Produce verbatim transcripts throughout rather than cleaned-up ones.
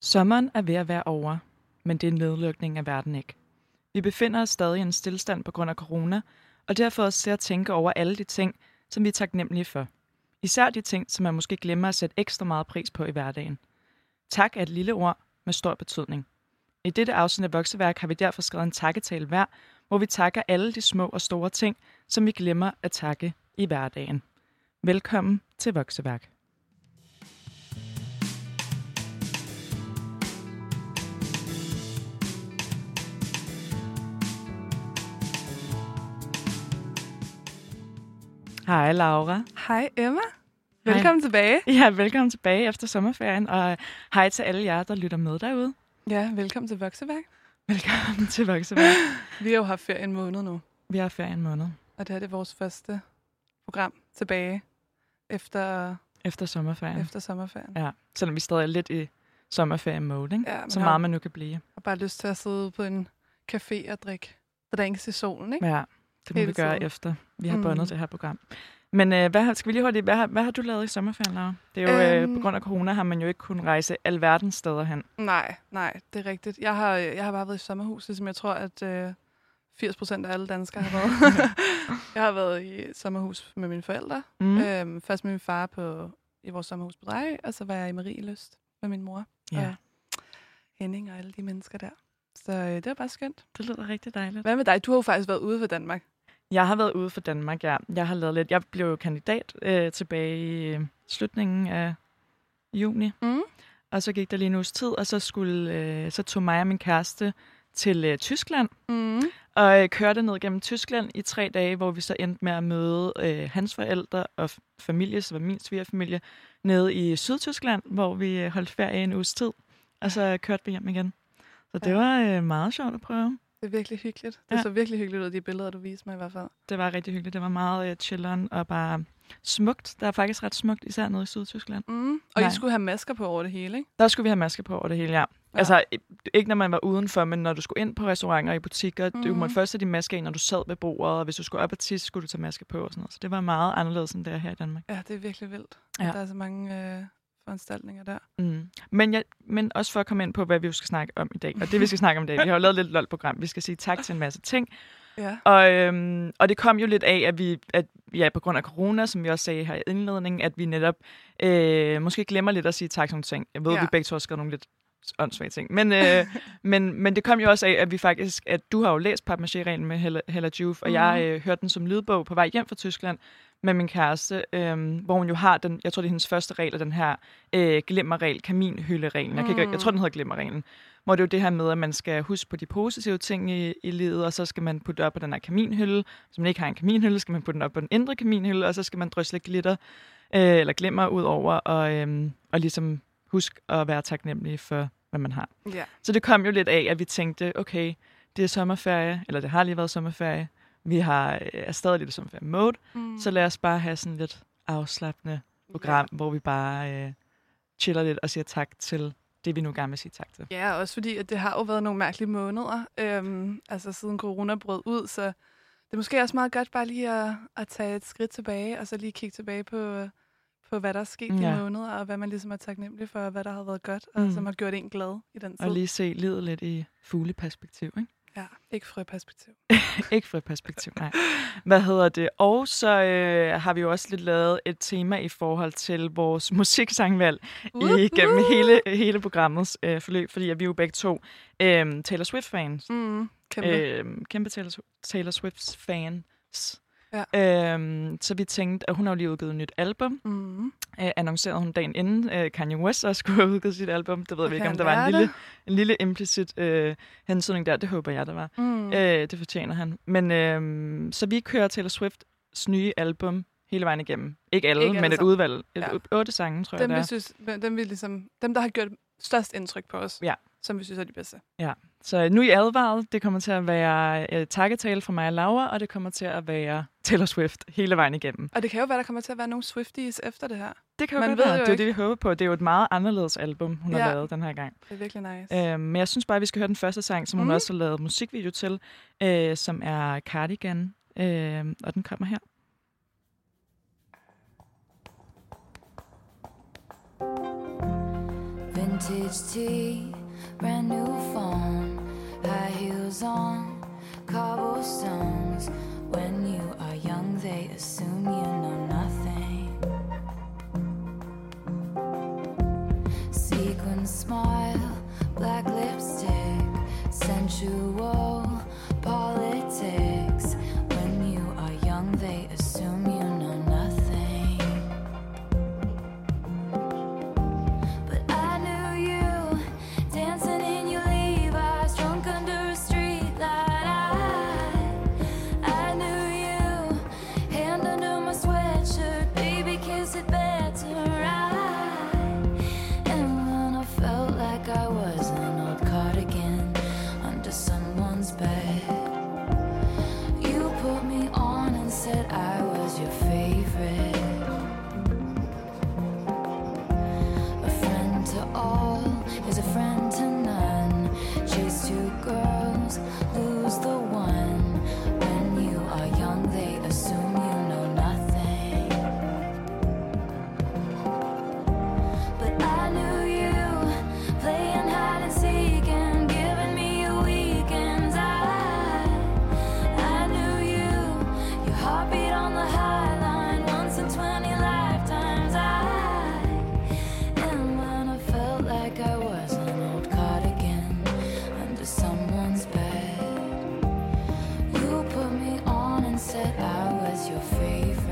Sommeren er ved at være over, men det er en nedlukning af verden ikke. Vi befinder os stadig i en stillstand på grund af corona, og det har fået os til at tænke over alle de ting, som vi er taknemmelige for. Især de ting, som man måske glemmer at sætte ekstra meget pris på i hverdagen. Tak er et lille ord med stor betydning. I dette afsnit af Vokseværk har vi derfor skrevet en takketale hver, hvor vi takker alle de små og store ting, som vi glemmer at takke i hverdagen. Velkommen til Vokseværk. Hej Laura. Hej Emma. Velkommen hej. tilbage. Ja, velkommen tilbage efter sommerferien, og hej til alle jer, der lytter med derude. Ja, velkommen til Vokseværk. Velkommen til Vokseværk. Vi har jo haft ferie en måned nu. Vi har ferie en måned. Og det her det er vores første program tilbage efter, efter sommerferien. Efter sommerferien. Ja, selvom vi stadig er lidt i sommerferie-mode, ikke? Ja, så meget man nu kan blive. Jeg har bare lyst til at sidde på en café og drikke drinks i solen, ikke? Ja, det må Hele vi gøre tiden. efter. Vi har Mm. bundet det her program. Men øh, hvad, skal vi lige hurtigt, hvad, har, hvad har du lavet i sommerferien, Laura? Det er jo Øhm, øh, på grund af corona har man jo ikke kunnet rejse alverdens steder hen. Nej, nej, det er rigtigt. Jeg har, jeg har bare været i sommerhuset, som jeg tror, at øh, firs procent af alle danskere har været. Jeg har været i sommerhus med mine forældre. Mm. Øhm, først med min far på, i vores sommerhus på Drejø, og så var jeg i Marielyst med min mor. Ja. Og Henning og alle de mennesker der. Så øh, det var bare skønt. Det lyder rigtig dejligt. Hvad med dig? Du har jo faktisk været ude for Danmark. Jeg har været ude for Danmark, ja. Jeg har lavet lidt. Jeg blev jo kandidat øh, tilbage i øh, slutningen af juni. Mm. Og så gik der lige en uges tid, og så, skulle, øh, så tog mig og min kæreste til øh, Tyskland. Mm. Og øh, kørte ned gennem Tyskland i tre dage, hvor vi så endte med at møde øh, hans forældre og f- familie, som var min svigerfamilie, nede i Sydtyskland, hvor vi øh, holdt ferie en uges tid. Og så kørte vi hjem igen. Så det ja. var øh, meget sjovt at prøve. Det er virkelig hyggeligt. Det ja. så virkelig hyggeligt ud af de billeder, du viste mig i hvert fald. Det var rigtig hyggeligt. Det var meget uh, chilleren og bare smukt. Der er faktisk ret smukt, især nede i Sydtyskland. Mm. Og Nej. I skulle have masker på over det hele, ikke? Der skulle vi have masker på over det hele, ja. ja. Altså, ikke når man var udenfor, men når du skulle ind på restauranter og i butikker. Mm. Du måtte først have de masker ind, når du sad ved bordet, og hvis du skulle op og tisse, skulle du tage masker på og sådan noget. Så det var meget anderledes end det er her i Danmark. Ja, det er virkelig vildt. Ja. Der er så mange øh, foranstaltninger der. Mm. Men, ja, men også for at komme ind på, hvad vi skal snakke om i dag. Og det, vi skal snakke om i dag, vi har jo lavet lidt lol-program. Vi skal sige tak til en masse ting. Ja. Og, øhm, og det kom jo lidt af, at vi, at, ja, på grund af corona, som vi også sagde her i indledningen, at vi netop øh, måske glemmer lidt at sige tak til nogle ting. Jeg ved, ja. at vi begge to har skrevet nogle lidt åndssvage ting. Men, øh, men, men det kom jo også af, at vi faktisk, at du har jo læst Papmaché-reglen med Hella, Hella Juf, og mm. jeg øh, hørte den som lydbog på vej hjem fra Tyskland med min kæreste, øh, hvor hun jo har den, jeg tror det er hendes første regel, den her øh, glimmerregel, kaminhyldereglen. Jeg, kan ikke, jeg tror, den hedder glimmerreglen. Hvor det er jo det her med, at man skal huske på de positive ting i, i livet, og så skal man putte op på den her kaminhylde. Hvis man ikke har en kaminhylde, skal man putte den op på den indre kaminhylde, og så skal man drysse lidt glitter øh, eller glimmer ud over, og, øh, og ligesom huske at være taknemmelig for, hvad man har. Ja. Så det kom jo lidt af, at vi tænkte, okay, det er sommerferie, eller det har lige været sommerferie. Vi har, er stadig lidt i sommerferie-mode, mm. så lad os bare have sådan lidt afslappende program, ja. hvor vi bare øh, chiller lidt og siger tak til det, vi nu gerne vil sige tak til. Ja, også fordi, at det har jo været nogle mærkelige måneder, øhm, altså siden corona brød ud, så det er måske også meget godt bare lige at, at tage et skridt tilbage, og så lige kigge tilbage på, på hvad der er sket ja. i måneder, og hvad man ligesom er taknemmelig for, og hvad der har været godt, og mm. som har gjort en glad i den tid. Og lige se livet lidt i fugleperspektiv, ikke? Ja, ikke frøperspektiv. Ikke frøperspektiv, nej. Hvad hedder det? Og så øh, har vi jo også lidt lavet et tema i forhold til vores musiksangvalg uh, igennem uh. hele, hele programmets øh, forløb, fordi vi er jo begge to øh, Taylor Swift-fans. Mm, kæmpe. Øh, kæmpe Taylor, Taylor Swift-fans. Ja. Øhm, så vi tænkte, at hun har jo lige udgivet et nyt album. Mm. Æ, annoncerede hun dagen inden øh, Kanye West også skulle have udgivet sit album. Det ved okay, vi ikke, om der var en lille, en lille implicit øh, hensynning der. Det håber jeg, der var. Mm. Æ, det fortjener han. Men øh, så vi kører Taylor Swifts nye album hele vejen igennem. Ikke alle, ikke men et udvalg. Et, ja. Otte sange, tror dem, jeg, vi synes, dem, vi ligesom, dem, der har gjort størst indtryk på os, ja. som vi synes er de bedste. Ja. Så nu er I advaret. Det kommer til at være uh, takketale fra mig og Laura, og det kommer til at være Taylor Swift hele vejen igennem. Og det kan jo være, der kommer til at være nogle Swifties efter det her. Det kan jo Man godt være. Det er det, vi håber på. Det er jo et meget anderledes album, hun ja. har lavet den her gang. Det er virkelig nice. Uh, men jeg synes bare, at vi skal høre den første sang, som mm. hun også har lavet musikvideo til, uh, som er Cardigan, uh, og den kommer her. When Vintage tea, brand new phone, high heels on, cobblestones. When you are young, they assume you know nothing. Sequin smile, black lipstick, sensual politics. When you are young, they assume you know nothing. But I knew you dancing in your Levi's, drunk under a street light. I, I knew you, hand under my sweatshirt, baby, kiss it better. I, and when I felt like I was an old cardigan under someone's bed, you put me on and said I was your favorite. A friend to all is a friend to none. Chase two girls, lose the one. When you are young, they assume you know nothing. But I knew you, playing hide and seek and giving me your weekends. I, I knew you, your heartbeat on the high line, once in twenty lifetimes. I, and when I felt like I was an old cardigan under someone's bed, you put me on and said I was your favorite.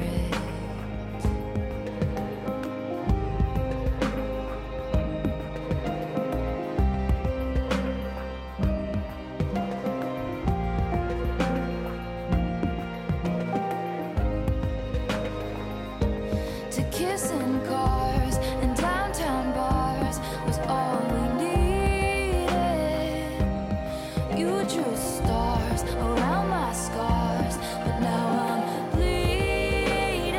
To kiss in cars and downtown bars was all we needed. You drew stars around my scars, but now I'm bleeding.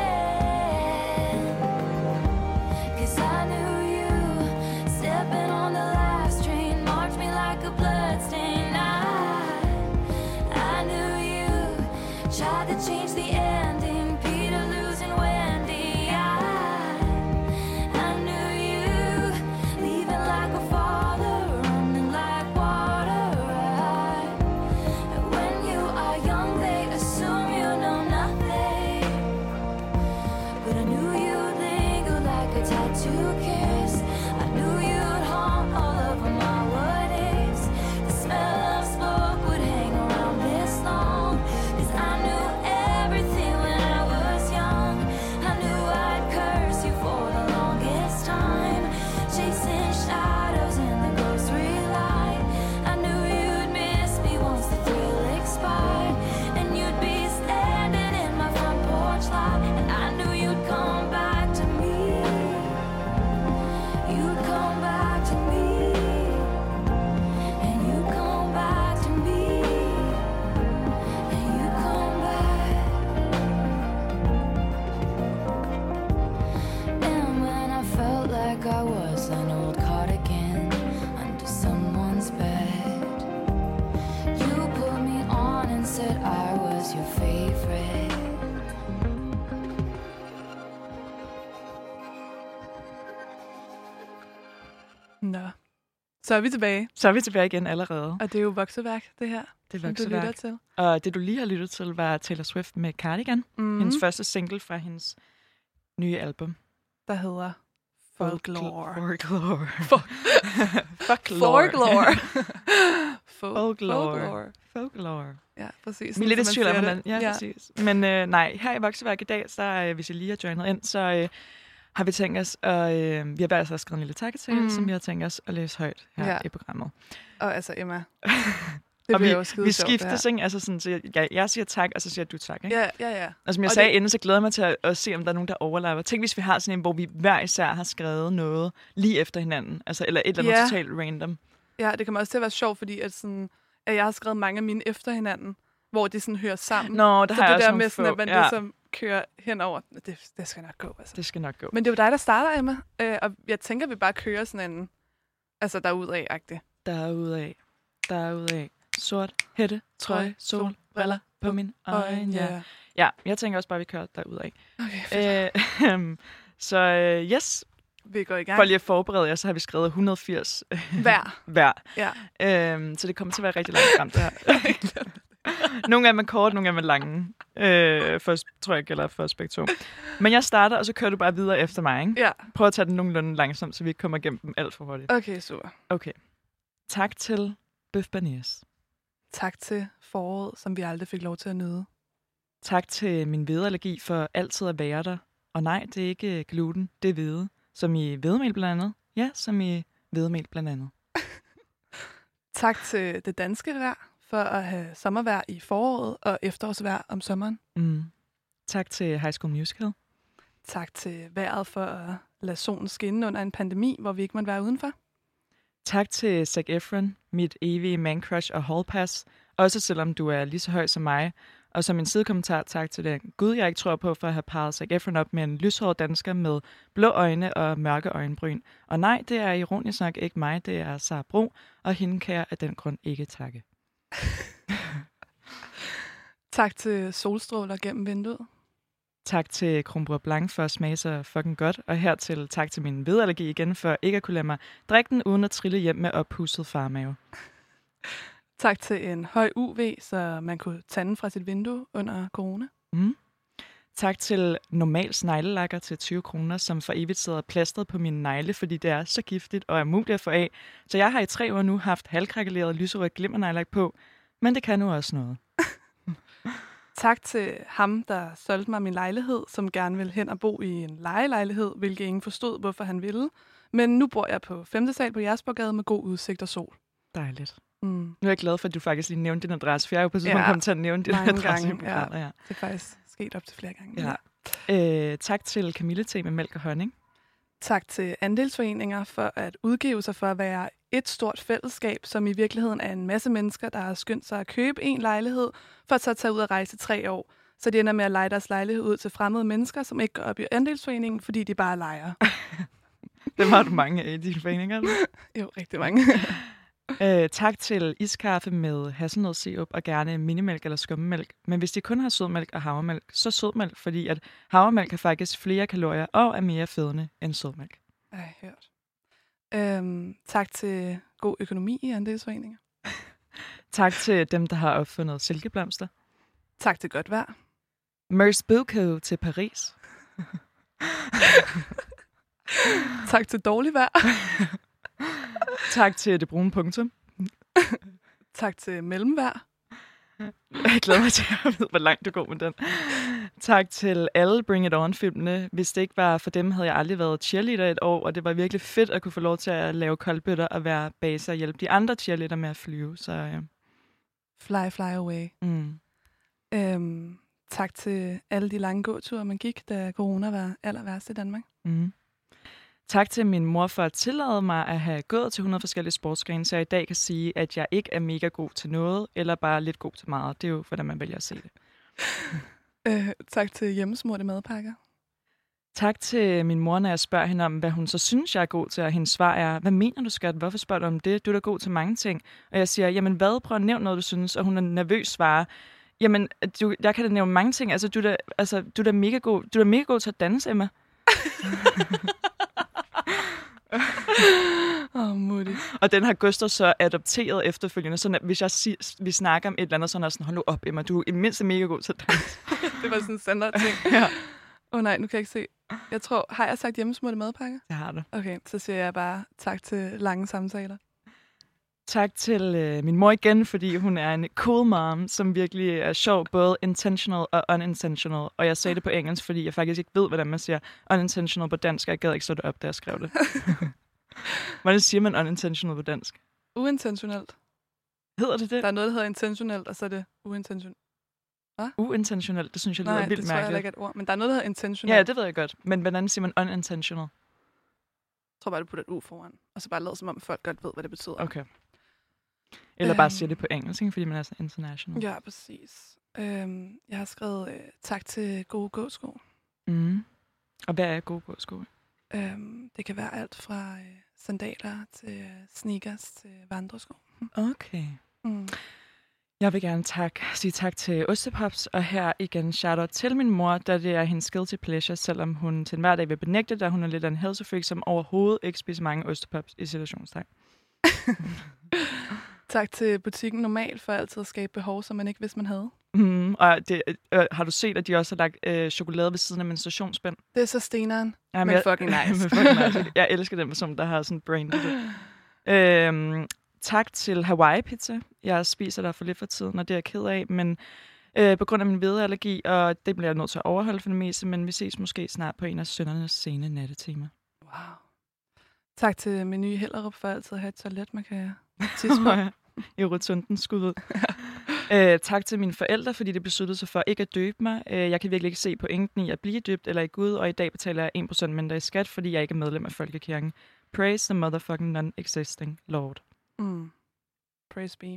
'Cause I knew you, stepping on the last train, marked me like a bloodstain. I, I knew you, tried to change the ending, Peter losing Wendy. I, I knew you, leaving like a father, running like water. I, and when you are young, they assume you know nothing. But I knew you'd linger like a tattoo kiss. I knew you'd haunt all over my what ifs. The smell of smoke would hang around this long. 'Cause I knew everything when I was young. I knew I'd curse you for the longest time, chasing shadows in the grocery line. I knew you'd miss me once the thrill expired, and you'd be standing in my front porch lot, and I knew you'd come back to me. You'd come back to me, and you'd come back to me, and you'd come back. And when I felt like I was an old cardigan under someone's bed, you put me on and said I was your favorite. Nå. Så er vi tilbage, Så er vi tilbage igen allerede. og det er jo vokseværk, det her, Det er som du vokseværk. lytter til. Og det, du lige har lyttet til, var Taylor Swift med Cardigan. Mm. Hendes første single fra hendes nye album. Der hedder Folklore. Folklore. Folklore. Folklore. Folklore. Folklore. Folklore. Ja, præcis. Vi er lidt i som man tvivl om, siger hvordan... det. Ja, ja, præcis. Men øh, nej, her i Vokseværk i dag, så øh, hvis I lige har joinet ind, så øh, har vi tænkt os, og øh, vi har altså skrevet en lille takketale, Mm. som vi har tænkt os at læse højt her Ja. i programmet. Og altså, Emma, det og bliver vi, jo skide vi sjovt, skiftes, det ikke? Altså sådan, så jeg, jeg siger tak, og så siger du tak, her. ikke? Ja, ja, ja. Og som jeg Og sagde det- inden, så glæder jeg mig til at, at se, om der er nogen, der overlapper. Tænk, hvis vi har sådan en, hvor vi hver især har skrevet noget lige efter hinanden. Altså, eller et eller andet Ja. totalt random. Ja, det kommer også til at være sjovt, fordi at, sådan, at jeg har skrevet mange af mine efter hinanden, hvor det sådan hører sammen. Nå, der så har jeg det også der nogle med, sådan, få. at man Ja, ligesom kører henover, det, det skal nok gå. Altså. det skal nok gå. Men det er jo dig, der starter, Emma. Øh, og jeg tænker, at vi bare kører sådan en, altså derudad-agtig. Derudad, derudad. Sort hætte, trøje, sol, briller på min øjne. Ja. ja, jeg tænker også bare, at vi kører derudad. Okay, fedt. Øh, så øh, yes, vi går i gang. For lige at forberede jer, så har vi skrevet et hundrede og firs hver. hver. Ja. Øhm, så det kommer til at være rigtig langt frem, det her. Nogle af dem er korte, nogle af dem er lange. Øh, først, tror jeg gælder for os begge to. Men jeg starter, og så kører du bare videre efter mig, ikke? Ja. Prøv at tage den nogenlunde langsomt, så vi ikke kommer igennem dem alt for hurtigt. Okay, super. Okay. Tak til Bøf Banæs. Tak til foråret, som vi aldrig fik lov til at nyde. Tak til min hvedeallergi for altid at være der. Og nej, det er ikke gluten, det er hvede. Som i hvedemel blandt andet. Ja, som i hvedemel blandt andet. Tak til det danske vejr for at have sommervejr i foråret og efterårsvejr om sommeren. Mm. Tak til High School Musical. Tak til vejret for at lade solen skinne under en pandemi, hvor vi ikke måtte være udenfor. Tak til Zac Efron, mit evige man-crush og hallpass. Også selvom du er lige så høj som mig. Og som en sidekommentar, tak til den Gud, jeg ikke tror på, for at have parret Zac Efron op med en lyshåret dansker med blå øjne og mørke øjenbryn. Og nej, det er ironisk nok ikke mig, det er Sara Bro, og hende kan jeg af den grund ikke takke. Tak til solstråler gennem vinduet. Tak til Kronbrug Blanc for at smage så fucking godt, og hertil tak til min hvedeallergi igen for ikke at kunne lade mig drikke den uden at trille hjem med oppusset farmave. Tak til en høj U V, så man kunne tande fra sit vindue under corona. Mm. Tak til normal sneglelakker til tyve kroner, som for evigt sidder plastret på mine negle, fordi det er så giftigt og er muligt at få af. Så jeg har i tre år nu haft halvkrakeleret lyserødt glimmernejlak på, men det kan nu også noget. Tak til ham, der solgte mig min lejlighed, som gerne ville hen og bo i en lejelejlighed, hvilket ingen forstod, hvorfor han ville. Men nu bor jeg på femte sal på Jægersborggade med god udsigt og sol. Dejligt. Mm. Nu er jeg glad for, at du faktisk lige nævnte din adresse, for jeg er jo på tidspunkt Ja, kommet til at nævne din adresse. Gange, ja. Ja. Det er faktisk sket op til flere gange. Ja. Ja. Øh, tak til Kamille-te med mælk og honning. Tak til andelsforeninger for at udgive sig for at være et stort fællesskab, som i virkeligheden er en masse mennesker, der har skyndt sig at købe en lejlighed, for at så tage ud og rejse tre år. Så de ender med at leje deres lejlighed ud til fremmede mennesker, som ikke går op i andelsforeningen, fordi de bare lejer. Dem har du mange af i dine foreninger, eller? Jo, rigtig mange. øh, tak til iskaffe med hasselnødsirup og gerne minimælk eller skummemælk. Men hvis de kun har sødmælk og havremælk, så sødmælk, fordi at havremælk har faktisk flere kalorier og er mere fedende end sødmælk. Ej, hørt. Øhm, tak til god økonomi i andelsforeninger. Tak til dem, der har opfundet silkeblomster. Tak til godt vejr. Mers Bucco til Paris. Tak til dårlig vejr. Tak til det brune punktum. Tak til mellemvejr. Jeg glæder mig til at vide, hvor langt du går med den. Tak til alle Bring It On-filmene. Hvis det ikke var for dem, havde jeg aldrig været cheerleader et år, og det var virkelig fedt at kunne få lov til at lave koldbøtter og være base og hjælpe de andre cheerleader med at flyve. Så, ja. Fly, fly away. Mm. Øhm, tak til alle de lange gåture, man gik, da corona var aller værst i Danmark. Mm. Tak til min mor for at tillade mig at have gået til hundrede forskellige sportsgrene, så jeg i dag kan sige, at jeg ikke er mega god til noget, eller bare lidt god til meget. Det er jo, hvordan man vælger at se det. øh, tak til hjemmesmurte madpakker. Tak til min mor, når jeg spørger hende om, hvad hun så synes, jeg er god til, og hendes svar er, hvad mener du, skat? Hvorfor spørger du om det? Du er da god til mange ting. Og jeg siger, jamen hvad? Prøv at nævne noget, du synes. Og hun er nervøs svarer, jamen, du, jeg kan da nævne mange ting. Altså, du er da, altså, du er da mega god, du er da mega god til at danse, Emma. Åh, oh, Mutti. Og den har Gustav så adopteret efterfølgende, så hvis jeg si- vi snakker om et eller andet, så er sådan, hold nu op, Emma, du er i mindst mega god til at danse. Det var sådan en standard ting. Ja. Åh oh, nej, nu kan jeg ikke se. Jeg tror, har jeg sagt hjemmesmurte madpakker? Det har du. Okay, så siger jeg bare tak til lange samtaler. Tak til øh, min mor igen, fordi hun er en cool mom, som virkelig er sjov, både intentional og unintentional. Og jeg sagde det på engelsk, fordi jeg faktisk ikke ved, hvordan man siger unintentional på dansk, og jeg gad ikke slå det op, da jeg skrev det. Hvordan siger man unintentional på dansk? Uintentionelt. Hedder det det? Der er noget, der hedder intentionelt, og så er det uintentionelt. Hvad? Uintentionelt, det synes jeg lyder Nej, vildt det tror jeg mærkeligt. ikke er et ord, men der er noget, der hedder intentionelt. Ja, det ved jeg godt. Men hvordan siger man unintentional? Jeg tror bare, du putter et u foran, og så bare lader som om, folk godt ved, hvad det betyder. Okay. Eller bare siger det på engelsk, ikke? Fordi man er så international. Ja, præcis. Øhm, jeg har skrevet øh, tak til gode gåsko. Mm. Og hvad er gode gåsko? Øhm, det kan være alt fra øh, sandaler til øh, sneakers til vandresko. Okay. Mm. Jeg vil gerne tak, sige tak til Ostepops, og her igen shout-out til min mor, da det er hendes guilty pleasure, selvom hun til enhver dag vil benægte, da hun er lidt af en health freak, som overhovedet ikke spiser mange Ostepops i situationstegn. Tak til butikken Normal for altid at skabe behov, som man ikke vidste, man havde. Mm, og det, øh, har du set, at de også har lagt øh, chokolade ved siden af menstruationsspænd? Det er så steneren, Ja, men jeg, fucking nice. men fucking nice. Jeg elsker den person, der har sådan brandet det. Øhm, tak til Hawaii Pizza. Jeg spiser der for lidt for tiden, og det er jeg ked af, men øh, på grund af min hvedeallergi, og det bliver jeg nødt til at overholde for det meste, men vi ses måske snart på en af søndernes sene nattetimer. Wow. Tak til Menu i Hellerup for altid at have et toilet, man kan tisse på. I rotunden skud ud. øh, tak til mine forældre, fordi de besluttede sig for ikke at døbe mig. Øh, jeg kan virkelig ikke se pointen i at blive døbt eller i Gud, og i dag betaler jeg en procent mindre i skat, fordi jeg ikke er medlem af Folkekirken. Praise the motherfucking non-existing Lord. Mm. Praise be.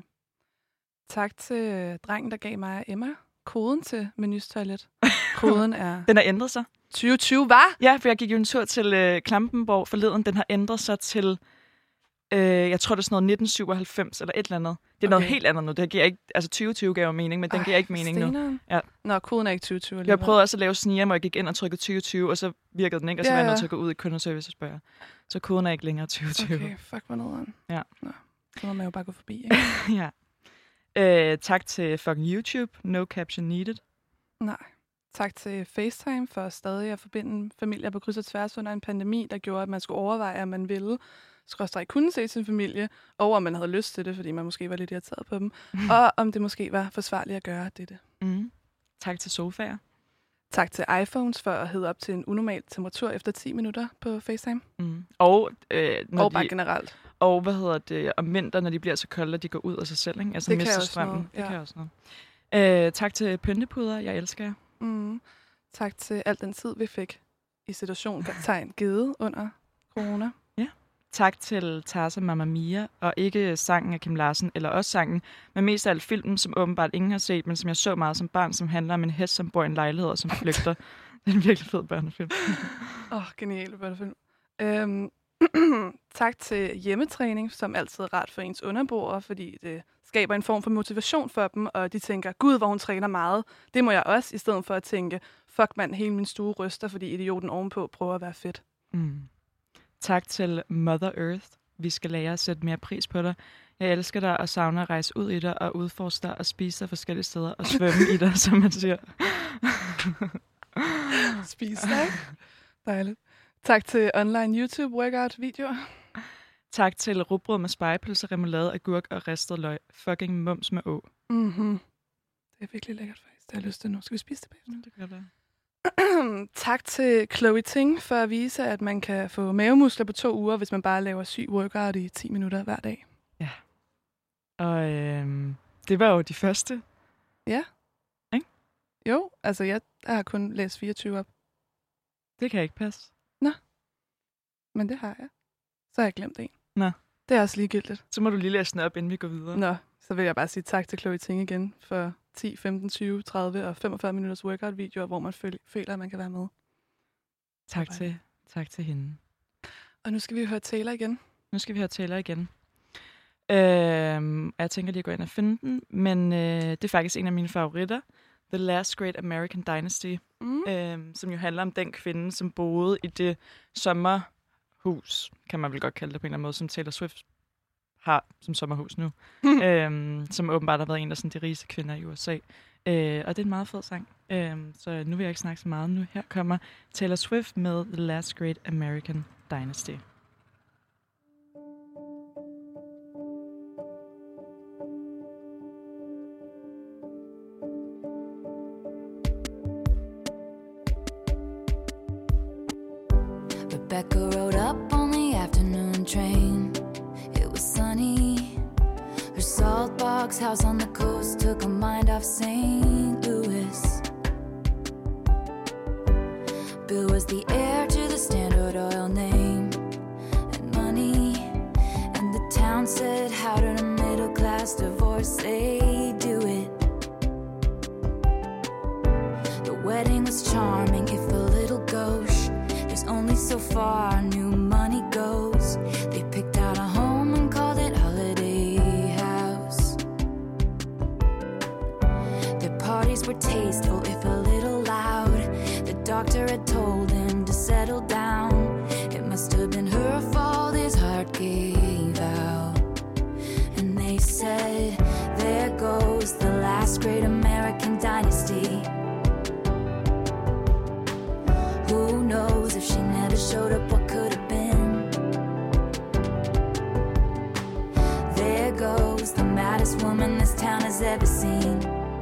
Tak til drengen, der gav mig og Emma koden til Menus toilet. Koden er... Den har ændret sig. tyve tyve, hvad? Ja, for jeg gik jo en tur til øh, Klampenborg forleden. Den har ændret sig til... Øh, jeg tror, det er sådan noget nitten syvoghalvfems eller et eller andet. Det er okay. Noget helt andet nu. Det giver ikke, altså tyve tyve gav jo mening, men den Ej, giver ikke mening steneren. Nu. Ja. Nå, koden er ikke tyve tyve. Jeg prøvede også at lave sniger, hvor jeg gik ind og trykkede tyve tyve, og så virkede den ikke, og så ja, var jeg ja. nødt til at gå ud i kundeservice og spørge. Så koden er ikke længere tyve tyve. Okay, fuck, hvor nederen. Ja. Nå, så må man jo bare gå forbi, ikke? Ja. Øh, tak til fucking YouTube. No caption needed. Nej. Tak til FaceTime for stadig at forbinde familier på kryds og tværs under en pandemi, der gjorde, at man skulle overveje, at man ville skråstreg kunne se sin familie, og om man havde lyst til det, fordi man måske var lidt irriteret på dem, mm. og om det måske var forsvarligt at gøre dette. Mm. Tak til sofaer. Tak til iPhones for at hedde op til en unormal temperatur efter ti minutter på FaceTime. Mm. Og, øh, når og bare de, generelt. Og hvad hedder det, om vinter, når de bliver så kolde, at de går ud af sig selv, ikke? Altså det mister kan strømmen. Noget, ja. Det kan også noget. Øh, tak til pyntepuder. Jeg elsker jer. Mm. Tak til al den tid, vi fik i situationstegn givet under corona. Ja. Tak til Tarsa Mamma Mia, og ikke sangen af Kim Larsen, eller også sangen, men mest af alt filmen, som åbenbart ingen har set, men som jeg så meget som barn, som handler om en hest, som bor i en lejlighed og som flygter. Det er en virkelig fed børnefilm. Åh, oh, genial børnefilm. Øhm, tak til hjemmetræning, som altid er rart for ens underboere, fordi det skaber en form for motivation for dem, og de tænker, gud, hvor hun træner meget. Det må jeg også, i stedet for at tænke, fuck mand, hele min stue ryster, fordi idioten ovenpå prøver at være fedt. Mm. Tak til Mother Earth. Vi skal lære at sætte mere pris på dig. Jeg elsker dig og savner at rejse ud i dig og udforske dig og spise dig forskellige steder og svømme i dig, som man siger. Spise dig. Dejligt. Tak til online YouTube workout videoer. Tak til rugbrød med spegepølse, remoulade, agurk og ristet løg. Fucking mums med å. Mhm. Det er virkelig lækkert faktisk. Det har jeg lyst til nu. Skal vi spise det bagefter? Ja, det kan være. Tak til Chloe Ting for at vise, at man kan få mavemuskler på to uger, hvis man bare laver syg workout i ti minutter hver dag. Ja. Og øhm, det var jo de første. Ja. Ikke? Jo, altså jeg, jeg har kun læst fireogtyve op. Det kan ikke passe. Nå. Men det har jeg. Så har jeg glemt en. Nå. Det er også ligegyldigt. Så må du lige læse den op, inden vi går videre. Nå, så vil jeg bare sige tak til Chloe Ting igen for ti, femten, tyve, tredive og femogfyrre minutters workout-videoer, hvor man føl- føler, at man kan være med. Tak til, tak til hende. Og nu skal vi høre Taylor igen. Nu skal vi høre Taylor igen. Øhm, jeg tænker lige at gå ind og finde den, men øh, det er faktisk en af mine favoritter. The Last Great American Dynasty, mm. øhm, som jo handler om den kvinde, som boede i det sommerhus, kan man vel godt kalde det på en eller anden måde, som Taylor Swift har som sommerhus nu. øhm, som åbenbart har været en af sådan, de rigeste kvinder i U S A. Øh, og det er en meget fed sang. Øhm, så nu vil jeg ikke snakke så meget nu. Her kommer Taylor Swift med The Last Great American Dynasty. Rebecca rode up on the afternoon train. It was sunny. Her salt box house on the coast took her mind off Saint Louis. Bill was the heir to the Standard Oil name and money, and the town said, how did a middle class divorcee do it? The wedding was charming, if a little gauche. There's only so far new money goes. They picked out a home and called it Holiday House. words were tasteful, if a little loud. The doctor had told him to settle down. It must have been her fault his heart gave out. And they said, there goes the last great American dynasty. Who knows if she never showed up, what could have been? There goes the maddest woman this town has ever seen.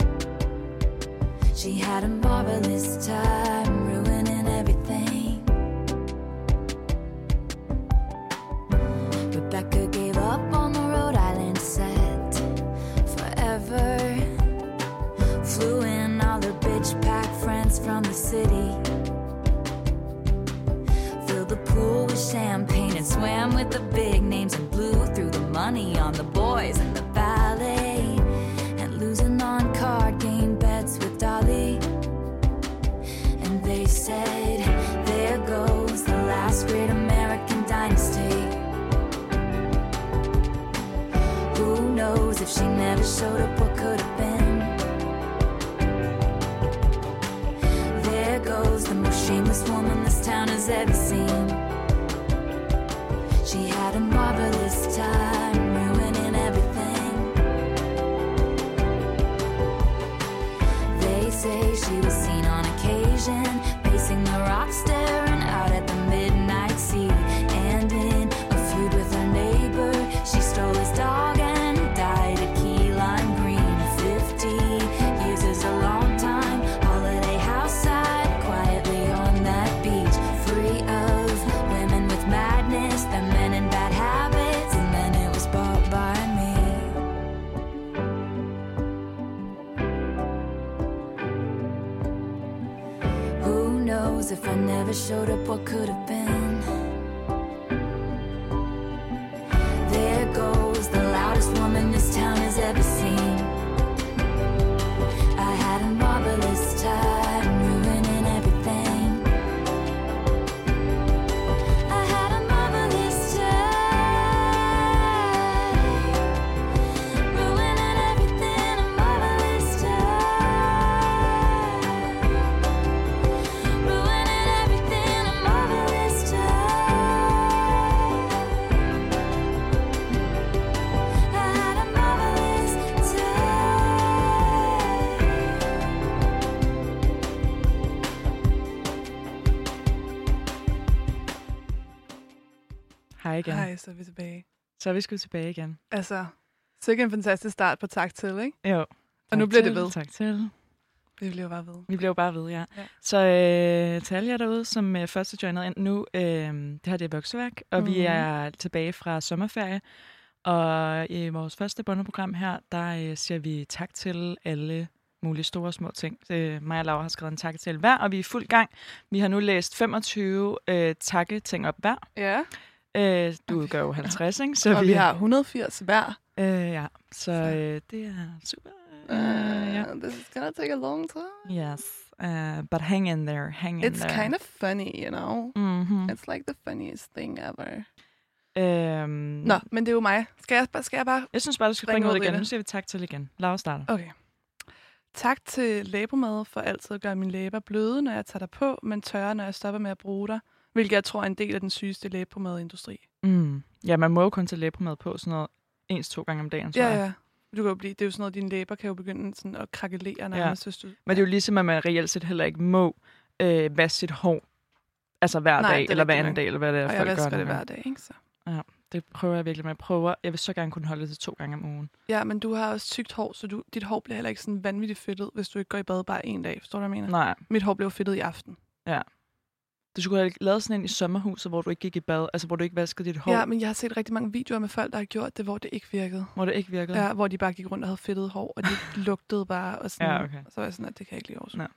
She had a marvelous time ruining everything. Rebecca gave up on the Rhode Island set forever. Flew in all her bitch pack friends from the city. Filled the pool with champagne and swam with the big names and blew through the money on the boys and the ballet. And losing on card game bets with Dolly. And they said, there goes the last great American dynasty. Who knows if she never showed up, what could have been? There goes the most shameless woman this town has ever seen. She had a marvelous time ruining everything. They say she was seen on occasion pacing the rocks, staring out at the midnight sea. And in a feud with her neighbor, she stole his dog and died at Key Lime Green. Fifty years is a long time. Holiday house side, quietly on that beach, free of women with madness, the men in bad habits, and then it was bought by me. Who knows if I never showed up, what could have been? There goes the loudest woman this town has ever seen. I had a marvelous time ruining everything. I had a marvelous time ruining everything. A marvelous time ruining everything. A marvelous time. I had a marvelous time. Hej igen. Hej, så er vi tilbage. Så er vi sgu tilbage igen. Altså, sikkert en fantastisk start på Tak til, ikke? Jo. Og nu Tak bliver til, det ved. Tak til. Vi bliver bare ved. Vi bliver bare ved, ja. Ja. Så øh, til alle jer derude, som øh, først er joinet ind nu, øh, det her det er Vokseværk, og mm-hmm. vi er tilbage fra sommerferie. Og i vores første bondeprogram her, der øh, siger vi tak til alle mulige store og små ting. Øh, mig og Laura har skrevet en tak til hver, og vi er i fuld gang. Vi har nu læst femogtyve øh, takke-ting op hver. Ja. Øh, du udgør jo halvtreds, ikke? Så Og vi har et hundrede og firs hver. Øh, ja, så øh, det er super. Uh, ja. This is gonna take a long time. Yes, uh, but hang in there, hang in It's there. kind of funny, you know? Mm-hmm. It's like the funniest thing ever. Øhm, Nå, men det er jo mig. Skal jeg, bare- skal jeg bare... Jeg synes bare, du skal Spring bringe ud ud i igen. det. Nu siger vi tak til igen. Laura starter. Okay. Tak til læbermad for altid at gøre mine læber bløde, når jeg tager dig på, men tørre, når jeg stopper med at bruge dig, hvilket jeg tror er en del af den sygeste læbermadindustri. Mm. Ja, man må jo kun tage læbermad på sådan noget ens to gange om dagen, tror Ja, jeg. ja. Du kan jo blive, det er jo sådan noget, dine læber kan jo begynde sådan at krakelere nærmest, hvis du... Men det er jo ligesom, at man reelt set heller ikke må øh, vaske sit hår, altså hver Nej, dag, det er eller hver rigtigt anden nok. dag, eller hvad det er, Og jeg folk gør. vasker det nogle hver gange. dag, ikke så? Ja, det prøver jeg virkelig med. Jeg prøver, jeg vil så gerne kunne holde det til to gange om ugen. Ja, men du har også tykt hår, så du, dit hår bliver heller ikke sådan vanvittigt fedtet, hvis du ikke går i bad bare en dag. Forstår du, hvad jeg mener? Nej, Mit hår bliver fedtet i aften. ja. Du skulle have lavet sådan en i sommerhuset, hvor du ikke gik i bad, altså hvor du ikke vaskede dit hår, Ja, men jeg har set rigtig mange videoer med folk, der har gjort det, hvor det ikke virkede. hvor det ikke virkede. Ja, hvor de bare gik rundt og havde fedtet hår, og de lugtede bare. Og sådan, Ja, okay. Så var jeg sådan, at det kan jeg ikke lide over. Nej.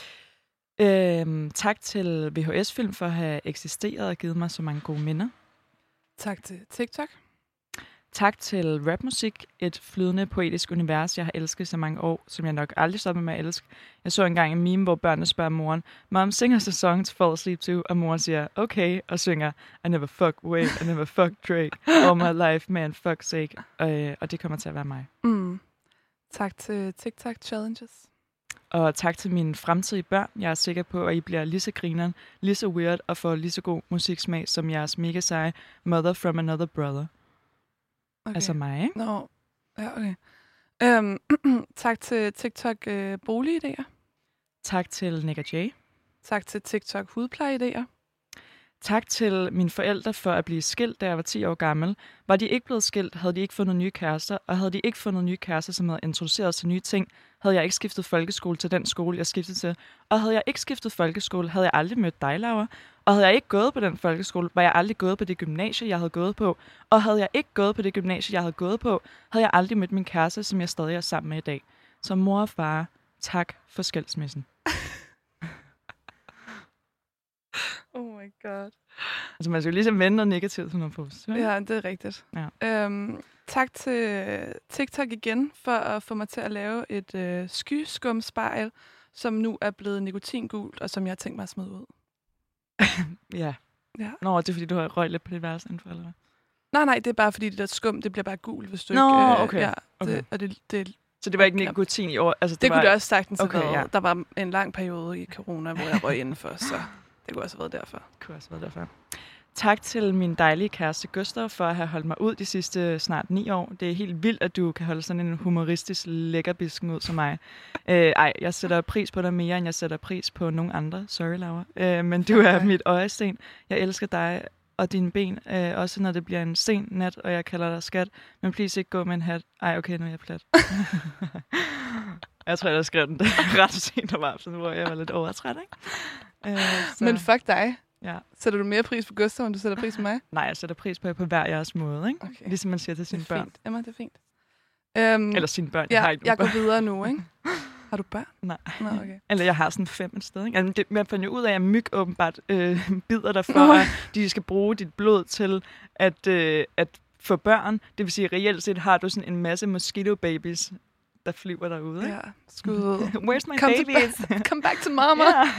Øhm, tak til V H S-film for at have eksisteret og givet mig så mange gode minder. Tak til TikTok. Tak til rapmusik, et flydende poetisk univers, jeg har elsket så mange år, som jeg nok aldrig stopper med at elske. Jeg så engang en meme, hvor børnene spørger moren, Mom, sing us a song to fall asleep to, og moren siger, okay, og synger, I never fuck Wade, I never fuck Drake, all my life, man, fuck sake. Og, øh, og det kommer til at være mig. Mm. Tak til TikTok Challenges. Og tak til mine fremtidige børn. Jeg er sikker på, at I bliver lige så grineren, lige så weird og får lige så god musiksmag som jeres mega seje Mother from Another Brother. Okay. Altså mig, ikke? Nå, ja, okay. Øhm, tak til TikTok øh, Boligidéer. Tak til Nick og Jay. Tak til TikTok Hudplejeidéer. Tak til mine forældre for at blive skilt, da jeg var ti år gammel. Var de ikke blevet skilt, havde de ikke fundet nye kærester, og havde de ikke fundet nye kærester, som havde introduceret os til nye ting, havde jeg ikke skiftet folkeskole til den skole, jeg skiftede til. Og havde jeg ikke skiftet folkeskole, havde jeg aldrig mødt dig, Laura. Og havde jeg ikke gået på den folkeskole, var jeg aldrig gået på det gymnasie, jeg havde gået på. Og havde jeg ikke gået på det gymnasie, jeg havde gået på, havde jeg aldrig mødt min kæreste, som jeg stadig er sammen med i dag. Så mor og far, tak for skilsmissen. Oh my god. Altså man skal jo ligesom vende noget negativt til noget positivt. Ja, det er rigtigt. Ja. Øhm, tak til TikTok igen for at få mig til at lave et øh, skyskumspejl, som nu er blevet nikotingult, og som jeg har tænkt mig at smide ud. Ja. Ja. Nå, det er fordi, du har røget lidt på det værste info, eller hvad? Nej, nej, det er bare fordi, det der skum, det bliver bare gult, hvis du Nå, ikke... Øh, okay. Ja, det, Okay. Og det, det, Så det var ikke nikotin i år? Altså, det, det det var... kunne det også sagtens Okay, have været. ja. Der var en lang periode i corona, hvor jeg røg indenfor, så det kunne også have været derfor. Det kunne også være derfor. Tak til min dejlige kæreste Gustav for at have holdt mig ud de sidste snart ni år. Det er helt vildt, at du kan holde sådan en humoristisk lækkerbisken ud som mig. Øh, ej, jeg sætter pris på dig mere, end jeg sætter pris på nogen andre. Sorry, Laura. Øh, men du er Okay. mit øjesten. Jeg elsker dig og dine ben, øh, også når det bliver en sen nat, og jeg kalder dig skat. Men please ikke gå med en hat. Ej, okay, nu er jeg plat. Jeg tror, jeg skrev den ret sent om aftenen, hvor jeg var lidt overtræt, ikke? Øh, så... Men fuck dig. Ja. Sætter du mere pris på Gustav, end du sætter pris på mig? Nej, jeg sætter pris på jer på hver jeres måde, ikke? Okay. Ligesom man siger til Det sine er børn. fint. Emma, det er fint. Um, Eller sine børn. ja, har ikke jeg nogen går videre nu, ikke? Har du børn? Nej. Nå, okay. Eller jeg har sådan fem et sted, ikke? Altså, det, man fandt jo ud af, at myg åbenbart øh, bider dig for, Nå. at de skal bruge dit blod til at, øh, at få børn. Det vil sige, reelt set har du sådan en masse mosquito babies, der flyver derude, ikke? Ja, skud ud. Where's my Come babies? To, come back to mama.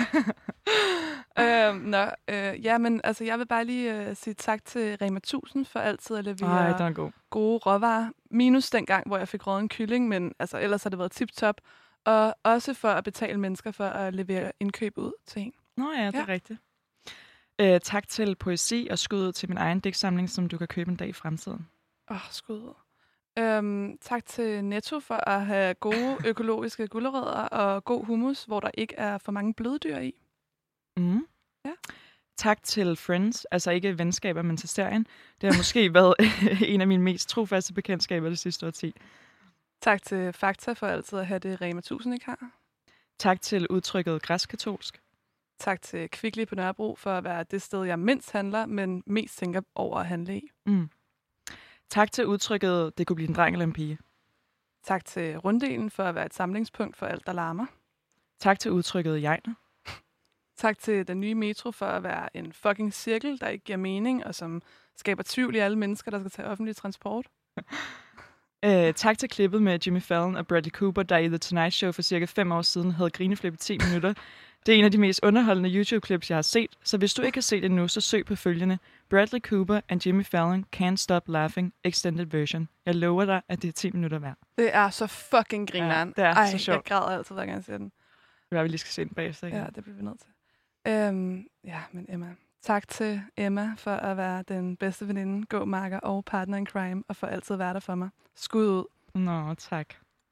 Ja. øhm, nå, øh, ja, men altså, jeg vil bare lige øh, sige tak til Rema tusind for altid at levere Ej, den er god. gode råvarer. Minus den gang, hvor jeg fik røget en kylling, men altså, ellers har det været tip-top. Og også for at betale mennesker for at levere indkøb ud til en. Nå ja, det er Ja. rigtigt. Øh, tak til poesi og skud ud til min egen digtsamling, som du kan købe en dag i fremtiden. Åh, oh, skud ud. Øhm, tak til Netto for at have gode økologiske gulerødder og god hummus, hvor der ikke er for mange bløddyr i. Mm. Ja. Tak til Friends, altså ikke venskaber, men til serien. Det har måske været en af mine mest trofaste bekendtskaber det sidste årti. Tak til Fakta for altid at have det Rema tusind ikke har. Tak til udtrykket græskatolsk. Tak til Kvickly på Nørrebro for at være det sted, jeg mindst handler, men mest tænker over at handle i. Mm. Tak til udtrykket, det kunne blive en dreng eller en pige. Tak til Runddelen for at være et samlingspunkt for alt, der larmer. Tak til udtrykket jegner. Tak til den nye metro for at være en fucking cirkel, der ikke giver mening, og som skaber tvivl i alle mennesker, der skal tage offentlig transport. Uh, tak til klippet med Jimmy Fallon og Bradley Cooper, der i The Tonight Show for cirka fem år siden havde grineflip i ti minutter. Det er en af de mest underholdende YouTube-clips, jeg har set, så hvis du ikke har set det nu, så søg på følgende. Bradley Cooper and Jimmy Fallon Can't Stop Laughing Extended Version. Jeg lover dig, at det er ti minutter værd. Det er så fucking grineren. Ja, det er Ej, så sjovt. jeg græder altid, hver gang jeg ser den. Det var, vi lige skal se den bagefter igen. Ja, det bliver vi nødt til. Øhm, ja, men Emma. Tak til Emma for at være den bedste veninde, go-marker og partner in crime, og for altid at være der for mig. Skud ud. Nå, tak.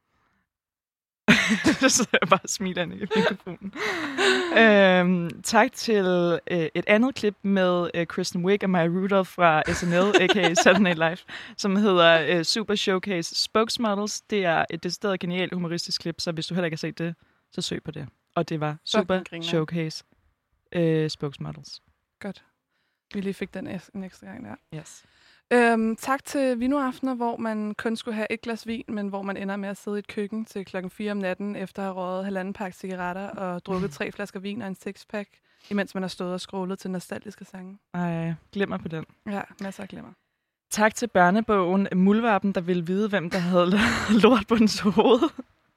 Så sidder jeg bare og smiler ind i mikrofonen. øhm, tak til øh, et andet klip med øh, Kristen Wiig og Maya Rudolph fra S N L, a k a. Saturday Night Live, som hedder øh, Super Showcase Spokesmodels. Det er et decideret genialt humoristisk klip, så hvis du heller ikke har set det, så søg på det. Og det var Super griner. Showcase øh, Spokesmodels. Godt. Vi lige fik den en ekstra gang der. Yes. Øhm, tak til vinoaftener, hvor man kun skulle have et glas vin, men hvor man ender med at sidde i et køkken til klokken fire om natten, efter at have røget halvanden pakke cigaretter og drukket tre flasker vin og en sixpack, imens man har stået og scrollet til nostalgiske sange. Ej, glemmer på den. Ja, masser af glemmer. Tak til børnebogen Muldvarpen, der ville vide, hvem der havde lort på dens hoved.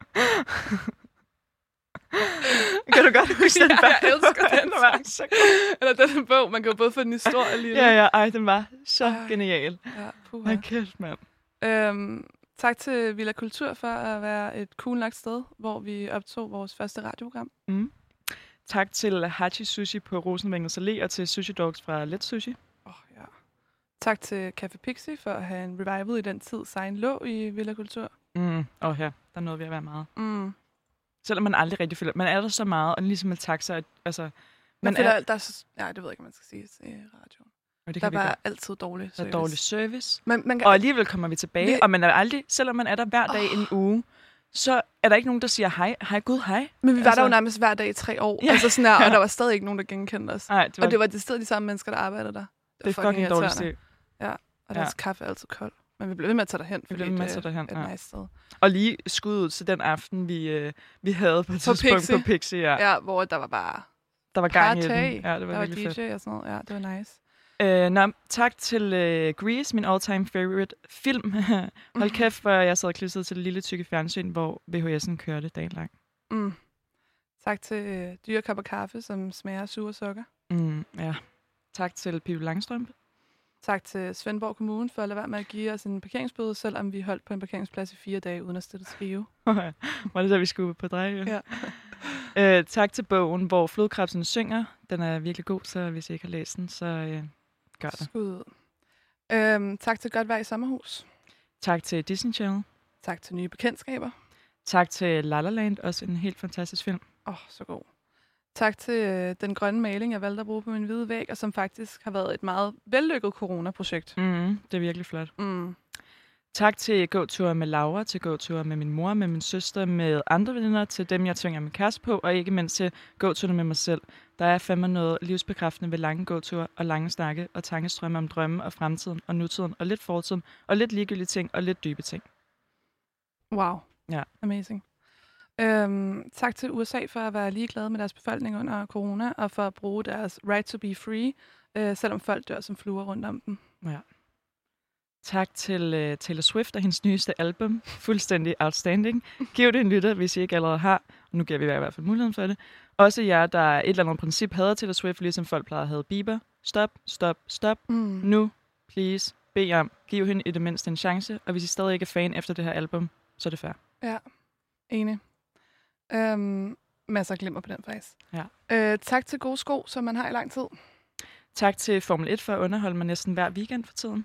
Kan du godt huske den? Ja, jeg elsker den. Den var så Eller den bog, man kan jo både få den historie lige. Ja, ja, ej, den var så Ej. genial. Ja, puha. Hvad kæft, mand. Øhm, Tak til Villa Kultur for at være et cool nok sted, hvor vi optog vores første radioprogram. Mm. Tak til Hachi Sushi på Rosenvængets Allé og til Sushi Dogs fra Let Sushi. Oh, ja. Tak til Café Pixie for at have en revival i den tid, Sein lå i Villa Kultur. Mm. Og her, der er noget ved at være meget. Mm. Selvom man aldrig rigtig føler, man er der så meget, og ligesom med taxa, altså... Man føler, er, der er så, ja, det ved jeg ikke, man skal sige i radioen. Det der er bare altid dårlig service. Der er dårlig service. Man, man kan, og alligevel kommer vi tilbage, vi, og man er aldrig, selvom man er der hver dag oh. en uge, så er der ikke nogen, der siger hej, hej Gud, hej. Men vi var altså, der jo nærmest hver dag i tre år, ja. altså sådan her, og der var stadig ikke nogen, der genkendte os. Ej, det var, og det var det sted de samme mennesker, der arbejdede der. Det, det er fucking, fucking dårligt sted. Ja, og deres ja. kaffe er altid kold. Men vi blev ved med at tage derhen, fordi det er derhen, et ja. nice sted. Og lige skud ud til den aften, vi, øh, vi havde på et tidspunkt Pixie. på Pixie. Ja. ja, hvor der var bare... Der var gang i den. Ja, det var, der var virkelig D J fedt. Og sådan noget. Ja, det var nice. Øh, nå, tak til uh, Grease, min all-time favorite film. Hold kæft, hvor jeg sad klistret til det lille tykke fjernsyn, hvor V H S'en kørte dagen lang. Mm. Tak til uh, dyre kopper kaffe, som smager af sure sukker. Mm, ja. Tak til Pippi Langstrømpe. Tak til Svendborg Kommune for at lade være med at give os en parkeringsbøde, selvom vi holdt på en parkeringsplads i fire dage uden at stille skrive. Var det der, vi skulle på drej? Ja. øh, tak til bogen, hvor flodkrebsene synger. Den er virkelig god, så hvis I ikke har læst den, så øh, gør det. Skud. Øhm, tak til Godt Vejr i Sommerhus. Tak til Disney Channel. Tak til Nye Bekendtskaber. Tak til La La Land, også en helt fantastisk film. Åh, oh, så god. Tak til øh, den grønne maling, jeg valgte at bruge på min hvide væg, og som faktisk har været et meget vellykket coronaprojekt. Mm, det er virkelig flot. Mm. Tak til gåture med Laura, til gåture med min mor, med min søster, med andre veninder, til dem, jeg tvinger min kæreste på, og ikke mindst til gåture med mig selv. Der er fandme noget livsbekræftende ved lange gåture og lange snakke og tankestrømme om drømme og fremtiden og nutiden og lidt fortiden og lidt ligegyldige ting og lidt dybe ting. Wow. Ja. Amazing. Øhm, tak til U S A for at være ligeglade med deres befolkning under corona, og for at bruge deres right to be free, øh, selvom folk dør som fluer rundt om dem. Ja. Tak til uh, Taylor Swift og hendes nyeste album. Fuldstændig outstanding. Giv det en lytter, hvis I ikke allerede har. Og nu giver vi i hvert fald muligheden for det. Også jer, der et eller andet princip hader Taylor Swift, ligesom folk plejede at have Bieber. Stop, stop, stop. Mm. Nu, please, bed om. Giv hende i det mindste en chance. Og hvis I stadig ikke er fan efter det her album, så er det fair. Ja, enig. Øhm, masser af glimmer på den faktisk. Ja. Øh, tak til gode sko, som man har i lang tid. Tak til Formel et for at underholde mig næsten hver weekend for tiden.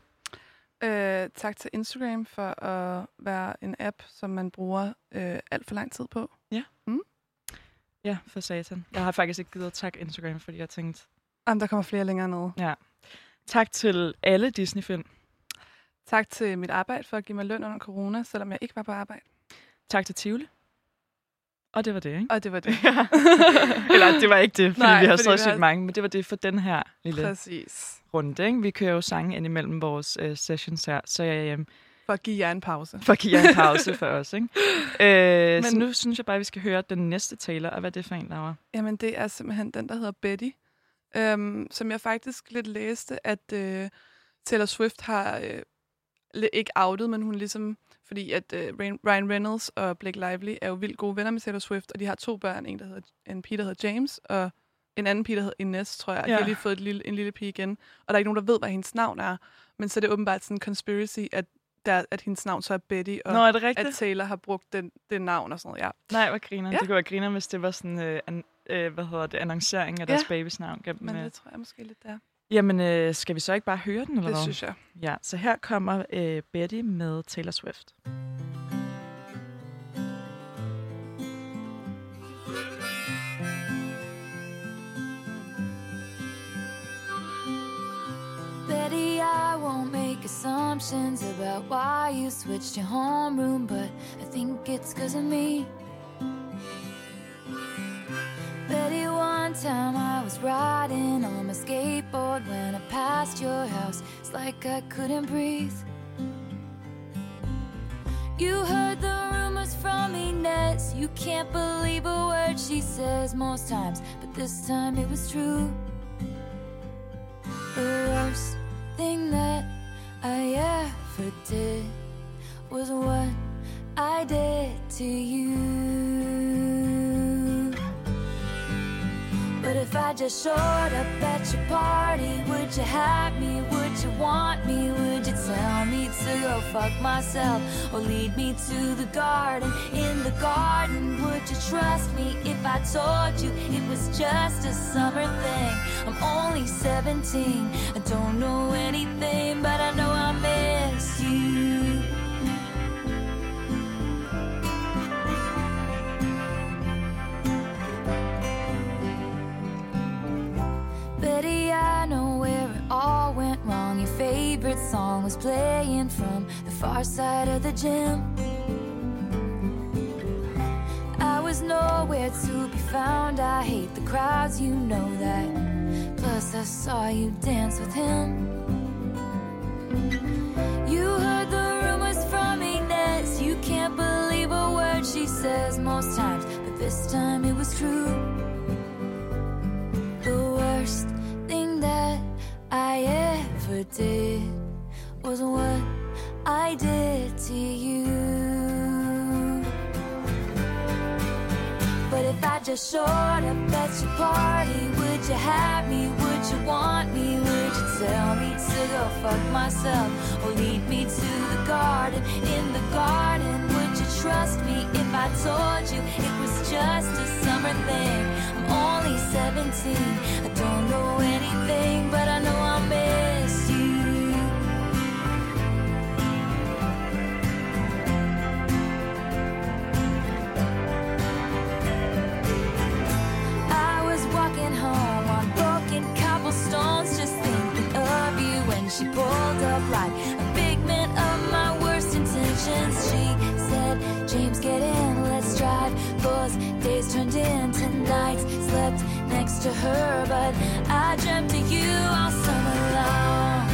Øh, tak til Instagram for at være en app, som man bruger øh, alt for lang tid på. Ja. Mm? Ja, for satan. Jeg har faktisk ikke givet at takke Instagram, fordi jeg tænkte... Jamen, der kommer flere længere ned. Ja. Tak til alle Disney-film. Tak til mit arbejde for at give mig løn under corona, selvom jeg ikke var på arbejde. Tak til Tivoli. Og det var det, ikke? Og det var det. Eller det var ikke det, fordi Nej, vi har fordi så vi sygt har... mange, men det var det for den her lille Præcis. runde, ikke? Vi kører jo sange ind imellem vores uh, sessions her, så jeg... Um, for at give jer en pause. For at give jer en pause for os, ikke? Uh, men... Så nu synes jeg bare, at vi skal høre den næste taler, og hvad er det for en, Laura? Jamen, det er simpelthen den, der hedder Betty, um, som jeg faktisk lidt læste, at uh, Taylor Swift har uh, ikke outet, men hun ligesom... Fordi at uh, Ryan Reynolds og Blake Lively er jo vildt gode venner med Taylor Swift, og de har to børn, en, der hedder, en pige, der hedder James, og en anden pige, der hedder Ines, tror jeg. Ja. De har lige fået et lille, en lille pige igen, og der er ikke nogen, der ved, hvad hendes navn er. Men så er det åbenbart sådan en conspiracy, at, der, at hendes navn så er Betty, og Nå, er det rigtigt? at Taylor har brugt den, den navn og sådan noget. Ja. Nej, hvor griner. Ja. Det kunne være griner, hvis det var sådan, øh, an, øh, hvad hedder det, annoncering af deres ja. babys navn. Gennem, Men øh... det tror jeg måske lidt der. Jamen, øh, skal vi så ikke bare høre den, eller det hvad? synes jeg. Ja, så her kommer øh, Betty med Taylor Swift. Betty, I won't make assumptions about why you switched your homeroom, but I think it's 'cause of me. Betty, one time I was riding on my skateboard when I passed your house. It's like I couldn't breathe. You heard the rumors from Ines. You can't believe a word she says most times, but this time it was true. The worst thing that I ever did was what I did to you. But if if I just showed up at your party, would you have me, would you want me, would you tell me to go fuck myself, or lead me to the garden? In the garden, would you trust me if I told you it was just a summer thing? I'm only seventeen, I don't know anything, but I know I miss you. Betty, I know where it all went wrong. Your favorite song was playing from the far side of the gym. I was nowhere to be found. I hate the crowds, you know that. Plus I saw you dance with him. You heard the rumors from Inez. You can't believe a word she says most times, but this time it was true. The worst thing that I ever did was what I did to you. But if I just showed up at your party, would you have me, would you want me, would you tell me to go fuck myself, or lead me to the garden? In the garden, would you trust me if I told you it was just a summer thing? I'm only seventeen, I don't know anything, but I know I miss you. I was walking home on broken cobblestones, just thinking of you when she pulled up like a figment of my worst intentions. She said, James, get in, let's drive. Those days turned into nights, slept next to her, but I dreamt of you all summer long.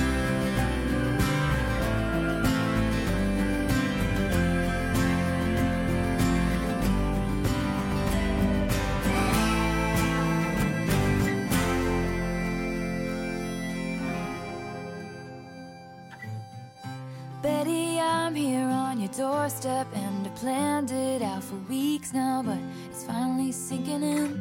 Betty, I'm here on your doorstep, and I planned it out for weeks now, but it's finally sinking in.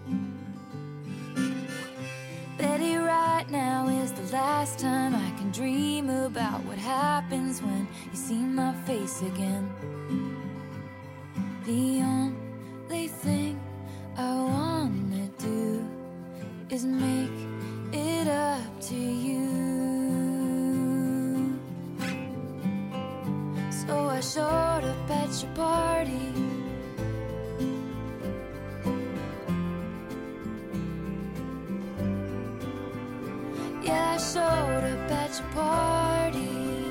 Betty, right now is the last time I can dream about what happens when you see my face again. The only thing I wanna do is make it up to you. So I showed up at your party. Yeah, I showed up at your party.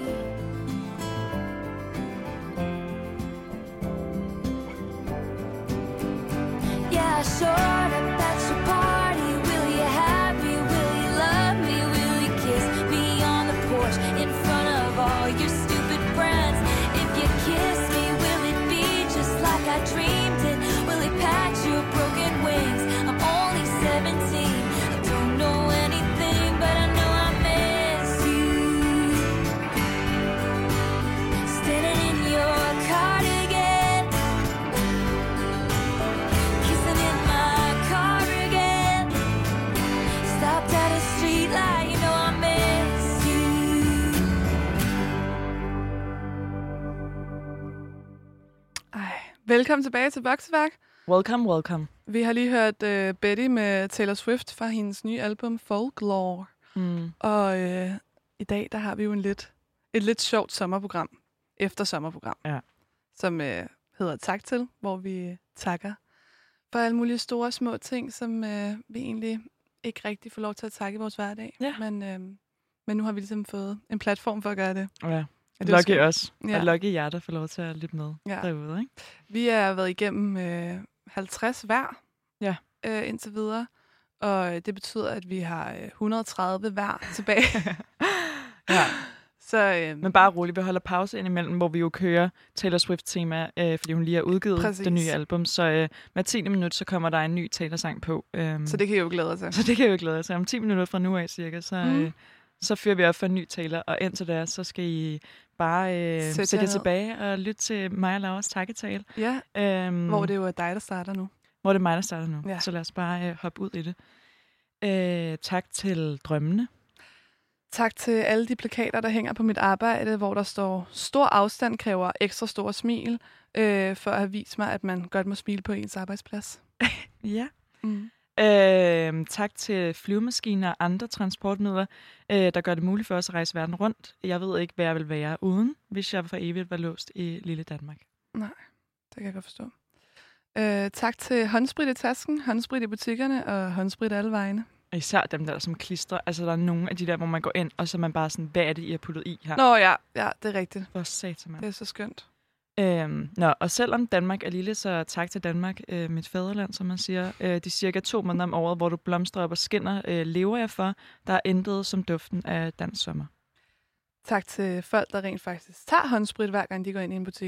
Yeah, I showed up at your party. Will you have me? Will you love me? Will you kiss me on the porch in front of all your stupid friends? If you kiss me, will it be just like I dreamed it? Will it patch your broken wings? I'm only seventeen, I don't know anything, but I know I miss you. Standing in your cardigan, kissing in my car again. Stopped at a street light, you know I miss you. Ej, velkommen tilbage til Vokseværk. Welcome, welcome. Vi har lige hørt uh, Betty med Taylor Swift fra hendes nye album Folklore. Mm. Og uh, i dag, der har vi jo en lidt, et lidt sjovt sommerprogram, efter sommerprogram, Ja. som uh, hedder Tak til, hvor vi takker for alle mulige store små ting, som uh, vi egentlig ikke rigtig får lov til at takke i vores hverdag. Ja. Men, uh, men nu har vi ligesom fået en platform for at gøre det. Ja. Og det er Lucky skønt. os. Ja. Og Lucky jer, der får lov til at lytte med Ja. derude, ikke? Vi har været igennem øh, halvtreds hver Ja. øh, indtil videre, og det betyder, at vi har øh, et hundrede og tredive hver tilbage. Ja. Så, øh, Men bare roligt, vi holder pause indimellem, hvor vi jo kører Taylor Swift-tema, øh, fordi hun lige har udgivet Præcis. det nye album. Så øh, hver tiende minut, så kommer der en ny Taylor-sang på. Øhm, så det kan I jo glæde jer til. så det kan jeg jo glæde sig. Om ti minutter fra nu af cirka, så, Mm. øh, så fyrer vi op for en ny Taylor. Og indtil da, så skal I bare øh, Sæt sætte jer jer ned. tilbage og lytte til mig og Lauras takketale. Ja, Øhm, hvor det jo er dig, der starter nu. hvor det er mig, der starter nu. Ja. Så lad os bare øh, hoppe ud i det. Øh, tak til drømmene. Tak til alle de plakater, der hænger på mit arbejde, hvor der står, stor afstand kræver ekstra stor smil, øh, for at vise mig, at man godt må smile på ens arbejdsplads. Ja. Mm. Øh, tak til flyvemaskiner og andre transportmidler, øh, der gør det muligt for os at rejse verden rundt. Jeg ved ikke, hvad jeg vil være uden, hvis jeg for evigt var låst i lille Danmark. Nej, det kan jeg godt forstå. Øh, tak til håndsprit i tasken, håndsprit i butikkerne og håndsprit alle vegne. Og især dem der, som klistrer. Altså, der er nogle af de der, hvor man går ind, og så er man bare sådan, hvad er det, I har puttet i her? Nå ja, ja, det er rigtigt. Hvor satan, mand. Det er så skønt. Øhm, nå, og selvom Danmark er lille, så tak til Danmark, øh, mit fædreland, som man siger. Øh, de cirka to måneder om året, hvor du blomstrer op og skinner, øh, lever jeg for. Der er intet som duften af dansk sommer. Tak til folk, der rent faktisk tager håndsprit, hver gang de går ind i en butik.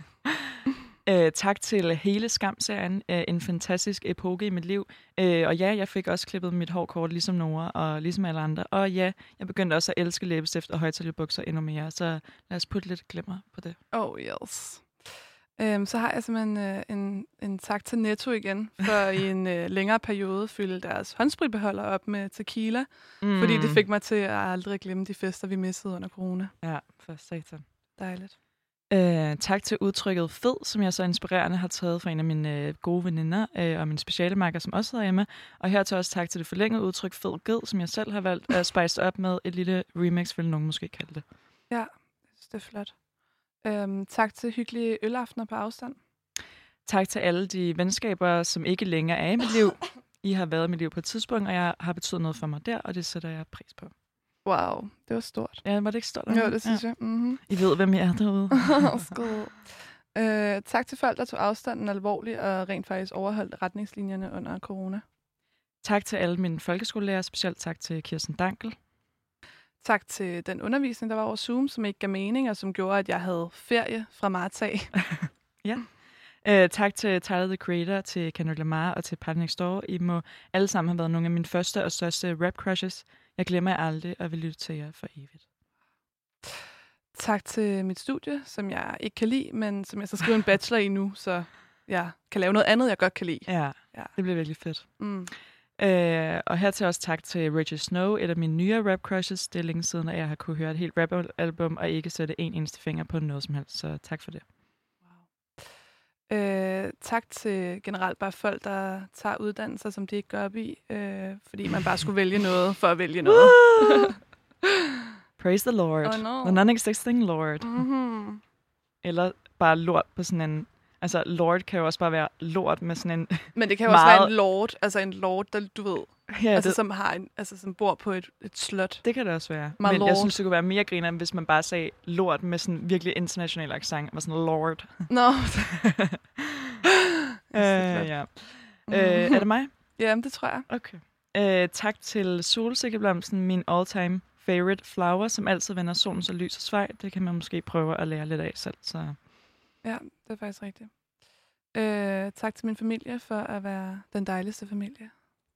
Øh, tak til hele Skam-serien. Øh, en fantastisk epoke i mit liv. Øh, og ja, jeg fik også klippet mit hår kort, ligesom Nora og ligesom alle andre. Og ja, jeg begyndte også at elske læbestift og højtalebukser endnu mere. Så lad os putte lidt glimmer på det. Oh yes. Øhm, så har jeg simpelthen øh, en, en tak til Netto igen, for i en øh, længere periode fylde deres håndspritbeholder op med tequila, mm. fordi det fik mig til at aldrig glemme de fester, vi missede under corona. Ja, for satan. Dejligt. Øh, tak til udtrykket fed, som jeg så inspirerende har taget fra en af mine øh, gode veninder øh, og min specialemarker, som også hedder Emma. Og her til også tak til det forlængede udtryk fed ged, som jeg selv har valgt at spice op med et lille remix, vil nogen måske kalde det. Ja, det er flot. Øhm, tak til hyggelige ølaftener på afstand. Tak til alle de venskaber, som ikke længere er i mit liv. I har været i mit liv på et tidspunkt, og jeg har betydet noget for mig der, og det sætter jeg pris på. Wow, det var stort. Ja, var det ikke stort? Jo, det synes ja. jeg. Mm-hmm. I ved, hvem jeg er derude. Skål. Øh, tak til folk, der tog afstanden alvorligt og rent faktisk overholdt retningslinjerne under corona. Tak til alle mine folkeskolelærer, specielt tak til Kirsten Dankel. Tak til den undervisning, der var over Zoom, som ikke gav mening, og som gjorde, at jeg havde ferie fra marts af. Ja. Uh, tak til Tyler, the Creator, til Kendrick Lamar og til Party Next Door. I må alle sammen have været nogle af mine første og største rap crushes. Jeg glemmer jer aldrig, og vil lytte til jer for evigt. Tak til mit studie, som jeg ikke kan lide, men som jeg så skriver en bachelor i nu, så jeg kan lave noget andet, jeg godt kan lide. Ja, ja. Det bliver virkelig fedt. Mm. Uh, og hertil også tak til Richard Snow, et af mine nyere rap crushes. Det er længe siden, at jeg har kunne høre et helt rap-album og ikke sætte en eneste finger på noget som helst. Så tak for det. Øh, tak til generelt bare folk, der tager uddannelser, som de ikke går op i, øh, fordi man bare skulle vælge noget for at vælge noget. Praise the Lord. Oh, no. The non-existing Lord. Mm-hmm. Eller bare lort på sådan en... Altså, lord kan jo også bare være lort med sådan en... Men det kan jo meget... også være en lord, altså en lord, der du ved... Ja, altså, det... som, har en, altså, som bor på et, et slot. Det kan det også være. My Men lord. Jeg synes, det kunne være mere griner, hvis man bare sagde lort med sådan virkelig international accent. Og sådan lord. Nå. No. øh, ja. mm. øh, er det mig? Ja, det tror jeg. Okay. Øh, tak til solsikkeblomsten, min all-time favorite flower, som altid vender solen så lys og svej. Det kan man måske prøve at lære lidt af selv. Så. Ja, det er faktisk rigtigt. Øh, tak til min familie for at være den dejligste familie.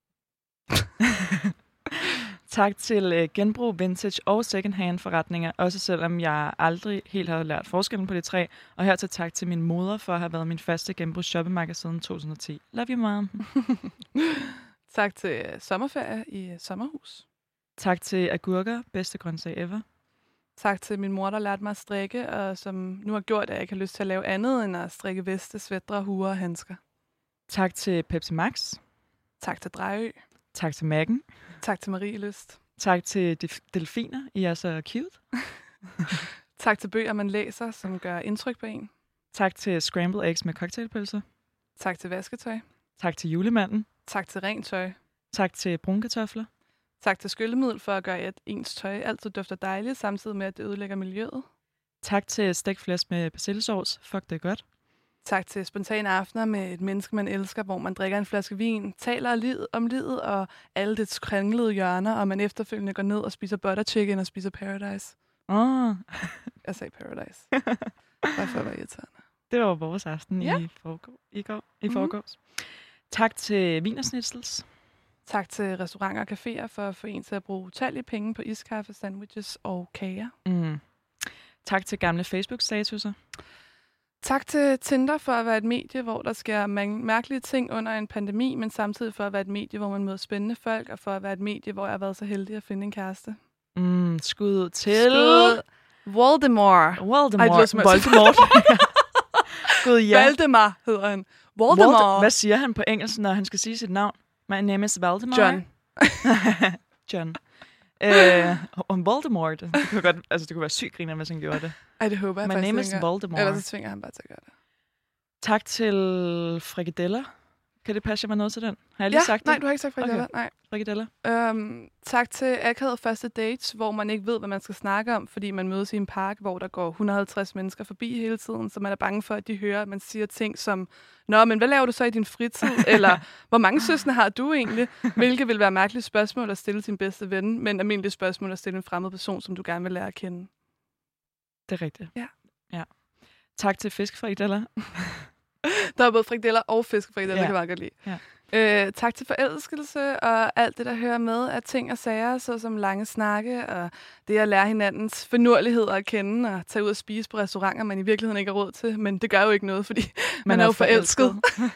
Tak til uh, genbrug, vintage og second-hand forretninger, også selvom jeg aldrig helt har lært forskellen på de tre. Og her til tak til min moder for at have været min faste genbrugs shoppingmarked siden to tusind og ti. Love you, mom. Tak til uh, sommerferie i uh, sommerhus. Tak til agurker, bedste grøntsag ever. Tak til min mor, der lærte mig at strikke, og som nu har gjort, at jeg ikke har lyst til at lave andet end at strikke veste, sweatre, huer og handsker. Tak til Pepsi Max. Tak til Drejø. Tak til Maggen. Tak til Marie Lyst. Tak til de delfiner. I er så cute. Tak til bøger, man læser, som gør indtryk på en. Tak til scrambled eggs med cocktailpølser. Tak til vasketøj. Tak til julemanden. Tak til rent tøj. Tak til brunkartofler. Tak til skyllemiddel for at gøre, at ens tøj altid dufter dejligt, samtidig med, at det ødelægger miljøet. Tak til stegt flæsk med persillesauce. Fuck, det er godt. Tak til spontane aftener med et menneske, man elsker, hvor man drikker en flaske vin, taler livet om livet og alle dets kringlede hjørner, og man efterfølgende går ned og spiser butter chicken og spiser Paradise. Åh. Oh. Jeg sagde Paradise. Bare for at være irriterende. Det var vores aften ja. i forgår. I, går, i mm-hmm. forgårs. Tak til Wienersnitzels. Tak til restauranter og caféer for at få en til at bruge utallige penge på iskaffe, sandwiches og kager. Mm. Tak til gamle Facebook-statuser. Tak til Tinder for at være et medie, hvor der sker mærkelige ting under en pandemi, men samtidig for at være et medie, hvor man møder spændende folk, og for at være et medie, hvor jeg har været så heldig at finde en kæreste. Mm, skud til... Skud Voldemort. Voldemort. Ej, det Voldemort. Gud, ja. Valdemar hedder han. Voldemort. Vold- Hvad siger han på engelsk, når han skal sige sit navn? My name is Valdemar. John. John. Øh, om Voldemort. Det kunne, godt, altså, det kunne være sygt griner, hvis han gjorde det. Ej, det håber jeg My faktisk name is ikke. Voldemort. Ellers så tvinger han bare til at gøre det. Tak til frikadeller. Kan det passe, jeg var noget til den? Har jeg lige ja, sagt det? nej, du har ikke sagt frikadeller. Okay. Nej. Frikadeller. Øhm, tak til akavede første dates, hvor man ikke ved, hvad man skal snakke om, fordi man mødes i en park, hvor der går et hundrede og halvtreds mennesker forbi hele tiden, så man er bange for, at de hører, at man siger ting som, nå, men hvad laver du så i din fritid? Eller, hvor mange søskende har du egentlig? Hvilket vil være mærkelige spørgsmål at stille sin bedste ven, men almindelige spørgsmål at stille en fremmed person, som du gerne vil lære at kende. Det er rigtigt. Ja. ja. Tak til fiskefrikadeller. Der er både frikadeller og fiskefrikadeller, ja. Det kan jeg meget godt lide. Ja. Øh, tak til forelskelse og alt det, der hører med af ting og sager, såsom lange snakke og det at lære hinandens finurligheder at kende og tage ud og spise på restauranter, man i virkeligheden ikke har råd til. Men det gør jo ikke noget, fordi man, man er, er jo forelsket.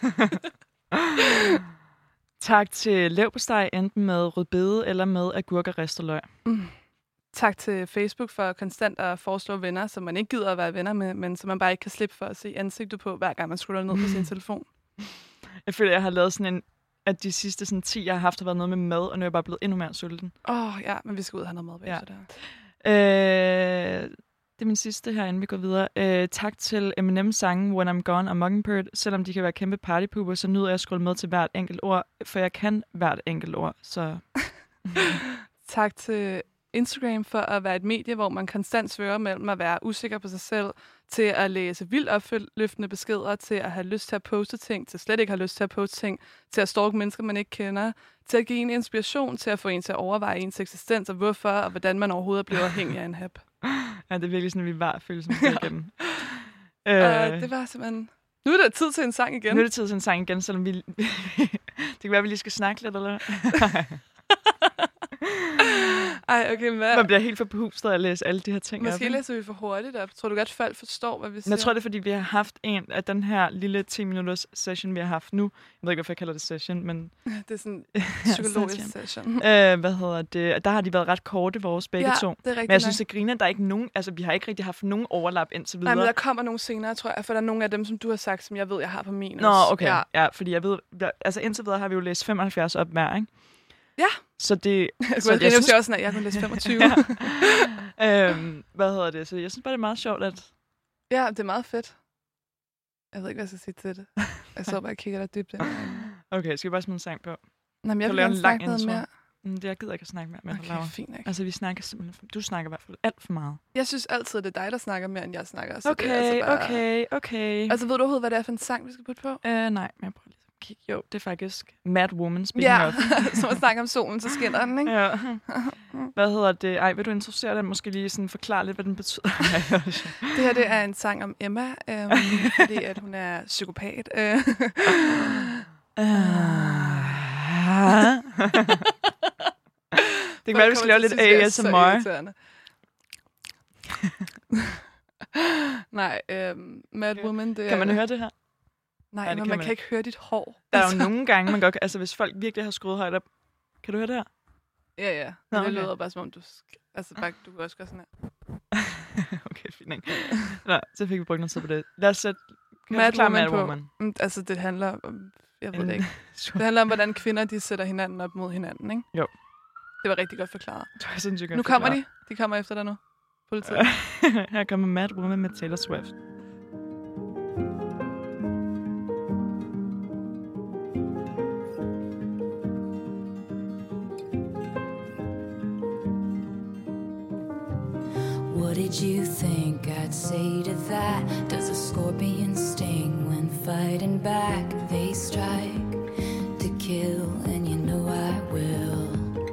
Tak til leverpostej, enten med rødbede eller med agurk og ristet løg. Mm. Tak til Facebook for konstant at foreslå venner, som man ikke gider at være venner med, men som man bare ikke kan slippe for at se ansigtet på, hver gang man scroller ned på sin telefon. Jeg føler, jeg har lavet sådan en, at de sidste sådan, ti, jeg har haft, har været noget med mad, og nu er jeg bare blevet endnu mere sulten. Åh, oh, ja, men vi skal ud og have noget mad bagefter ja. der. Øh, det er min sidste her, inden vi går videre. Øh, tak til Eminem's sange When I'm Gone og Mockingbird. Selvom de kan være kæmpe partypooper, så nyder jeg at scrolle med til hvert enkelt ord, for jeg kan hvert enkelt ord, så... Tak til Instagram for at være et medie, hvor man konstant svører mellem at være usikker på sig selv, til at læse vildt opløftende beskeder, til at have lyst til at poste ting, til slet ikke have lyst til at poste ting, til at stalke mennesker, man ikke kender, til at give en inspiration, til at få en til at overveje ens eksistens, og hvorfor, og hvordan man overhovedet er blevet afhængig af en app. Ja, det er virkelig sådan, at vi var følelsen igen. øh, uh, det var simpelthen... Nu er det tid til en sang igen. Nu er det tid til en sang igen, selvom vi... det kan være, at vi lige skal snakke lidt, eller Ej, okay, hvad? Man bliver helt for behuftet at læse alle de her ting. Måske læser vi for hurtigt op. Tror du godt, folk forstår, hvad vi siger? Jeg tror, det er, fordi vi har haft en af den her lille ti-minutters session, vi har haft nu. Jeg ved ikke, hvorfor jeg kalder det session, men... Det er sådan en psykologisk session. session. øh, hvad hedder det? Der har de været ret korte, vores begge ja, to. Det er rigtigt. Men jeg synes, at griner, der er ikke nogen... Altså, vi har ikke rigtig haft nogen overlap indtil videre. Nej, men der kommer nogle senere, tror jeg. For der er nogle af dem, som du har sagt, som jeg ved, jeg har på min. Nå, okay. Ja. ja, fordi jeg ved... Altså, indtil videre har vi jo læst femoghalvfjerds op hver, ikke? Ja. Så det... Jeg så jeg synes også, at jeg kunne læse femogtyve. ja. øhm, hvad hedder det? Så jeg synes bare, det er meget sjovt, at... Ja, det er meget fedt. Jeg ved ikke, hvad jeg skal sige til det. Jeg så bare, jeg kigger der dybt ind. Okay, skal vi bare smide en sang på? Nå, men jeg vil gerne snakke noget mere. Mm, det jeg gider ikke at snakke mere med. Okay, fint ikke. Altså, vi snakker simpelthen... Du snakker i hvert fald alt for meget. Jeg synes altid, det er dig, der snakker mere, end jeg snakker. Så okay, det er altså bare... okay, okay. Altså, ved du overhovedet, hvad det er for en sang, vi skal putte på? Uh, nej, men jeg prøver lige at kigge. Jo, det er faktisk Mad Woman, speaking ja, of. som at snakke om solen, så skinner den, ikke? Ja. Hvad hedder det? Ej, vil du introducere den? Måske lige sådan forklare lidt, hvad den betyder? Det her, det er en sang om Emma, øhm, fordi at hun er psykopat. Øh. Det kan være, vi skal lave lidt A S M R. Nej, øhm, Mad Woman, det er... Kan man høre det her? Nej, Nej men kan man, man kan ikke høre dit hår. Der er jo nogle gange, man godt... Altså, hvis folk virkelig har skruet højt op... Kan du høre det her? Ja, ja. Nå, det okay. lyder bare, som om du... Sk- altså, bare, du kan også gøre sådan her. Okay, fint, ikke? Nå, så fik vi brugt noget tid på det. Lad os sætte... Mad Woman, Mad på. Woman. Mm, altså, det handler om... Jeg ved det ikke. Det handler om, hvordan kvinder, de sætter hinanden op mod hinanden, ikke? Jo. Det var rigtig godt forklaret. Det var sindssygt godt Nu kommer forklaret. de. De kommer efter dig nu. Politiet. Her kommer Mad Woman med Taylor Swift. What did you think I'd say to that? Does a scorpion sting when fighting back? They strike to kill, and you know I will.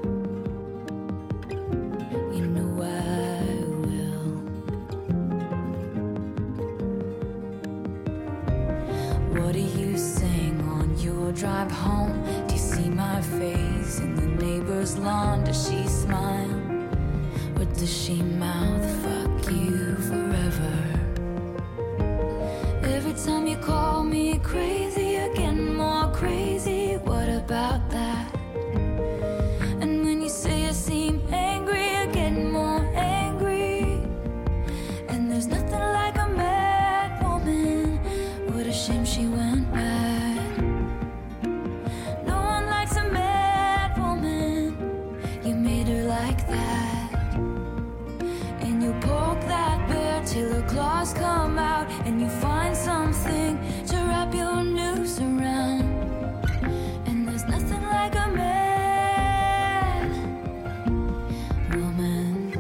You know I will. What do you sing on your drive home? Do you see my face in the neighbor's lawn? Does she smile? Or does she mouth fuck you forever? shame she went mad. No one likes a mad woman. You made her like that. And you poke that bear till her claws come out. And you find something to wrap your noose around. And there's nothing like a mad woman.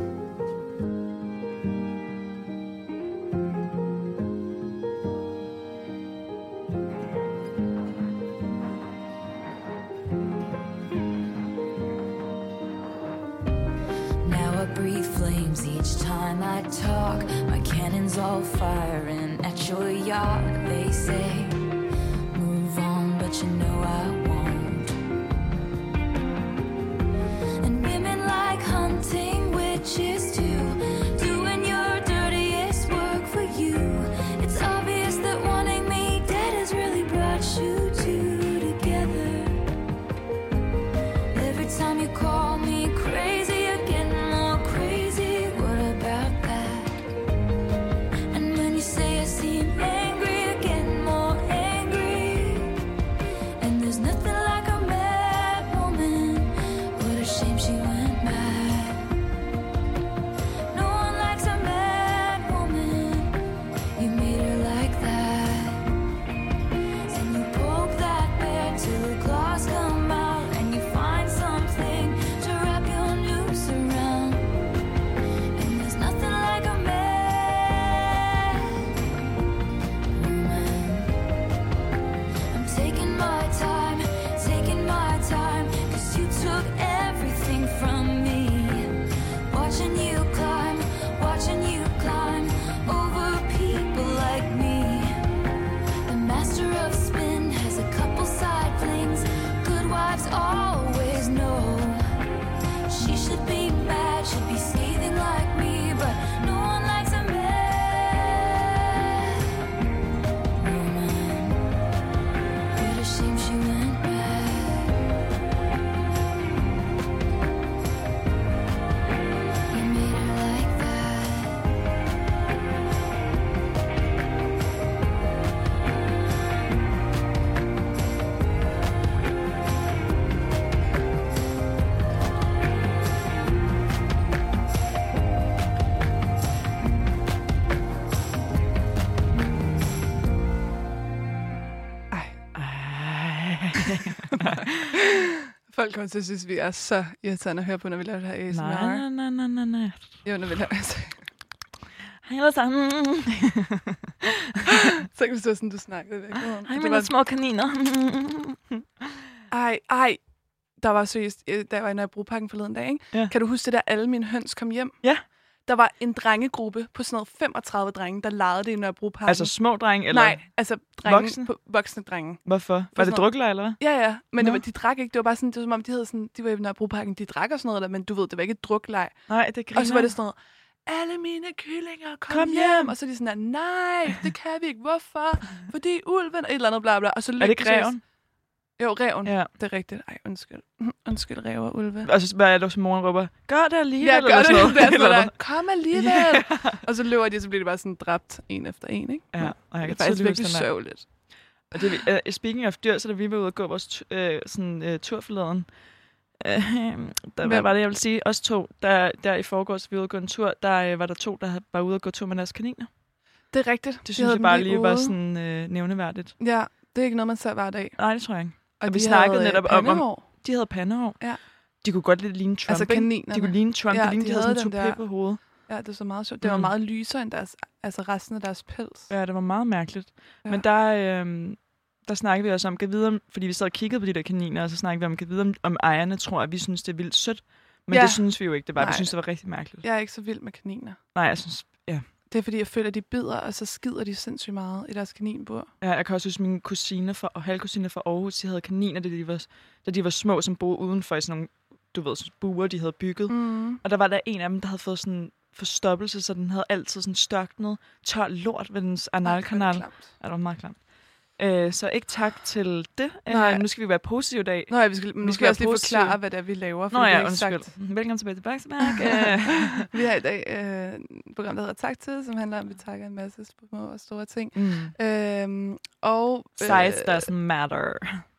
Now I breathe flames each time I talk. My cannons all firing at your yacht. They say, move on, but you know I won't. And women like hunting witches too, doing your dirtiest work for you. It's obvious that wanting me dead has really brought you two together. Every time you call me crazy, you're getting more crazy. What about that? And when you say I seem angry, you're getting more angry. And there's nothing like a mad woman. What a shame she went mad. No one likes a mad woman. You made her like that. And you poke that bear till her claws come out. And you find something to wrap your noose around. And there's nothing like a mad woman. I'm taking my time, taking my time, 'cause you took everything from me. Watching you climb, watching you climb over people like me. The master of spin has a couple side flings. Good wives always know. She should be mad, should be scathing like me, but no one likes a mad woman. What a shame she went mad. You made her like that. Folk kommer til at synes, vi er så irriterende at høre på, når vi laver det her A S M R. Nej, nej, nej, nej, nej. Jo, når vi laver det. Hej alle sammen. Så kan det stå sådan, du snakkede i virkeligheden. Hej Det mine var- små kaniner. Ej, ej. Der var seriøst, øh, da jeg var i Nørrebroparken forleden dag, ikke? Ja. Kan du huske det der, alle mine høns kom hjem? Ja. Der var en drengegruppe på sådan noget femogtredive drenge, der legede det i Nørrebroparken. Altså små drenge, eller Nej, altså drenge, voksne? På, voksne drenge. Hvorfor? Var sådan det noget- drukler, eller hvad? Ja, ja, men det Nå. var, de drak ikke. Det var bare sådan, det var som om, de havde sådan, de var i Nørrebroparken, de drak og sådan noget der, men du ved, det var ikke et drukleg. Nej, det griner. Og så var det sådan noget, alle mine kyllinger, kom, Kom hjem. hjem. Og så er de sådan der, nej, det kan vi ikke. Hvorfor? Fordi ulven, et eller andet bla bla. Og så Er det løb de så- greven? Jo, reven. Ja. Det er rigtigt. Ej, undskyld. Undskyld, ræv og ulve. Og så hvad er det, som moren råber? Gør det alligevel, Ja, eller gør det. sådan noget. Det er sådan Eller der, hvad? kom alligevel. Og så løber de, og så bliver de bare sådan dræbt en efter en, ikke? Ja, og jeg det er kan faktisk tydeligt virkelig huske den der. sørgeligt. Og det, uh, speaking of dyr, så da vi var ude og gå vores tu- uh, sådan, uh, tur forleden, uh, der, hvad var det, jeg vil sige? Os to, der, der i forgårs, vi var ude og gå en tur, der uh, var der to, der havde- var ude og gå tur med deres kaniner. Det er rigtigt. Det De synes havde jeg dem bare lige lige var ude. sådan uh, nævneværdigt. Ja, det er ikke noget, man ser hver dag. Nej, det tror jeg ikke. Og, Og vi de snakkede havde, netop øh, om- om- pandehår. De havde pandehår. Ja. De kunne godt lidt ligne Trump, Altså ikke? kaninerne. De kunne ligne Trump, Ja, ja, de lignede, de de havde havde sådan en den der- tupé på hovedet. Ja, det var så meget sjovt. Det var Mm. meget lysere end deres, altså resten af deres pels. Ja, det var meget mærkeligt. Ja. Men der, øh, der snakkede vi også om, kan vide om, fordi vi sad og kiggede på de der kaniner, og så snakkede vi om, kan vide om, om ejerne tror, at vi synes, det er vildt sødt. Men Ja. det synes vi jo ikke, det var. Nej. Vi synes, det var rigtig mærkeligt. Jeg er ikke så vild med kaniner. Nej, jeg synes, ja. Det er fordi, jeg føler, at de bider, og så skider de sindssygt meget i deres kaninbur. Ja, jeg kan også huske, mine kusiner fra, og halvkusiner fra Aarhus, de havde kaniner, da de var, da de var små, som boede udenfor i sådan nogle, du ved, sådan buer, de havde bygget. Mm. Og der var der en af dem, der havde fået sådan forstoppelse, så den havde altid sådan størknet tør lort ved dens analkanal. Ja, det var meget klamt. Øh, så ikke tak til det. Nej. Øh, nu skal vi være positive i dag. Nå ja, vi skal, nu Vi vi skal skal også være lige positive. forklare, hvad det er, vi laver. For Nå det er ja, ikke undskyld. sagt. Velkommen tilbage til Back to Back. Vi har i dag øh, et program, der hedder Tak til, som handler om, at vi takker en masse små og store ting. mm. Øhm, og, Size øh, doesn't matter.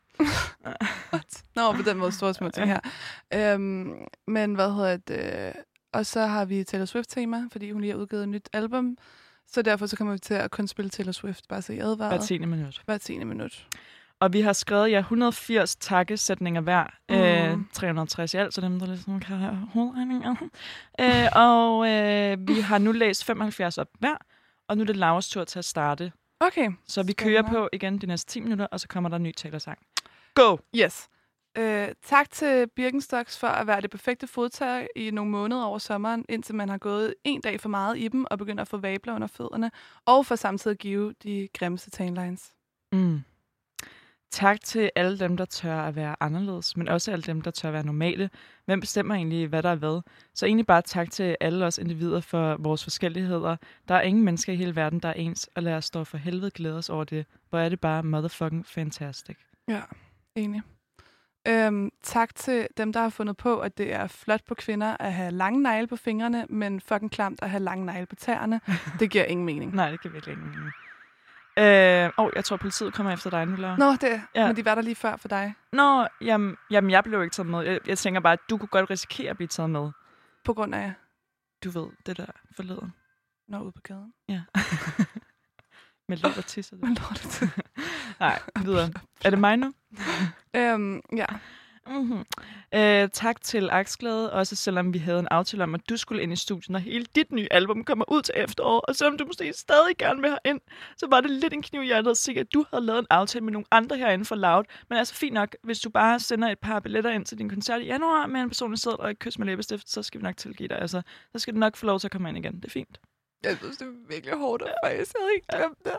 Nå, på den måde store små ting her. Øhm, men hvad hedder det? Og så har vi Taylor Swift-tema, fordi hun lige har udgivet et nyt album. Så derfor så kommer vi til at kun spille Taylor Swift, bare så I advaret. Hver tiende minut. Hver tiende minut. Og vi har skrevet jer et hundrede og firs takkesætninger hver. Mm. Øh, tre hundrede og tres i alt, så dem, der ligesom kan have hovedregninger. øh, og øh, vi har nu læst femoghalvfjerds op hver, og nu er det Lauras tur til at starte. Okay. Så vi Spændende. kører på igen de næste ti minutter, og så kommer der en ny Taylor-sang. Go! Yes. Øh, tak til Birkenstocks for at være det perfekte fodtag i nogle måneder over sommeren, indtil man har gået en dag for meget i dem og begynder at få vabler under fødderne, og for samtidig at give de grimmeste tanlines. Mm. Tak til alle dem, der tør at være anderledes, men også alle dem, der tør at være normale. Hvem bestemmer egentlig, hvad der er hvad? Så egentlig bare tak til alle os individer for vores forskelligheder. Der er ingen mennesker i hele verden, der er ens, og lad os stå for helvede glæde os over det. Hvor er det bare motherfucking fantastic. Ja, enig. Øhm, tak til dem, der har fundet på, at det er flot på kvinder at have lange negle på fingrene, men fucking klamt at have lange negle på tæerne. Det giver ingen mening. Nej, det kan virkelig ikke mening. Øh, oh, jeg tror, politiet kommer efter dig nu, Laura. Nå, det, Ja. men de var der lige før for dig. Nå, jamen, jamen, jeg blev ikke taget med. Jeg, jeg tænker bare, at du kunne godt risikere at blive taget med. På grund af, Du ved, det der forleden. når ude på gaden. Ja. Med lort og tisser. Men lortet. Nej, videre. Er det mig nu? øhm, ja. Mm-hmm. Øh, tak til Aksglæde, også selvom vi havde en aftale om, at du skulle ind i studiet, når hele dit nye album kommer ud til efterår, og selvom du måske stadig gerne vil herind, så var det lidt en kniv i hjertet at se, at du havde lavet en aftale med nogle andre herinde for Loud. Men altså fint nok, hvis du bare sender et par billetter ind til din koncert i januar med en personlig sæd og et kys med læbestift, så skal vi nok tilgive dig. Altså, så skal du nok få lov til at komme ind igen. Det er fint. Jeg synes, det er virkelig hårdt, at faktisk havde ikke glemt det.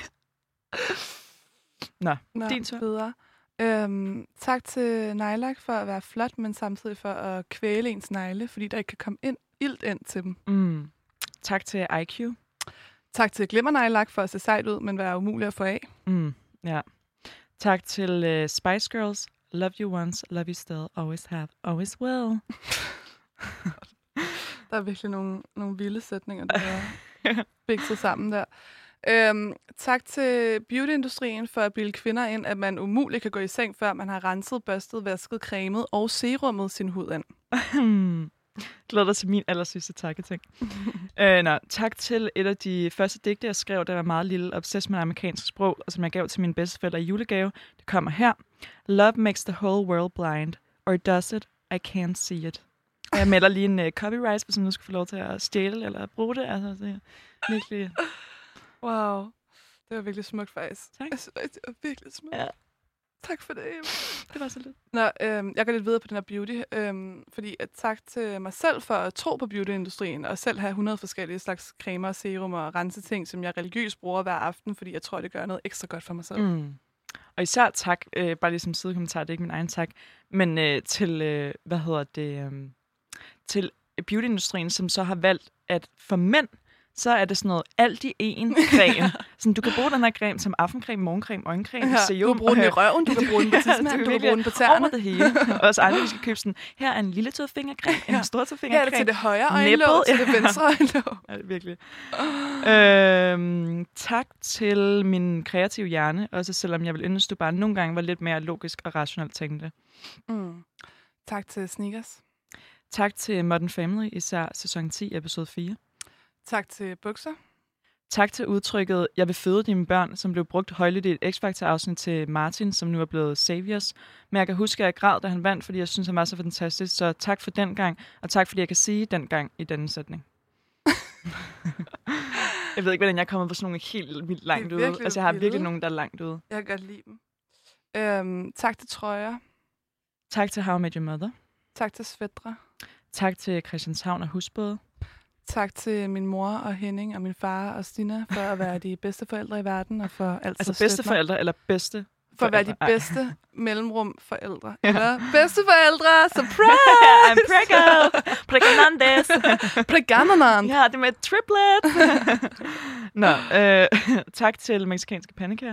Nå, Nå, din tur. Videre. Øhm, tak til Nejlak for at være flot, men samtidig for at kvæle ens negle, fordi der ikke kan komme ind, ilt ind til dem. Mm. Tak til I Q. Tak til Glimmernejlak for at se sejt ud, men være umulig at få af. Mm. Ja. Tak til uh, Spice Girls. Love you once, love you still, always have, always will. Der er virkelig nogle, nogle vilde sætninger, der er bigtet sammen der. Øhm, tak til beautyindustrien for at bilde kvinder ind, at man umuligt kan gå i seng, før man har renset, børstet, vasket, cremet og serummet sin hud ind. Glæder dig til min allersidste takketing. øh, nå, tak til et af de første digte, jeg skrev, der var meget lille, obsessed med amerikansk sprog, og som jeg gav til mine bedsteforældre i julegave. Det kommer her. Love makes the whole world blind. Or does it? I can't see it. Og jeg melder lige en uh, copyright, hvis man nu skal få lov til at stjæle eller bruge det. Altså, det er virkelig... Wow. Det var virkelig smukt, faktisk. Tak. Jeg synes, det var virkelig smukt. Ja. Tak for det. Det var så lidt. Nå, øhm, jeg går lidt videre på den her beauty, øhm, fordi at tak til mig selv for at tro på beautyindustrien, og selv have hundrede forskellige slags cremer, serum og renseting, som jeg religiøst bruger hver aften, fordi jeg tror, det gør noget ekstra godt for mig selv. Mm. Og især tak, øh, bare lige som sidekommentar, det er ikke min egen tak, men øh, til, øh, hvad hedder det, øh, til beautyindustrien, som så har valgt, at for mænd, så er det sådan noget alt i en creme. Sådan, du kan bruge den her creme som aftencreme, morgencreme, øjencreme, Ja, serum. du kan bruge den i røven, du kan bruge den på tidsmanden, Ja, du kan virkelig bruge den på tæerne. over det hele. Og os andre, vi skal købe sådan, her er en lille tåfingercreme, ja. En stor Her tåfingercreme. er det til det højre øjenlåg, Nipple. til det venstre øjenlåg. Ja, det er virkelig. øhm, tak til min kreative hjerne, også selvom jeg vil ønske, at du bare nogle gange var lidt mere logisk og rationelt tænkte. Mm. Tak til Sneakers. Tak til Modern Family, især sæson ti, episode fire. Tak til Bukser. Tak til udtrykket, jeg vil føde dine børn, som blev brugt højligt i et X-Factor-afsnit til Martin, som nu er blevet Saviors. Men jeg kan huske, at jeg græd, da han vandt, fordi jeg synes, han var så fantastisk. Så tak for den gang, og tak fordi jeg kan sige den gang i denne sætning. Jeg ved ikke, hvordan jeg er kommet på sådan nogle helt vildt langt ude. Altså, jeg har virkelig nogen, der er langt ude. Jeg kan godt lide dem. Øhm, tak til Trøjer. Tak til How I Met Your Mother. Tak til Svætre. Tak til Christianshavn og Husbåde. Tak til min mor og Henning og min far og Stina for at være de bedste forældre i verden og for altid Altså at støtte bedste mig. forældre eller bedste For at være de forældre? bedste mellemrum forældre. Eller bedste forældre. Surprise! I'm prego! Pregnantes! Pregnant! Ja, det med et triplet! Nå, øh, tak til mexikanske pandekager.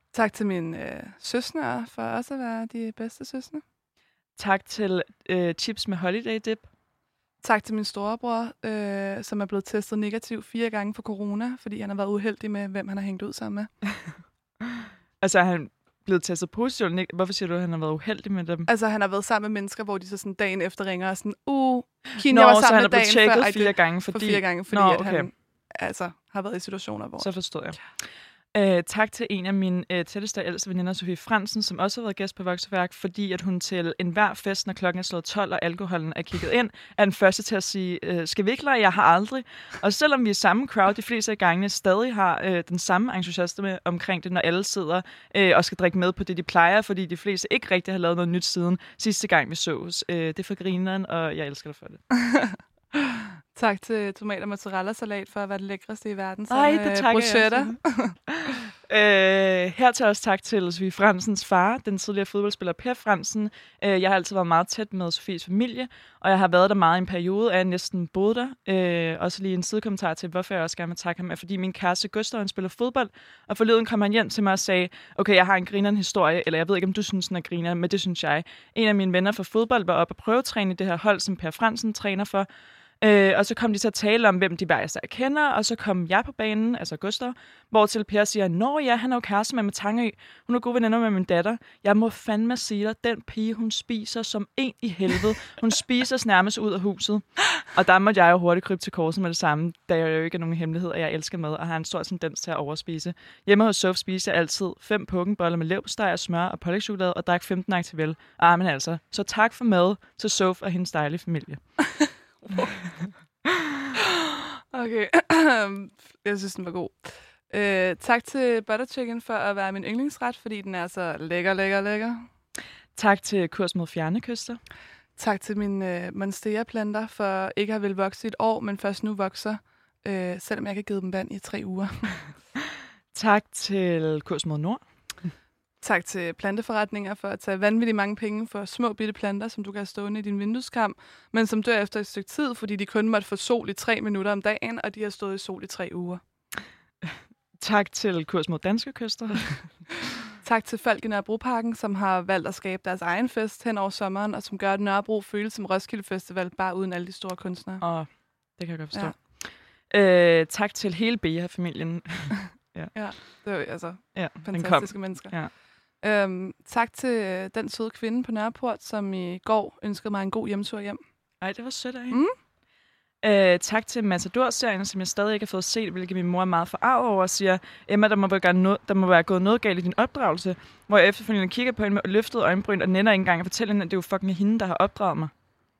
Tak til mine øh, søstre for også at være de bedste søstre. Tak til øh, chips med holiday dip. Tak til min storebror, øh, som er blevet testet negativ fire gange for corona, fordi han har været uheldig med, hvem han har hængt ud sammen med. Altså, er han blevet testet positivt? Hvorfor siger du, at han har været uheldig med dem? Altså, han har været sammen med mennesker, hvor de så sådan dagen efter ringer og sådan, uh, Kine Nå, var sammen så han med er blevet dagen tjekket før, fire gange, fordi... for fire gange, fordi Nå, at okay. han altså, har været i situationer, hvor... Så forstår jeg. Uh, tak til en af mine uh, tætteste og ældste veninder, Sofie Fransen, som også har været gæst på Vokseværk, fordi at hun til enhver fest, når klokken er slået tolv, og alkoholen er kigget ind, er den første til at sige, uh, skal vi ikke lege? Jeg har aldrig. Og selvom vi er samme crowd, de fleste af gangene stadig har uh, den samme entusiasme omkring det, når alle sidder uh, og skal drikke med på det, de plejer, fordi de fleste ikke rigtig har lavet noget nyt siden sidste gang, vi sås. Uh, det er for grineren, og jeg elsker dig for det. Tak til tomat- og mozzarella-salat for at være det lækreste i verden. Ej, det takker jeg. Øh, her til også tak til Sofie Fransens far, den tidligere fodboldspiller Per Fransen. Øh, jeg har altid været meget tæt med Sofies familie, og jeg har været der meget i en periode, og jeg næsten boede der. Øh, også lige en sidekommentar til, hvorfor jeg også gerne vil takke ham, er fordi min kæreste Gustav, han spiller fodbold, og forleden kom han hjem til mig og sagde, okay, jeg har en grineren historie, eller jeg ved ikke, om du synes, den er griner, men det synes jeg. En af mine venner fra fodbold var oppe og prøvetræne i det her hold, som Per Fransen træner for. Øh, og så kom de til at tale om, hvem de hver især kender, og så kom jeg på banen, altså Gustav, hvor til Per siger, nå ja, han er jo kæreste med med Tangø, hun er gode veninder med min datter. Jeg må fandme sige dig, den pige, hun spiser som en i helvede. Hun spiser nærmest ud af huset. Og der måtte jeg jo hurtigt krybe til korset med det samme, da jeg jo ikke er nogen hemmelighed, at jeg elsker mad, og har en stor tendens til at overspise. Hjemme hos Sof spiser jeg altid fem pukkenboller med leverpostej og smør og pålægschokolade, og drik femten Activell. Ah, men altså, så tak for mad til Sof og hendes dejlige familie. Okay, jeg synes, den var god. Øh, tak til Butter Chicken for at være min yndlingsret, fordi den er så lækker, lækker, lækker. Tak til Kurs mod Fjernekyster. Tak til mine øh, monstera-planter for ikke at have vel vokset i et år, men først nu vokser, øh, selvom jeg ikke har givet dem vand i tre uger. Tak til Kurs mod Nord. Tak til planteforretninger for at tage vanvittigt mange penge for små bitte planter, som du kan have stående i din vindueskarm, men som dør efter et stykke tid, fordi de kun måtte få sol i tre minutter om dagen, og de har stået i sol i tre uger. Tak til Kurs mod Danske Kyster. Tak til folk i Nørrebroparken, som har valgt at skabe deres egen fest hen over sommeren, og som gør, at Nørrebro føles som Roskilde Festival, bare uden alle de store kunstnere. Åh, det kan jeg godt forstå. Ja. Øh, tak til hele B H-familien. Ja, ja, det er jo altså ja, fantastiske mennesker. Ja. Øhm, tak til øh, den søde kvinde på Nørreport, som i går ønskede mig en god hjemtur hjem. Ej, det var sødt af hende. Mm. Øh, tak til Matador-serien, som jeg stadig ikke har fået set, hvilket min mor er meget forarvet over, og siger, Emma, der må, være no- der må være gået noget galt i din opdragelse, hvor jeg efterfølgende kigger på hende med løftede øjenbryn, og nænder ikke engang at fortælle hende, at det er jo fucking hende, der har opdraget mig.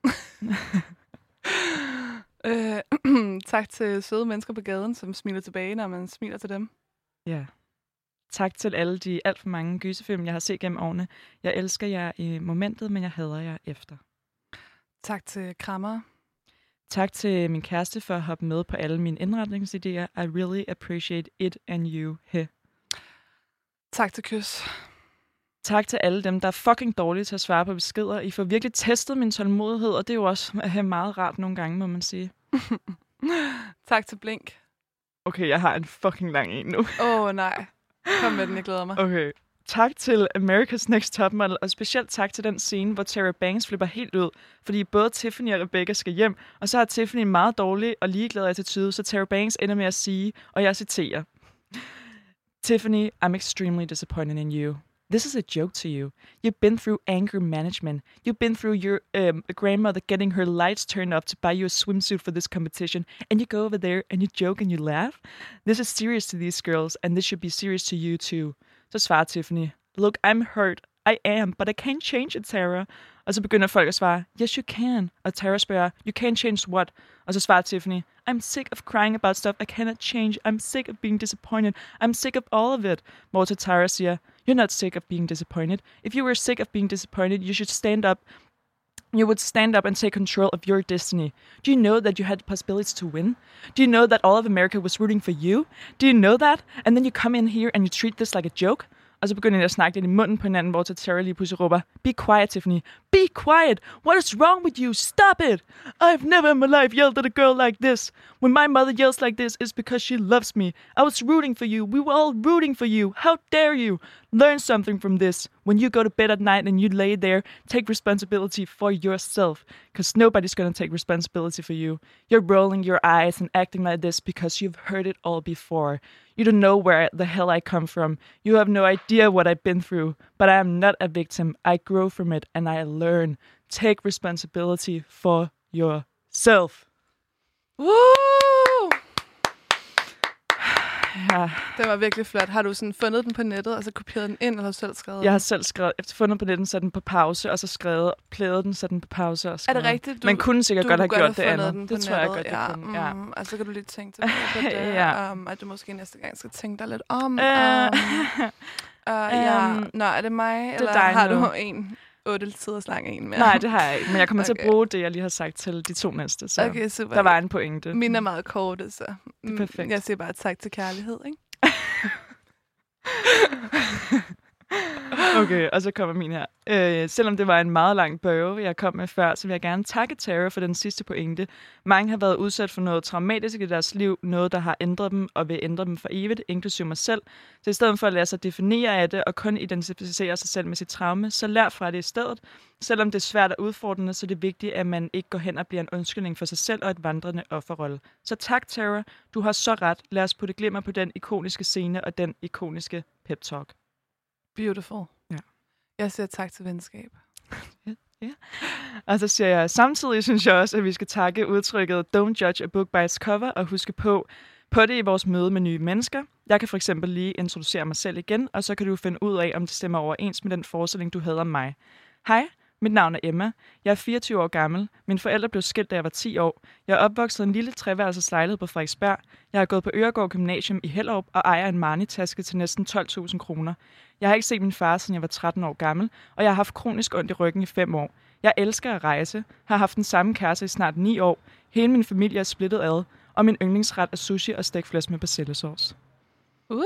øh, tak til søde mennesker på gaden, som smiler tilbage, når man smiler til dem. Ja. Tak til alle de alt for mange gyserfilm, jeg har set gennem årene. Jeg elsker jer i momentet, men jeg hader jer efter. Tak til krammer. Tak til min kæreste for at hoppe med på alle mine indretningsidéer. I really appreciate it and you. He. Tak til kys. Tak til alle dem, der er fucking dårlige til at svare på beskeder. I får virkelig testet min tålmodighed, og det er jo også meget rart nogle gange, må man sige. Tak til Blink. Okay, jeg har en fucking lang en nu. Åh oh, nej. Kom med den, jeg glæder mig. Okay. Tak til America's Next Top Model, og specielt tak til den scene, hvor Tara Banks flipper helt ud, fordi både Tiffany og Rebecca skal hjem, og så har Tiffany en meget dårlig og ligeglad attitude, så Tara Banks ender med at sige, og jeg citerer, Tiffany, I'm extremely disappointed in you. This is a joke to you. You've been through anger management. You've been through your um, grandmother getting her lights turned up to buy you a swimsuit for this competition, and you go over there and you joke and you laugh? This is serious to these girls, and this should be serious to you too. Så svarer Tiffany, look, I'm hurt. I am, but I can't change it, Tara. Og så begynder folk at svare, yes, you can. Og Tara spørger, you can't change what? Og så svarer Tiffany, I'm sick of crying about stuff I cannot change. I'm sick of being disappointed. I'm sick of all of it. Hvor til Tara siger, you're not sick of being disappointed. If you were sick of being disappointed, you should stand up. You would stand up and take control of your destiny. Do you know that you had the possibility to win? Do you know that all of America was rooting for you? Do you know that? And then you come in here and you treat this like a joke? Og så begynder de at snakke lidt i munden på hinanden, hvor Tara lige pludselig råber, be quiet, Tiffany. Be quiet! What is wrong with you? Stop it! I've never in my life yelled at a girl like this. When my mother yells like this, it's because she loves me. I was rooting for you. We were all rooting for you. How dare you? Learn something from this. When you go to bed at night and you lay there, take responsibility for yourself, because nobody's going to take responsibility for you. You're rolling your eyes and acting like this because you've heard it all before. You don't know where the hell I come from. You have no idea what I've been through, but I am not a victim. I grow from it and I learn. Take responsibility for yourself. Woo! Ja. Det var virkelig flot. Har du sådan fundet den på nettet, og så kopieret den ind, eller har du selv skrevet Jeg har selv skrevet, efter fundet på netten, så den på pause, og så skrevet, plædet den, så den på pause og skrevet. Er det rigtigt? Du, Man kunne sikkert du godt have godt gjort have det andet. Den Det tror nettet. jeg godt, ja, jeg kunne. Ja. Mm, og så kan du lige tænke tilbage på det, ja. um, at du måske næste gang skal tænke dig lidt om. Um, Uh, uh, ja. um, Nå, er det mig, det eller dig har nu. du en otte tiders lang en mere? Nej, det har jeg ikke, men jeg kommer okay. til Okay. at bruge det, jeg lige har sagt til de to næste. Så Okay, super. der var en pointe. Mine er meget korte, så Det er perfekt. jeg siger bare tak til kærlighed, ikke? Okay, og så kommer min her. Øh, selvom det var en meget lang bøve, jeg kom med før, så vil jeg gerne takke Tara for den sidste pointe. Mange har været udsat for noget traumatisk i deres liv, noget, der har ændret dem og vil ændre dem for evigt, inklusive mig selv. Så i stedet for at lade sig definere af det og kun identificere sig selv med sit traume, så lær fra det i stedet. Selvom det er svært og udfordrende, så er det vigtigt, at man ikke går hen og bliver en undskyldning for sig selv og et vandrende offerrolle. Så tak, Tara. Du har så ret. Lad os putte glimmer på den ikoniske scene og den ikoniske pep-talk. Beautiful. Ja. Jeg siger tak til venskab. Ja. Ja. Og så siger jeg, samtidig synes jeg også, at vi skal takke udtrykket Don't judge a book by its cover og huske på, på det i vores møde med nye mennesker. Jeg kan for eksempel lige introducere mig selv igen, og så kan du finde ud af, om det stemmer overens med den forestilling, du havde om mig. Hej, mit navn er Emma. Jeg er fireogtyve år gammel. Mine forældre blev skilt, da jeg var ti år. Jeg er opvokset i en lille treværelses lejlighed på Frederiksberg. Jeg har gået på Øregård Gymnasium i Hellerup og ejer en Marni-taske til næsten tolv tusind kroner. Jeg har ikke set min far, siden jeg var tretten år gammel, og jeg har haft kronisk ondt i ryggen i fem år. Jeg elsker at rejse, har haft den samme kæreste i snart ni år. Hele min familie er splittet ad, og min yndlingsret er sushi og stegt flæsk med persillesauce. Woo!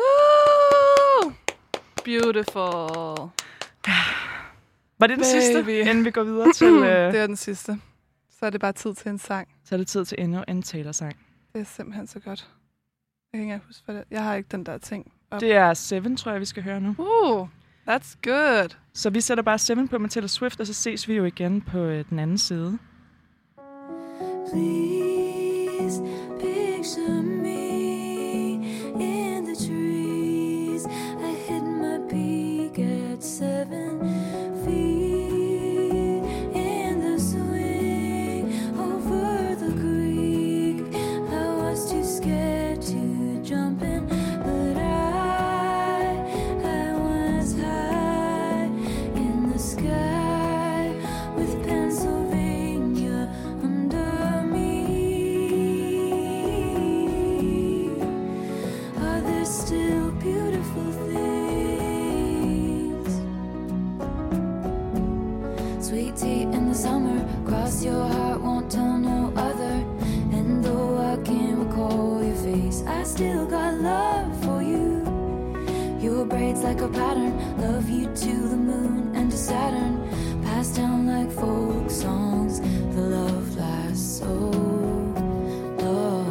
Beautiful. Var det den Baby. sidste, inden vi går videre til... Øh... Det er den sidste. Så er det bare tid til en sang. Så er det tid til endnu en Taylor-sang. Det er simpelthen så godt. Jeg kan ikke engang huske, hvad det. Jeg har ikke den der ting op. Det er Seven, tror jeg, vi skal høre nu. Uh, that's good. Så vi sætter bare Seven på med Taylor Swift, og så ses vi jo igen på øh, den anden side. Please picture me in the trees. I hit my peak at seven feet in the swing over the creek. I was too scared to jump in, but I, I was high in the sky with Pennsylvania under me. Are there still beautiful things? Sweet tea in the summer, cross your heart, won't tell no other. And though I can't recall your face, I still got love for you. Your braids like a pattern, love you to the moon and to Saturn. Passed down like folk songs, the love lasts so long.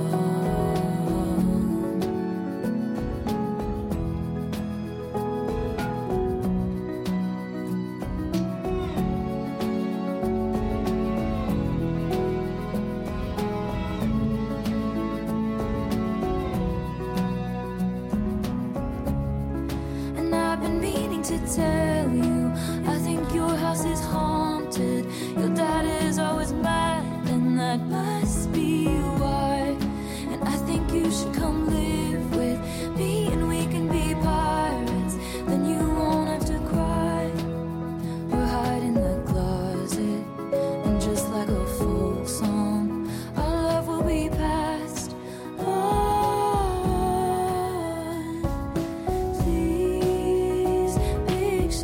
And I've been meaning to tell you, I think your house is haunted. Your dad is always mad, and that must be why. And I think you should come live with me, and we can be pirates. Then you won't have to cry or hide in the closet. And just like a folk song, our love will be passed on. Please picture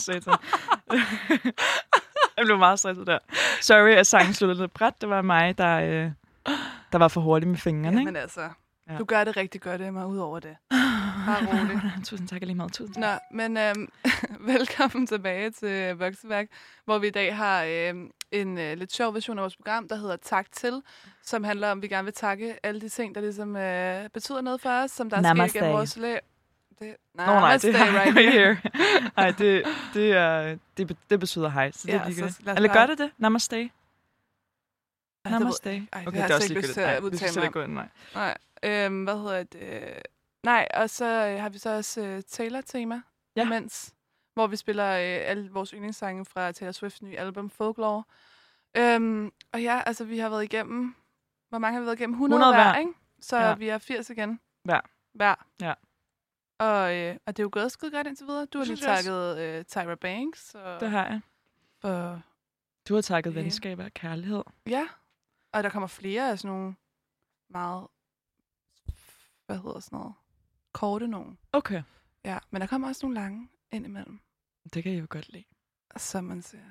satan. Jeg blev meget stresset der. Sorry, at sangen sluttede lidt bræt. Det var mig, der, øh, der var for hurtig med fingrene. Ja, men altså, ja. Du gør det rigtig godt, Emma, ud over det. Bare roligt. Tusind tak lige meget. Tusind tak. Nå, men øhm, velkommen tilbage til Vokseværk, hvor vi i dag har øhm, en øh, lidt sjov version af vores program, der hedder Tak Til, som handler om, at vi gerne vil takke alle de ting, der ligesom øh, betyder noget for os, som der er sket gennem vores liv. Det, nej, Nå, nej, det er right here. Nej, det, det, er, det, det betyder hej, så det ja, er ligegyldigt. Eller gør det det? Namaste? Namaste. Ej, okay, det har jeg ikke lyst til at udtale mig om. Nej, nej. Øhm, hvad hedder det? Nej, og så øh, har vi så også øh, Taylor-tema, ja. Mens, hvor vi spiller øh, alle vores yndlingssange fra Taylor Swifts nye album, Folklore. Øhm, og ja, altså vi har været igennem, hvor mange har vi været igennem? hundrede, hundrede hver, ikke? Så ja. Vi er firs igen. Hver. Hver. Ja. Og, øh, og det er jo gået skide godt indtil videre. Du har lige takket øh, Tyra Banks. Og, det har jeg. Og, du har takket øh, venskaber og kærlighed. Ja, og der kommer flere af sådan nogle meget, hvad hedder sådan noget, korte nogen. Okay. Ja, men der kommer også nogle lange ind imellem. Det kan jeg jo godt lide. Som man siger.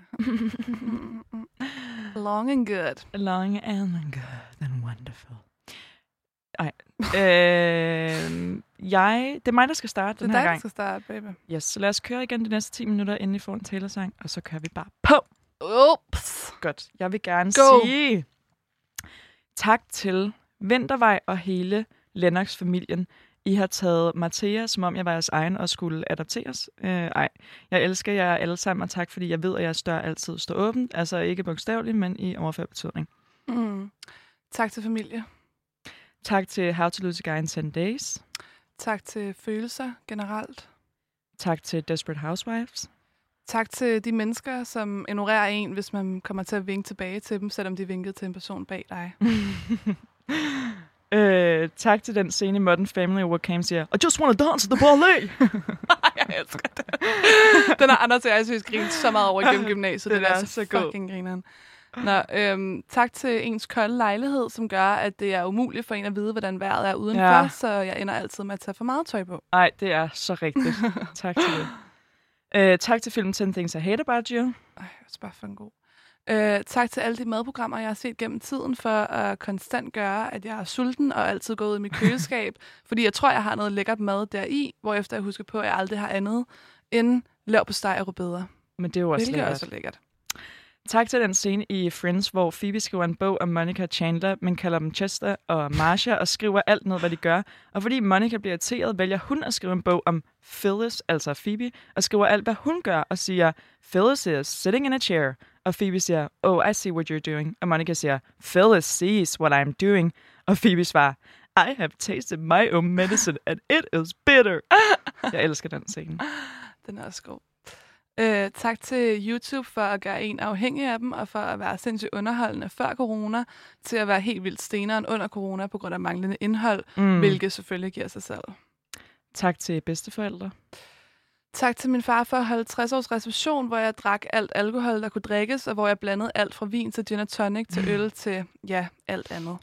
Long and good. Long and good and wonderful. Ej. øh, jeg, det er mig, der skal starte den her gang. Det er dig, gang. der skal starte, baby. Yes, så lad os køre igen de næste ti minutter, inden vi får en Taylor-sang, og så kører vi bare på. Ups. Godt. Jeg vil gerne Go. sige tak til Vintervej og hele Lennox-familien. I har taget Mathea, som om jeg var jeres egen og skulle adopteres. Øh, ej, jeg elsker jer alle sammen, og tak, fordi jeg ved, at jeres dør altid står åben. Altså ikke bogstaveligt, men i overført betydning. Mm. Tak til familie. Tak til How to Lose a Guy in ten days. Tak til følelser generelt. Tak til Desperate Housewives. Tak til de mennesker, som ignorerer en, hvis man kommer til at vinke tilbage til dem, selvom de vinkede til en person bag dig. øh, tak til den scene i Modern Family, hvor Cam siger, I just wanna dance the ballet. Jeg elsker det. Den har Anders og jeg synes grint så meget over igennem gymnasiet. Det, det er, er så fucking grineren. Nå, øhm, tak til ens kolde lejlighed, som gør, at det er umuligt for en at vide, hvordan vejret er udenfor, ja. Så jeg ender altid med at tage for meget tøj på. Nej, det er så rigtigt. Tak til det. Øh, tak til filmen ten Things I Hate About You. Ej, jeg er bare for en god. Øh, tak til alle de madprogrammer, jeg har set gennem tiden, for at konstant gøre, at jeg er sulten og altid går ud i mit køleskab. Fordi jeg tror, jeg har noget lækkert mad deri, hvorefter jeg husker på, at jeg aldrig har andet end leverpostej og rødbeder. Men det er jo også Hvilket lækkert. også er lækkert. Tak til den scene i Friends, hvor Phoebe skriver en bog om Monica og Chandler, men kalder dem Chester og Marcia og skriver alt ned, hvad de gør. Og fordi Monica bliver irriteret, vælger hun at skrive en bog om Phyllis, altså Phoebe, og skriver alt, hvad hun gør, og siger, Phyllis is sitting in a chair. Og Phoebe siger, oh, I see what you're doing. Og Monica siger, Phyllis sees what I'm doing. Og Phoebe svarer, I have tasted my own medicine, and it is bitter. Jeg elsker den scene. Den er også god. Øh, tak til YouTube for at gøre en afhængig af dem, og for at være sindssygt underholdende før corona, til at være helt vildt steneren under corona på grund af manglende indhold, mm. hvilket selvfølgelig giver sig selv. Tak til bedsteforældre. Tak til min far for at holde tres års reception, hvor jeg drak alt alkohol, der kunne drikkes, og hvor jeg blandede alt fra vin til gin og tonic, til øl, til ja, alt andet.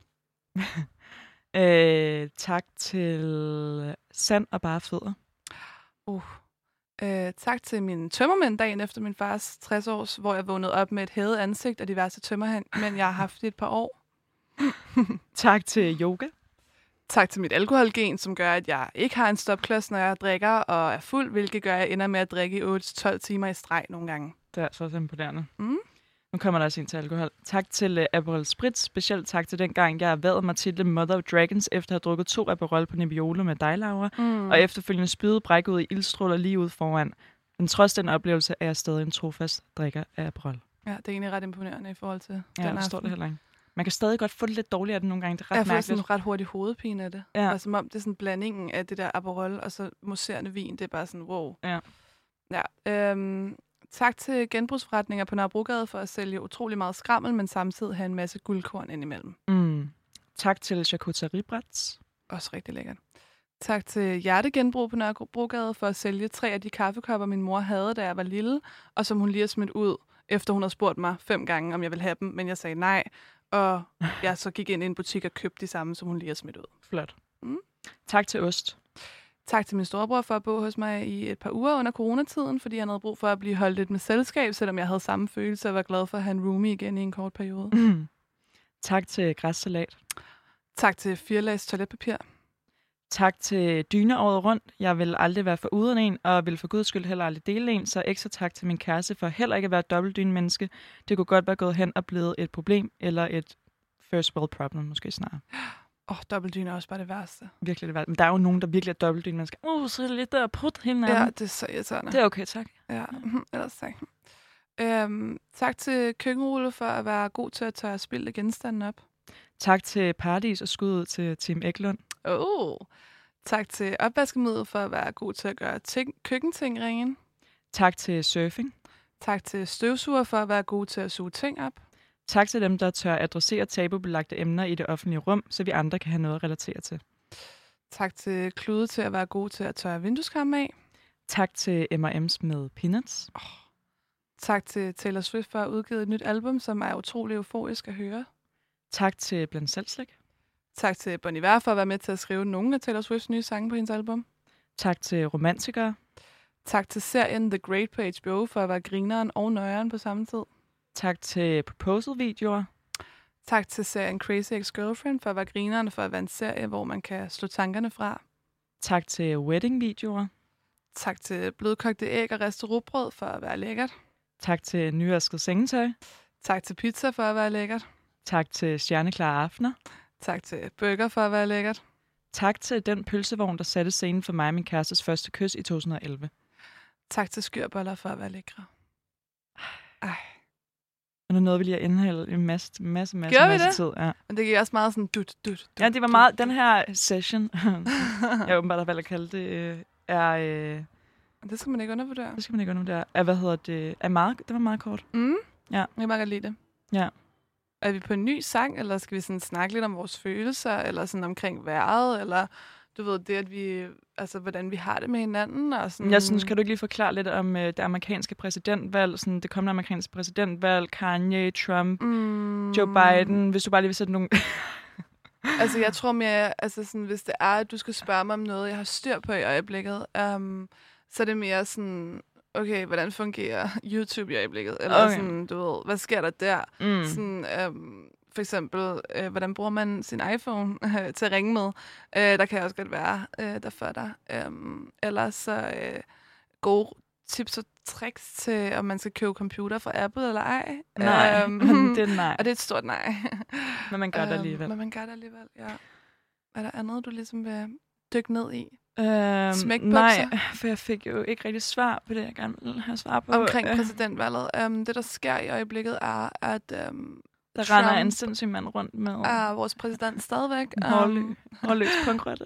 øh, tak til sand og bare fødder. Uh. Øh, tak til min tømmermænd dagen efter min fars tres års, hvor jeg vågnede op med et hævet ansigt og diverse tømmermænd, men jeg har haft det et par år. Tak til yoga. Tak til mit alkoholgen, som gør, at jeg ikke har en stopklods, når jeg drikker og er fuld, hvilket gør, at jeg ender med at drikke i otte til tolv timer i streg nogle gange. Det er så også imponerende. Mm. Nu kommer der også ind til alkohol. Tak til uh, Aperol Spritz. Specielt tak til den gang, jeg været Mathilde Mother of Dragons, efter at have drukket to Aperol på Nebbiolo med dig, Laura, mm. og efterfølgende spydet bræk ud i ildstråler lige ude foran. Men trods den oplevelse er jeg stadig en trofast drikker af Aperol. Ja, det er egentlig ret imponerende i forhold til ja, den jeg forstår det heller ikke. Man kan stadig godt få det lidt dårligt af det nogle gange. Det er ret jeg mærkeligt. Jeg får sådan ret hurtig hovedpine af det. Ja. Og som om det er sådan blandingen af det der Aperol og så mousserende vin. Det er bare sådan, wow. Ja. Ja, øhm, tak til genbrugsforretninger på Nørrebrogade for at sælge utrolig meget skrammel, men samtidig have en masse guldkorn indimellem. Mm. Tak til Charcuterie Brats. Også rigtig lækkert. Tak til Hjertegenbrug på Nørrebrogade for at sælge tre af de kaffekopper, min mor havde, da jeg var lille, og som hun lige har smidt ud, efter hun havde spurgt mig fem gange, om jeg ville have dem, men jeg sagde nej. Og jeg så gik ind i en butik og købte de samme, som hun lige har smidt ud. Flot. Mm. Tak til ost. Tak til min storebror for at bo hos mig i et par uger under coronatiden, fordi han havde brug for at blive holdt lidt med selskab, selvom jeg havde samme følelse og var glad for at have en roomie igen i en kort periode. Mm. Tak til græssalat. Tak til firelags toiletpapir. Tak til dyne året rundt. Jeg vil aldrig være for uden en, og vil for guds skyld heller aldrig dele en, så ekstra tak til min kæreste for heller ikke at være et dobbeltdyne-menneske. Det kunne godt være gået hen og blevet et problem, eller et first world problem, måske snarere. Åh, oh, dobbeltdyne er også bare det værste. Virkelig det værste. Men der er jo nogen, der virkelig er dobbeltdyne-mennesker. Åh, uh, så er det lidt der og put hinanden. Ja, det er så irriterende. Det er okay, tak. Ja, ellers tak. Øhm, tak til køkkenrulle for at være god til at tørre spildte genstande op. Tak til Paradis og skud til Team Eklund. Oh. Tak til opvaskemiddel for at være god til at gøre ting, køkkenting rene. Tak til surfing. Tak til støvsuger for at være god til at suge ting op. Tak til dem, der tør adressere tabubelagte emner i det offentlige rum, så vi andre kan have noget at relatere til. Tak til Klude til at være god til at tørre vindueskarmen af. Tak til M og M's med Peanuts. Oh. Tak til Taylor Swift for at udgive et nyt album, som er utrolig euforisk at høre. Tak til Blandt Selvslæg. Tak til Bon Iver for at være med til at skrive nogle af Taylor Swifts nye sange på hendes album. Tak til Romantikere. Tak til serien The Great på H B O for at være grineren og nøjeren på samme tid. Tak til Proposal-videoer. Tak til serien Crazy Ex-Girlfriend for at være grineren og for at være en serie, hvor man kan slå tankerne fra. Tak til Wedding-videoer. Tak til blødkogte æg og ristet rugbrød for at være lækkert. Tak til nyvasket sengetøj. Tak til pizza for at være lækkert. Tak til stjerneklare aftener. Tak til burger for at være lækkert. Tak til den pølsevogn, der satte scenen for mig og min kærestes første kys i to tusind og elleve. Tak til skyrboller for at være lækre. Ej. Og nu nåede vi lige at indhælde en masse, masse, masse, Gjorde masse vi det? tid. Ja. Men det gik også meget sådan dut, dut, dut. Ja, det var meget, den her session, jeg åbenbart har valgt at kalde det, øh, er... Øh, det skal man ikke undervurdere. Det skal man ikke undervurdere. Er, hvad hedder det? Er meget, det var meget kort. Mm. Ja. Jeg kan meget godt lide det. Ja. Er vi på en ny sang, eller skal vi sådan snakke lidt om vores følelser, eller sådan omkring vejret, eller du ved, det, at vi, altså, hvordan vi har det med hinanden? Og sådan... Jeg synes, kan du ikke lige forklare lidt om øh, det amerikanske præsidentvalg, sådan det kommende amerikanske præsidentvalg, Kanye, Trump, mm. Joe Biden, hvis du bare lige vil sætte nogle... altså, jeg tror mere, altså sådan, hvis det er, at du skal spørge mig om noget, jeg har styr på i øjeblikket, um, så er det mere sådan, okay, hvordan fungerer YouTube i øjeblikket? Eller okay. sådan, du ved, hvad sker der der? Mm. Sådan, um, for eksempel, øh, hvordan bruger man sin iPhone øh, til at ringe med? Øh, der kan jeg også godt være øh, der for dig. Um, ellers så øh, gode tips og tricks til, om man skal købe computer fra Apple eller ej. Nej, um, det er nej. Og det er et stort nej. Men man gør det alligevel. Um, men man gør det alligevel, ja. Er der andet, du ligesom vil dykke ned i? Øhm, Smækbukser? Nej, for jeg fik jo ikke rigtig svar på det, jeg gerne ville have svar på. Omkring præsidentvalget. Um, det, der sker i øjeblikket, er, at um, der Trump render en sindssyg mand rundt med... er vores præsident stadigvæk. Um, Hårløs punkrette.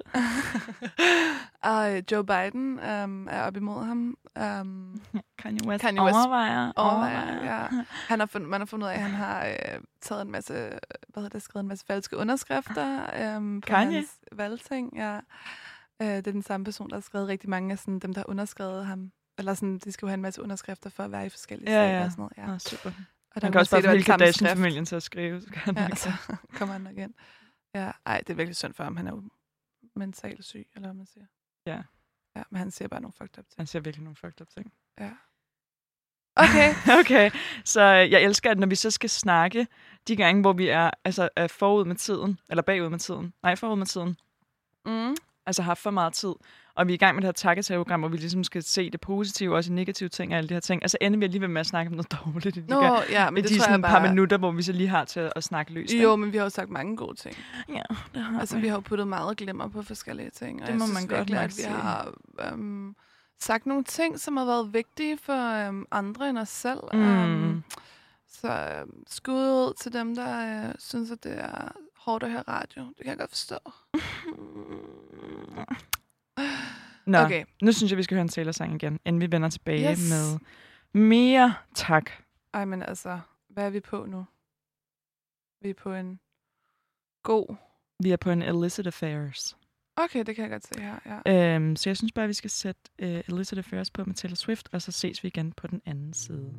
Og Joe Biden um, er op imod ham. Um, Kanye West, Kanye West overvejer. overvejer ja. Han har fundet, man har fundet ud af, at han har øh, taget en masse, hvad hedder det, skrevet en masse falske underskrifter um, på Kanye? hans valgting. Ja. Uh, det er den samme person, der har skrevet rigtig mange af sådan, dem, der har underskrevet ham. Eller sådan, de skal jo have en masse underskrifter for at være i forskellige ja, sager ja. og sådan noget. Ja. Oh, super. Og han kan også bare få hele Kardashian-familien til at skrive. Så kan ja, så kommer han nok ind. Ja, ej, det er virkelig synd for ham. Han er jo mentalt syg, eller hvad man siger. Ja. Ja, men han siger bare nogle fucked up ting. Han siger virkelig nogle fucked up ting. Ja. Okay. Okay, så jeg elsker, at når vi så skal snakke, de gange, hvor vi er, altså, er forud med tiden, eller bagud med tiden, nej, forud med tiden, mm. altså har for meget tid, og vi er i gang med det her takketagprogram, hvor vi ligesom skal se det positive, også negative ting og alle de her ting, altså ender vi alligevel med at snakke om noget dårligt i de, Nå, gang, ja, men med det de tror sådan jeg par bare... minutter, hvor vi så lige har til at, at snakke løst. Jo, men vi har jo sagt mange gode ting. Ja, det har Altså, vi har jo puttet meget glimmer på forskellige ting, og det må jeg man synes godt virkelig, nok at vi sige. har øhm, sagt nogle ting, som har været vigtige for øhm, andre end os selv. Mm. Øhm, så øhm, skud ud til dem, der øh, synes, at det er hårdt at høre radio. Det kan jeg godt forstå. Nå, Okay. nu synes jeg, vi skal høre en Taylor-sang igen, inden vi vender tilbage Yes. med mere tak. Ej, men altså, hvad er vi på nu? Vi er på en god... Vi er på en illicit affairs. Okay, det kan jeg godt se her, ja. Øhm, så jeg synes bare, at vi skal sætte uh, illicit affairs på med Taylor Swift, og så ses vi igen på den anden side.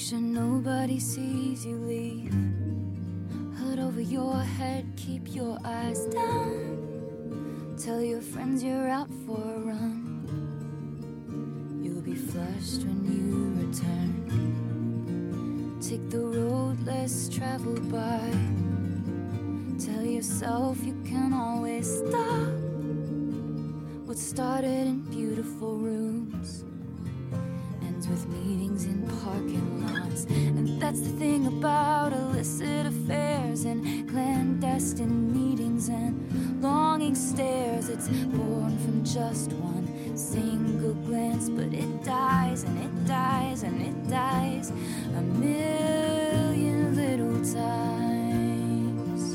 sure nobody sees you leave. Hood over your head, keep your eyes down. Tell your friends you're out for a run. You'll be flushed when you return. Take the road less traveled by. Tell yourself you can always stop. What started in beautiful rooms ends with meetings in parking lots. And that's the thing about illicit affairs and clandestine meetings and longing stares. It's born from just one single glance, but it dies and it dies and it dies a million little times.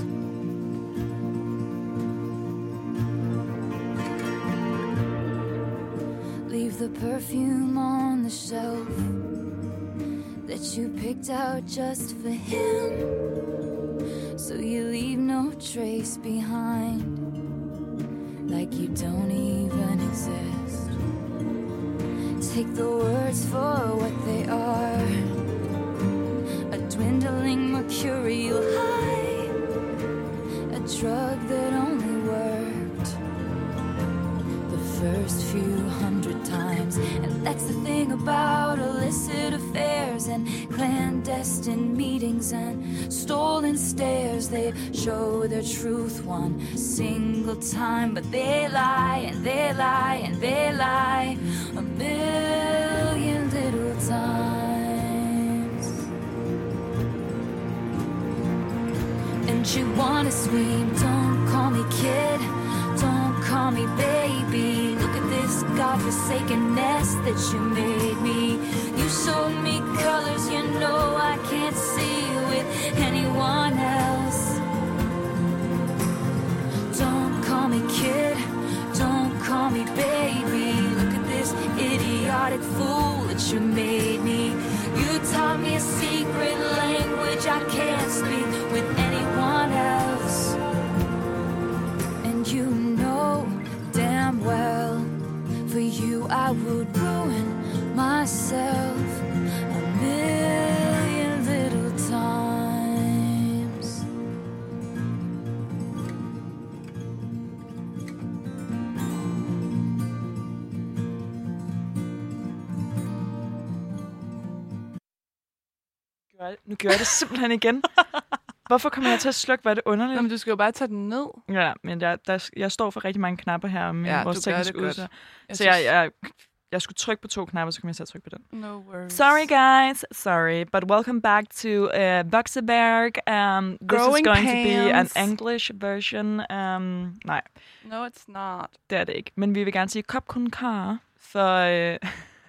Leave the perfume on the shelf that you picked out just for him, so you leave no trace behind, like you don't even exist. Take the words for what they are, a dwindling mercurial high, a drug that only worked the first few hundred times. And that's the thing about illicit affairs and clandestine meetings and stolen stares. They show their truth one single time, but they lie and they lie and they lie a million little times. And you wanna scream, don't call me kid, don't call me baby. Look at this godforsaken nest that you made me. You showed me colors you know I can't see with anyone else. Don't call me kid, don't call me baby. Look at this idiotic fool that you made me. You taught me a secret language I can't speak with anyone else. And you know damn well, for you I would ruin myself a million little times. Nu gør jeg det simpelthen igen. Hvorfor kommer jeg til at slukke? Hvad er det underligt? Jamen, du skal jo bare tage den ned. Ja, men der, der, jeg står for rigtig mange knapper her om Ja, vores du gør det tekniske godt. udstyr. Jeg Så jeg, jeg, jeg skulle trykke på to knapper, så kommer jeg til at trykke på den. No worries. Sorry guys, sorry, but welcome back to uh, Boxeberg. Um, this Growing is going pains. to be an English version. Um, nej, No, it's not. det er det ikke. Men vi vil gerne sige kop kun kar for... Uh, Hvad?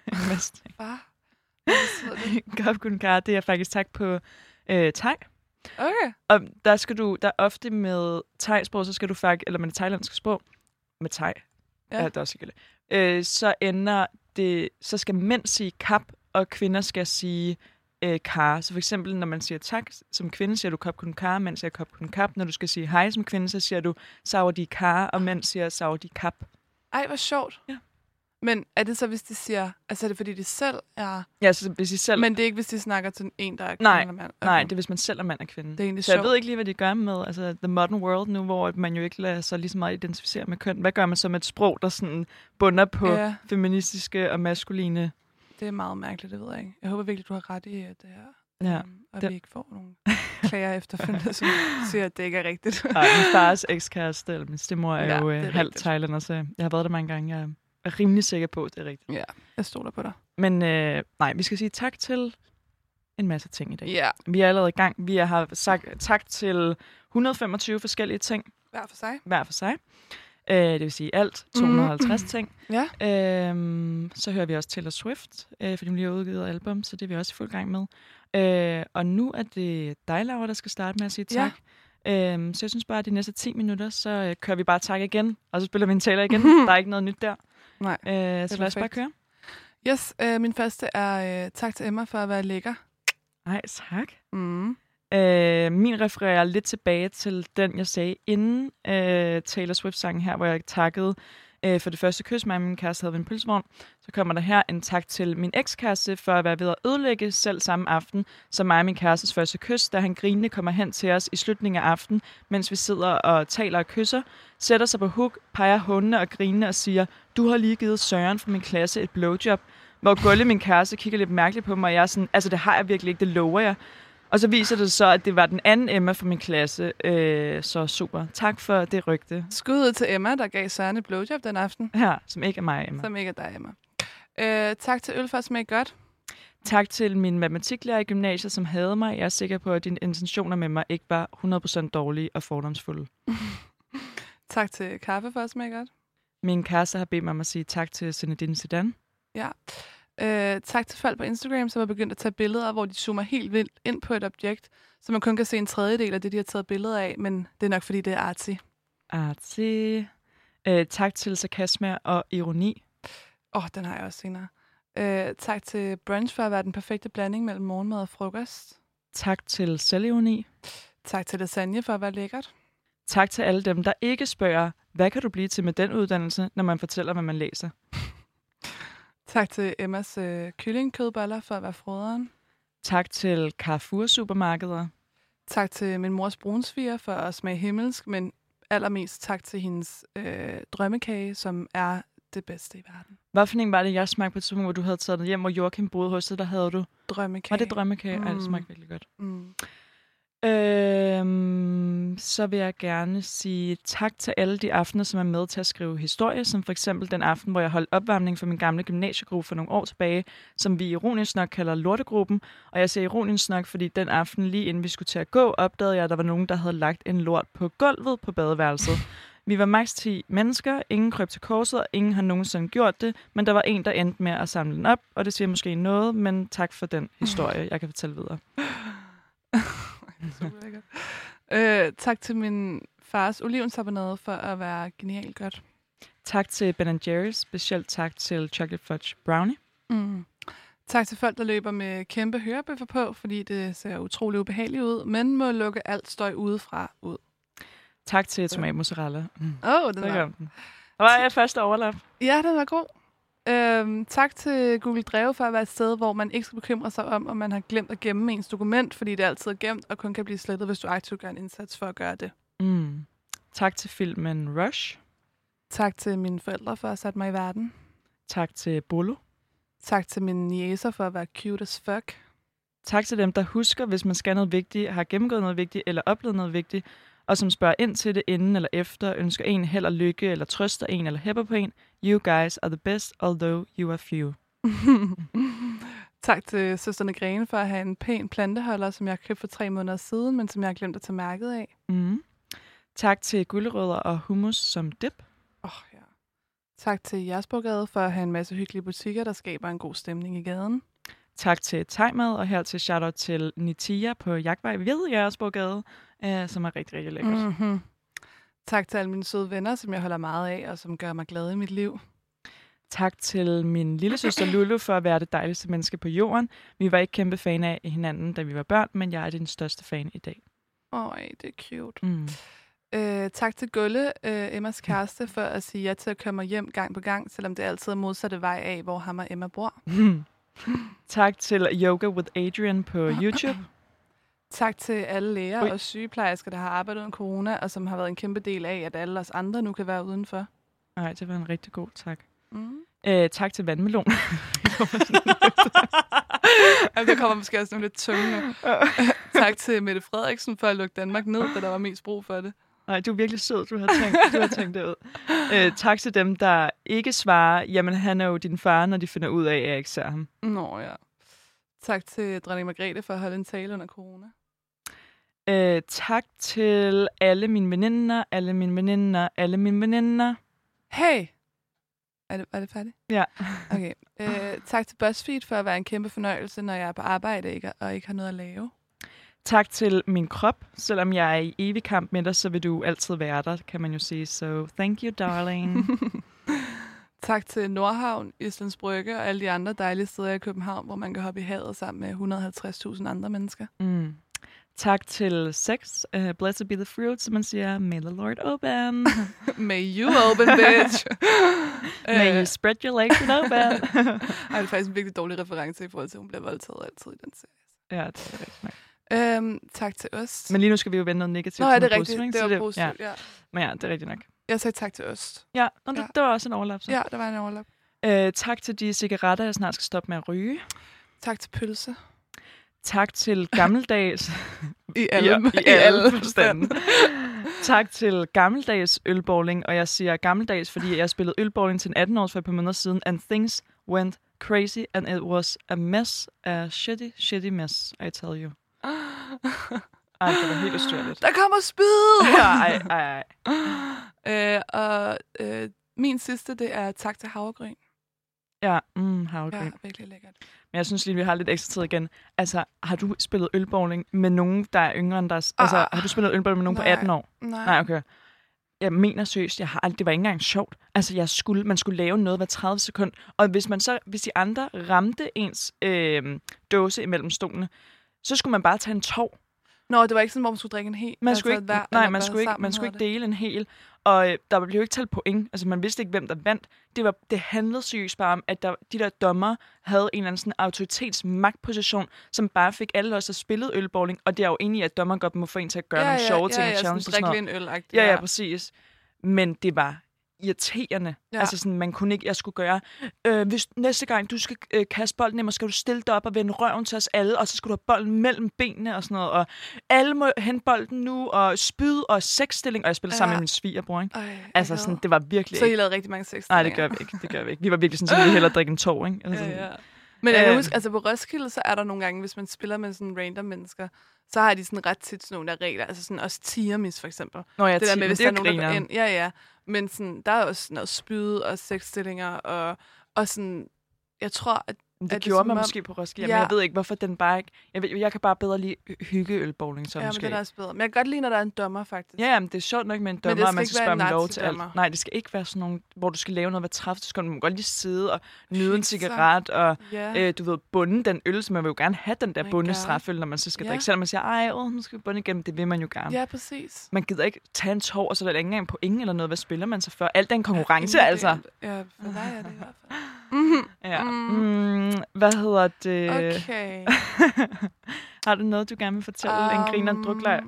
Hvad betyder det? kop kun kar, det er faktisk tak på uh, thai. Okay. Og der skal du, der er ofte med thai-sprog, så skal du faktisk, eller med det thailandske sprog, med thai, Ja. ja, det er også sikkert, øh, så ender det, så skal mænd sige kap, og kvinder skal sige øh, kar. Så for eksempel, når man siger tak som kvinde, siger du kop kun kar, mænd siger kop kun kap. Når du skal sige hej som kvinde, så siger du saudi kar, og mænd siger saudi kap. Ej, hvor sjovt. Ja. Men er det så, hvis de siger... Altså, er det fordi, de selv er... Ja, så hvis I selv... Men det er ikke, hvis de snakker til en, der er kvinde Nej, eller mand? Okay. Nej, det er, hvis man selv er mand og kvinde. Det er egentlig så jeg sjovt. ved ikke lige, hvad de gør med altså, the modern world nu, hvor man jo ikke lader sig lige så meget identificere med køn. Hvad gør man så med et sprog, der sådan bunder på Ja. feministiske og maskuline? Det er meget mærkeligt, det ved jeg ikke. Jeg håber virkelig, du har ret i at det her. Ja, Um, og det- vi ikke får nogle klager efterfølgende, som siger, at det ikke er rigtigt. Og min fars ekskæreste, eller min stemor, er Ja, jo det er øh, halvt rigtigt. thailander, så jeg har været der mange gange. Jeg er rimelig sikker på, at det er rigtigt. Ja, jeg stoler på dig. Men øh, nej, vi skal sige tak til en masse ting i dag. Ja, Vi er allerede i gang. Vi har sagt tak til et hundrede og femogtyve forskellige ting, hver for sig. hver for sig. Øh, det vil sige alt to hundrede og halvtreds Mhm. ting. Ja. Øhm, så hører vi også Taylor Swift, øh, fordi hun lige har udgivet et album, så det er vi også i fuld gang med. Øh, og nu er det dig, Laura, der skal starte med at sige tak. Ja. Øhm, så jeg synes bare, at de næste ti minutter, så øh, kører vi bare tak igen, og så spiller vi en Taylor igen. Der er ikke noget nyt der. Nej. Øh, så lad os bare perfekt. køre. Yes, øh, min første er øh, tak til Emma for at være lækker. Nej, tak. Mm. Øh, min refererer lidt tilbage til den, jeg sagde inden øh, Taylor Swift-sangen her, hvor jeg takkede Øh, for det første kys, mig og min kæreste havde ved en pølsevogn. Så kommer der her en tak til min ekskæreste for at være ved at ødelægge selv samme aften som mig og min kærestes første kys, da han grinende kommer hen til os i slutningen af aftenen, mens vi sidder og taler og kysser, sætter sig på huk, peger hundene og grinende og siger, du har lige givet Søren fra min klasse et blowjob, hvor Gulle, min kæreste, kigger lidt mærkeligt på mig, og jeg er sådan, altså det har jeg virkelig ikke, det lover jeg. Og så viser det så, at det var den anden Emma fra min klasse. Øh, så super. Tak for det rygte. Skud ud til Emma, der gav Søren et blowjob den aften. Ja, som ikke er mig, Emma. Som ikke er dig, Emma. Øh, tak til Øl for at smage godt. Tak til min matematiklærer i gymnasiet, som havde mig. Jeg er sikker på, at dine intentioner med mig ikke var hundrede procent dårlige og fordomsfulde. Tak til Kaffe for at smage godt. Min kæreste har bedt mig om at sige tak til Zinedine Zidane. Ja. Øh, tak til folk på Instagram, som har begyndt at tage billeder, hvor de zoomer helt vildt ind på et objekt, så man kun kan se en tredjedel af det, de har taget billeder af, men det er nok, fordi det er artsy. Artsy. Øh, tak til sarkasme og ironi. Åh, oh, den har jeg også senere. Øh, tak til brunch for at være den perfekte blanding mellem morgenmad og frokost. Tak til selvironi. Tak til lasagne for at være lækkert. Tak til alle dem, der ikke spørger, hvad kan du blive til med den uddannelse, når man fortæller, hvad man læser. Tak til Emmas øh, kyllingkødboller for at være froderen. Tak til Carrefour-supermarkeder. Tak til min mors brunsviger for at smage himmelsk, men allermest tak til hendes øh, drømmekage, som er det bedste i verden. Hvad for en var det, jeg smagte på et tidspunkt, hvor du havde taget den hjem, hvor Joachim boede hos dig, der havde du? Drømmekage. Var det drømmekage? Mm. Ej, det smagte virkelig godt. Mm. Øhm, så vil jeg gerne sige tak til alle de aftener, som er med til at skrive historie, som for eksempel den aften, hvor jeg holdt opvarmning for min gamle gymnasiegruppe for nogle år tilbage, som vi ironisk nok kalder lortegruppen. Og jeg siger ironisk nok, fordi den aften, lige inden vi skulle til at gå, opdagede jeg, at der var nogen, der havde lagt en lort på gulvet på badeværelset. Vi var maks ti mennesker, ingen krøb til korset, og ingen har nogensinde gjort det, men der var en, der endte med at samle den op, og det siger måske noget, men tak for den historie, jeg kan fortælle videre. Super lækkert. Øh, tak til min fars olivensabonade for at være genialt godt. Tak til Ben and Jerry's, specielt tak til Chocolate Fudge Brownie. Mm. Tak til folk, der løber med kæmpe hørebøffer på, fordi det ser utrolig ubehageligt ud, men må lukke alt støj udefra ud. Tak til tomat mozzarella. Åh, mm. oh, den var... Den. Det var jeg første overlap. Ja, den var god. Øhm, tak til Google Drive for at være et sted, hvor man ikke skal bekymre sig om, om man har glemt at gemme ens dokument, fordi det altid er gemt og kun kan blive slettet, hvis du aktivt gør en indsats for at gøre det. Mm. Tak til filmen Rush. Tak til mine forældre for at sætte mig i verden. Tak til Bolo. Tak til mine niecer for at være cute as fuck. Tak til dem, der husker, hvis man skal noget vigtigt, har gennemgået noget vigtigt eller oplevet noget vigtigt, og som spørger ind til det inden eller efter, ønsker en held og lykke, eller trøster en, eller hæpper på en. You guys are the best, although you are few. Tak til søsterne Grene for at have en pæn planteholder, som jeg købte for tre måneder siden, men som jeg har glemt at tage mærket af. Mm. Tak til gulerødder og hummus som dip. Oh, ja. Tak til Jersborgade for at have en masse hyggelige butikker, der skaber en god stemning i gaden. Tak til Thai-mad, og her til shoutout til Nitia på Jagtvej ved Jersborgade, øh, som er rigtig, rigtig lækkert. Mm-hmm. Tak til alle mine søde venner, som jeg holder meget af, og som gør mig glad i mit liv. Tak til min lillesøster Lulu for at være det dejligste menneske på jorden. Vi var ikke kæmpe fan af hinanden, da vi var børn, men jeg er din største fan i dag. Øj, det er cute. Mm. Øh, tak til Gulle, øh, Emmas kæreste, for at sige ja til at komme hjem gang på gang, selvom det altid er modsatte vej af, hvor ham og Emma bor. Mm. Tak til Yoga with Adrian på YouTube. Tak til alle læger Ui. og sygeplejersker, der har arbejdet under corona, og som har været en kæmpe del af, at alle os andre nu kan være udenfor. Nej, det var en rigtig god tak. Mm. Øh, tak til Vandmelon. Jamen, det kommer måske også nogle lidt tunge nu. Tak til Mette Frederiksen for at lukke Danmark ned, da der var mest brug for det. Nej, du er virkelig sød, du har tænkt, du har tænkt det ud. Øh, tak til dem, der ikke svarer, jamen han er jo din far, når de finder ud af, at jeg ikke ser ham. Nå ja. Tak til dronning Margrethe for at holde en tale under corona. Øh, tak til alle mine veninder, alle mine veninder, alle mine veninder. Hey! Er det, er det færdigt? Ja. Okay. Øh, tak til BuzzFeed for at være en kæmpe fornøjelse, når jeg er på arbejde ikke, og ikke har noget at lave. Tak til min krop. Selvom jeg er i evig kamp med dig, så vil du altid være der, kan man jo sige. So thank you, darling. Tak til Nordhavn, Islands Brygge og alle de andre dejlige steder i København, hvor man kan hoppe i havet sammen med et hundrede og halvtreds tusind andre mennesker. Mm. Tak til sex. Uh, blessed be the fruit, som man siger. May the Lord open. May you open, bitch. May you spread your legs and open. Ej, det er faktisk en virkelig dårlig reference i forhold til, at hun bliver voldtaget altid i den serie. Ja, det er rigtigt nok. Øhm, tak til Ost. Men lige nu skal vi jo vende noget negativt. Nå, er det til rigtigt? positivt, Det var så positivt, ja. ja. Men ja, det er rigtigt nok. Jeg sagde tak til Ost. Ja, og ja. Det, det var også en overlap. Så. Ja, der var en overlap. Øh, tak til de cigaretter, jeg snart skal stoppe med at ryge. Tak til pølse. Tak til gammeldags... I alle, I, i, i alle forstande. Tak til gammeldags ølbowling, og jeg siger gammeldags, fordi jeg spillede ølbowling til en atten års for et par måneder siden, and things went crazy, and it was a mess, a shitty, shitty mess, I tell you. Ej, det var helt ustyrligt. Der kommer spyd! Ja, ej, ej, ej. øh, og øh, min sidste, det er tak til havregryn. Ja, mm, havregryn. Ja, virkelig lækkert. Men jeg synes lige, vi har lidt ekstra tid igen. Altså, har du spillet ølbowling med nogen, der er yngre end dig? Altså, ah, har du spillet ølbowling med nogen nej, på atten år? Nej. Nej, okay. Jeg mener seriøst, jeg har aldrig, det var ikke engang sjovt. Altså, jeg skulle, man skulle lave noget hver tredive sekunder. Og hvis man så, hvis de andre ramte ens øh, dåse imellem stolene, så skulle man bare tage en tov. Nå, det var ikke sådan, hvor man skulle drikke en hel. Man skulle altså, ikke, hver, nej, man skulle ikke, man skulle ikke dele en hel. Og øh, der blev jo ikke talt point. Altså, man vidste ikke, hvem der vandt. Det, var, det handlede seriøst bare om, at der, de der dommer havde en eller anden sådan autoritetsmagtposition, som bare fik alle os, der spillede ølbowling. Og det er jo egentlig, at dommer godt må få en til at gøre ja, nogle ja, sjove ja, ting ja, og challenge sådan, og sådan noget. En øl ja, ja, præcis. Men det var irriterende. Ja. Altså sådan, man kunne ikke, jeg skulle gøre, øh, hvis næste gang du skal øh, kaste bolden hjem, skal du stille dig op og vende røven til os alle, og så skal du have bolden mellem benene og sådan noget, og alle må hente bolden nu, og spyd og sexstilling, og jeg spillede ja. sammen med min svigerbror, ikke? Ej, altså sådan, det var virkelig så I lavede rigtig mange sexstillinger? Nej, det gør vi ikke, det gør vi ikke. Vi var virkelig sådan, at vi ville hellere drikke en tår, ikke? Altså, ja, ja. Men jeg kan huske, altså på Roskilde, så er der nogle gange, hvis man spiller med sådan random mennesker, så har de sådan ret tit sådan nogle der regler, altså sådan også tier-mis for eksempel. Nå ja, det der med, hvis det der er nogen, der går ind. Ja, ja. Men sådan, der er også noget spyd og sexstillinger, og, og sådan, jeg tror, at det at gjorde det, man man måske på Roskilde, ja. men jeg ved ikke, hvorfor den bare ikke... Jeg, ved, jeg kan bare bedre lide hygge-ølbowling, så ja, måske. Ja, men det er også bedre. Men jeg kan godt lide, når der er en dommer, faktisk. Ja, men det er sjovt nok med en dommer, og man skal spørge om lov til alt. Nej, det skal ikke være sådan nogle, hvor du skal lave noget hver tredive sekunder. Du må godt lige sidde og nyde en cigaret, og yeah. øh, du ved, bunde den øl, så man vil jo gerne have den der oh bunde straføl, når man så skal yeah. drikke. Selvom man siger, ej, åh, nu skal vi bunde igennem, det vil man jo gerne. Ja, præcis. Man gider ikke tage en tår, og så er der ikke engang point eller noget. Hvad spiller man så for? Alt den konkurrence, ja, altså. Ja, for dig er det i hvert fald. Mm-hmm. Ja. Mm, hvad hedder det? Okay. Har du noget, du gerne vil fortælle? Um, en griner druklej?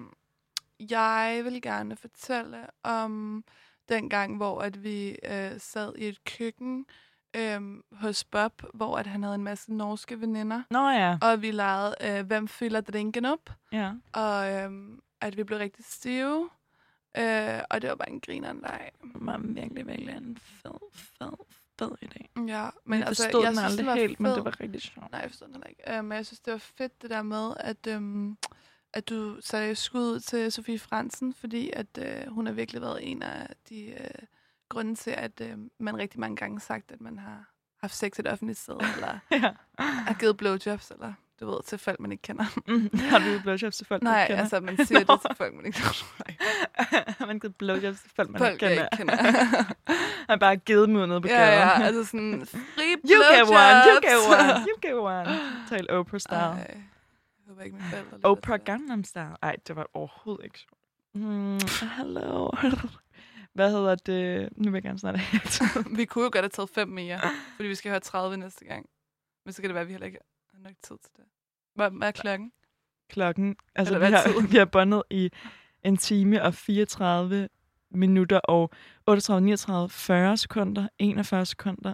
Jeg vil gerne fortælle om den gang, hvor at vi øh, sad i et køkken øh, hos Bob, hvor at han havde en masse norske veninder. Nå ja. Og vi legede, øh, hvem fylder drinken op? Ja. Og øh, at vi blev rigtig stive. Øh, og det var bare en grinerleg. Det var virkelig, virkelig en fed, fed, fed idé. Ja, men jeg altså, forstod jeg den synes, aldrig det var helt, fed. men det var rigtig sjovt. Nej, jeg forstod den heller ikke. Uh, men jeg synes, det var fedt det der med, at, um, at du sagde skud til Sofie Fransen, fordi at uh, hun har virkelig været en af de uh, grunde til, at uh, man rigtig mange gange har sagt, at man har haft sex et offentligt sted, eller ja. har givet blowjobs, eller du ved, til folk, man ikke kender. Mm, har du givet blowjobs til folk, Nej, man ikke kender? altså, man siger no. det til folk, man ikke kender. Har man givet blowjobs til folk, man folk, ikke kender? Ikke kender. Han bare givet dem ud nede på ja, gaden. Ja, altså sådan, free blowjobs. You get one, you get one, you get one. Tal Oprah-style. Ej, jeg håber ikke, min forældre Oprah Gangnam Style. Ej, det var overhovedet ikke sjovt. Mm, hello. Hvad hedder det? Nu vil jeg gerne snart have Vi kunne jo godt have taget fem mere, fordi vi skal høre tredive næste gang. Men så kan det være, at vi heller ikke har nok tid til det. Hvad, hvad er klokken? Klokken? Altså, vi har, vi har bondet i en time og fireogtredive minutter og otteogtredive, niogtredive, fyrre sekunder, enogfyrre sekunder.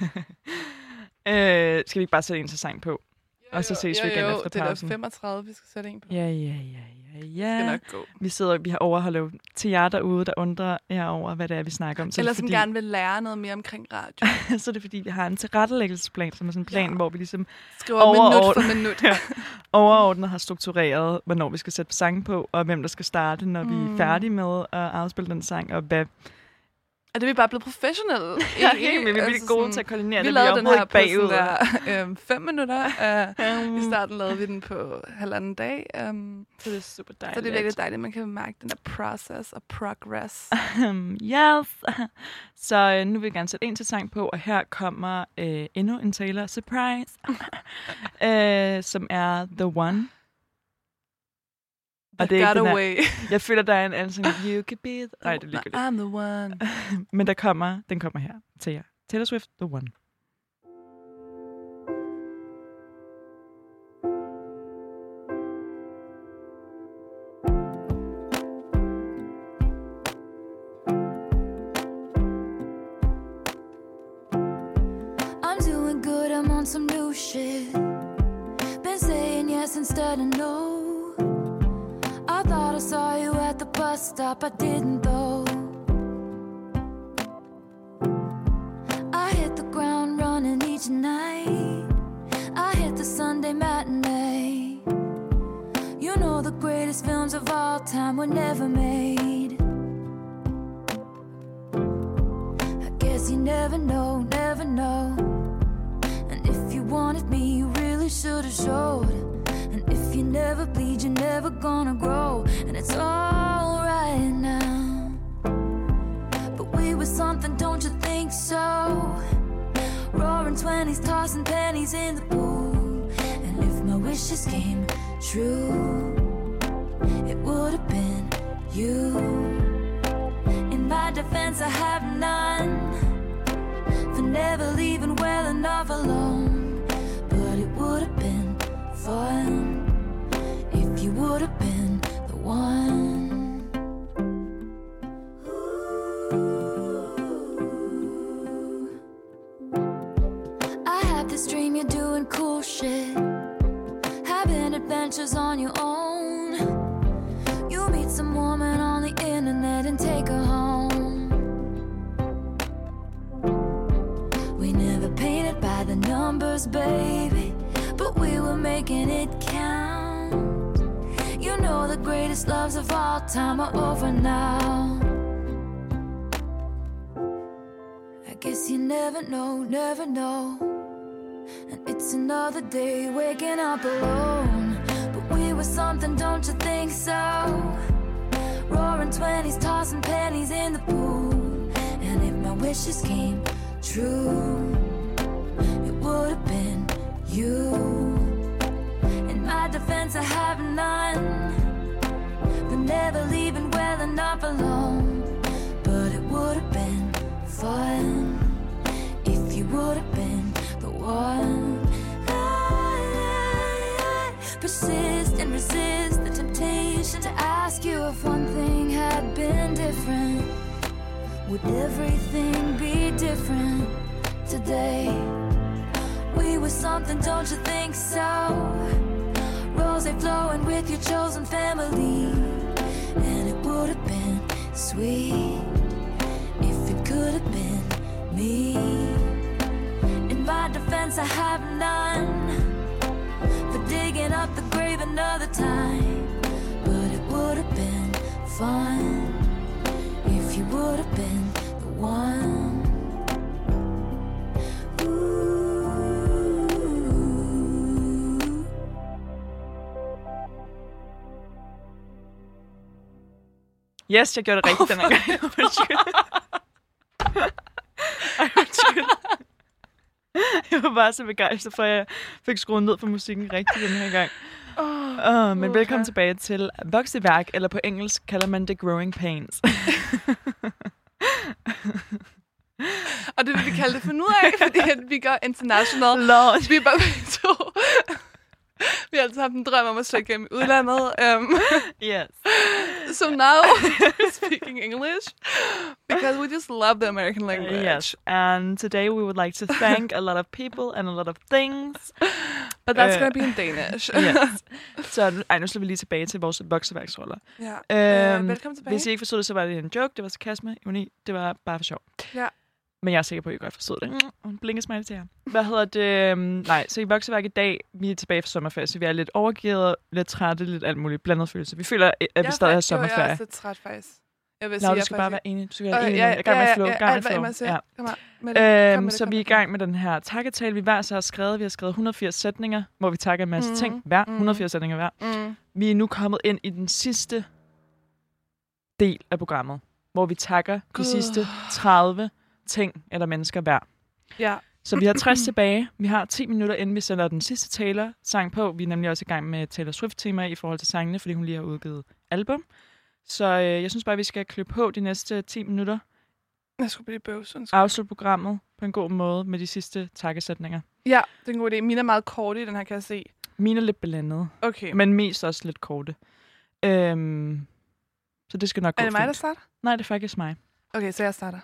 øh, skal vi ikke bare sætte en til sang på? Og så ses jo, vi igen jo, efter pausen. pausen. Det er femogtredive, vi skal sætte en på. Ja, ja, ja, ja, ja. Det skal nok gå. Vi sidder, vi har overholdt til jer derude, der undrer jer over, hvad det er, vi snakker om. Så Eller det, som fordi, gerne vil lære noget mere omkring radio. så er det fordi, vi har en tilrettelæggelsesplan, som er sådan en plan, ja. hvor vi ligesom skriver minut for minut. ja, overordnet har struktureret, hvornår vi skal sætte sange på, og hvem der skal starte, når mm. vi er færdige med at afspille den sang, og hvad... Og det er vi bare blevet professionelle. Ja, helt, vi er virkelig altså, gode til at koordinere vi det. Vi lavede den her på bagud. Der, øhm, fem minutter. Uh, I starten lavede vi den på halvanden dag. Um, så det er super dejligt. Så det er virkelig dejligt, man kan mærke den der process og progress. Um, yes. Så uh, nu vil jeg gerne sætte en til sang på, og her kommer uh, endnu en Taylor surprise, uh, som er The One. Og det er got ikke away. her, jeg føler, der er en anden sådan, you could be... The... Nej, det er ligegyldigt. I'm the one. Men der kommer, den kommer her til jer. Taylor Swift, The One. Some new shit. Been saying yes instead of no. I thought I saw you at the bus stop, I didn't though. I hit the ground running each night. I hit the Sunday matinee. You know the greatest films of all time were never made. I guess you never know, never know. If you wanted me, you really should have showed. And if you never bleed, you're never gonna grow. And it's all right now. But we were something, don't you think so? Roaring twenties, tossing pennies in the pool. And if my wishes came true, it would have been you. In my defense, I have none. For never leaving well enough alone. But it would have been fun if you would have been the one. Ooh. I have this dream you're doing cool shit, having adventures on your own. You meet some woman on the internet and take her home. Painted by the numbers, baby, but we were making it count. You know the greatest loves of all time are over now. I guess you never know, never know. And it's another day waking up alone. But we were something, don't you think so? Roaring twenties, tossing pennies in the pool. And if my wishes came true, it would have been you. In my defense, I have none. For never leaving well enough alone. But it would have been fun if you would have been the one. I, I, I persist and resist the temptation to ask you if one thing had been different. Would everything be different today? We were something, don't you think so? Rosé flowing with your chosen family. And it would have been sweet if it could have been me. In my defense, I have none. For digging up the grave another time. But it would have been fun if you would have been the one. Yes, jeg gjorde det rigtigt oh, den her gang. Undskyld. Ej, undskyld. Jeg var bare så begejstret for, at jeg fik skruet ned for musikken rigtigt den her gang. Oh, uh, men okay. Velkommen tilbage til Vokseværk, eller på engelsk kalder man det Growing Pains. Og det vil vi kalde det for nu af, fordi vi går international. Lord. Vi er bare to. Vi har altid haft en drøm om at søge gennem udlandet. Um, yes. So now we're speaking English because we just love the American language. Uh, yes, and today we would like to thank a lot of people and a lot of things. But that's uh, going to be in Danish. Yes. Så ej, nu slår vi lige tilbage til vores vokseværksroller. Ja. Uh, uh, velkommen tilbage. Hvis I ikke forstod det, så var det en joke. Det var sarkasme, ironi. Det var bare for sjov. Ja. Men jeg er sikker på, at I godt forstod det. Mm, blinker smiley til jer. Hvad hedder det? Um, nej, så i Vokseværk i dag, vi er tilbage fra sommerferie, så vi er lidt overgivet, lidt trætte, lidt alt muligt blandet følelse. Vi føler, at vi stadig har sommerferie. Jeg er også lidt træt, faktisk. Jeg vil Nå, sige, du skal bare være enig. Du skal være øh, enig. Ja, jeg er i gang med at flow. Ja, ja, alt, hvad Emma siger. Så vi er i gang med den her takketale, vi hver så har skrevet. Vi har skrevet et hundrede og firs sætninger, hvor vi takker en masse mm. ting hver. Mm. et hundrede og firs sætninger hver. Mm. Vi er nu kommet ind i den sidste del af programmet, hvor vi takker de sidste tredive ting eller mennesker hver. Ja. Så vi har tres tilbage. Vi har ti minutter, inden vi sender den sidste Taylor-sang på. Vi er nemlig også i gang med Taylor Swift-tema i forhold til sangene, fordi hun lige har udgivet album. Så øh, jeg synes bare, vi skal klippe på de næste ti minutter. Jeg skulle blive bøvs. Afslutte programmet på en god måde med de sidste takkesætninger. Ja, det er en god idé. Mine er meget korte i den her, kan jeg se. Mine er lidt blandede. Okay. Men mest også lidt korte. Øhm, så det skal nok gå Er det mig, fint. der starter? Nej, det er faktisk mig. Okay, så jeg starter.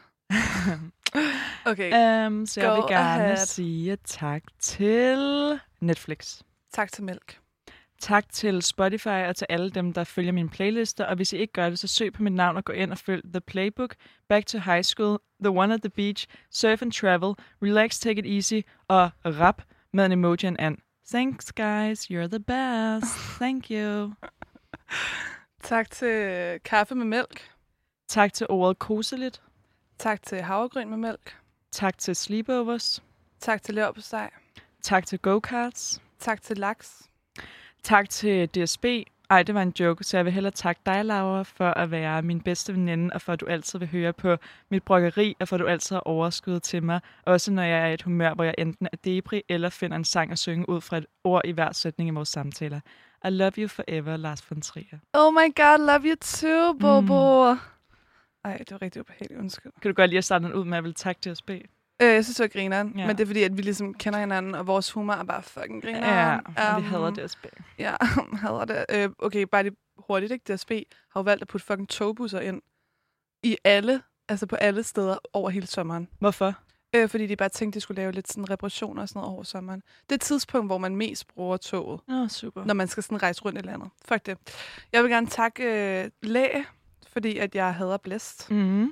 Okay. Um, så jeg Go vil gerne ahead. sige tak til Netflix. Tak til Mælk. Tak til Spotify og til alle dem, der følger mine playlister. Og hvis I ikke gør det, så søg på mit navn og gå ind og følg The Playbook, Back to High School, The One at the Beach, Surf and Travel, Relax, Take It Easy og Rap med en emoji and and. Thanks, guys. You're the best. Thank you. Tak til Kaffe med Mælk. Tak til ordet koseligt. Tak til Havregryn med Mælk. Tak til Sleepovers. Tak til Leverpostej. Tak til Go-Karts. Tak til Laks. Tak til D S B. Ej, det var en joke, så jeg vil hellere takke dig, Laura, for at være min bedste veninde, og for at du altid vil høre på mit bryggeri, og for at du altid har overskud til mig. Også når jeg er i et humør, hvor jeg enten er debri, eller finder en sang at synge ud fra et ord i hver sætning i vores samtaler. I love you forever, Lars von Trier. Oh my god, love you too, Bobo. Mm. Ej, det var rigtig ubehageligt, undskyld. Kan du godt lige at starte den ud med, at jeg vil takke D S B? Øh, jeg synes, det var grineren, Ja. men det er fordi, at vi ligesom kender hinanden, og vores humor er bare fucking grineren. Ja, og um, vi hader D S B. Ja, hader det. Øh, okay, bare lige hurtigt, ikke? D S B har jo valgt at putte fucking togbusser ind i alle, altså på alle steder over hele sommeren. Hvorfor? Øh, fordi de bare tænkte, de skulle lave lidt sådan reparationer og sådan noget over sommeren. Det er et tidspunkt, hvor man mest bruger toget, Åh, oh, super. når man skal sådan rejse rundt i landet. Fuck det. Jeg vil gerne takke øh, Læ, fordi at jeg hader blæst. Mm-hmm.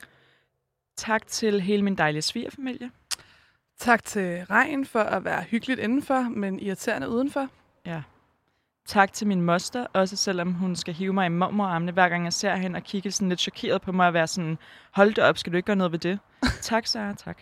Tak til hele min dejlige svigerfamilie. Tak til Regn for at være hyggeligt indenfor, men irriterende udenfor. Ja. Tak til min moster, også selvom hun skal hive mig i mormorarmene, hver gang jeg ser hende og kigge sådan lidt chokeret på mig og være sådan, hold det op, skal du ikke gøre noget ved det? Tak, Sarah, tak.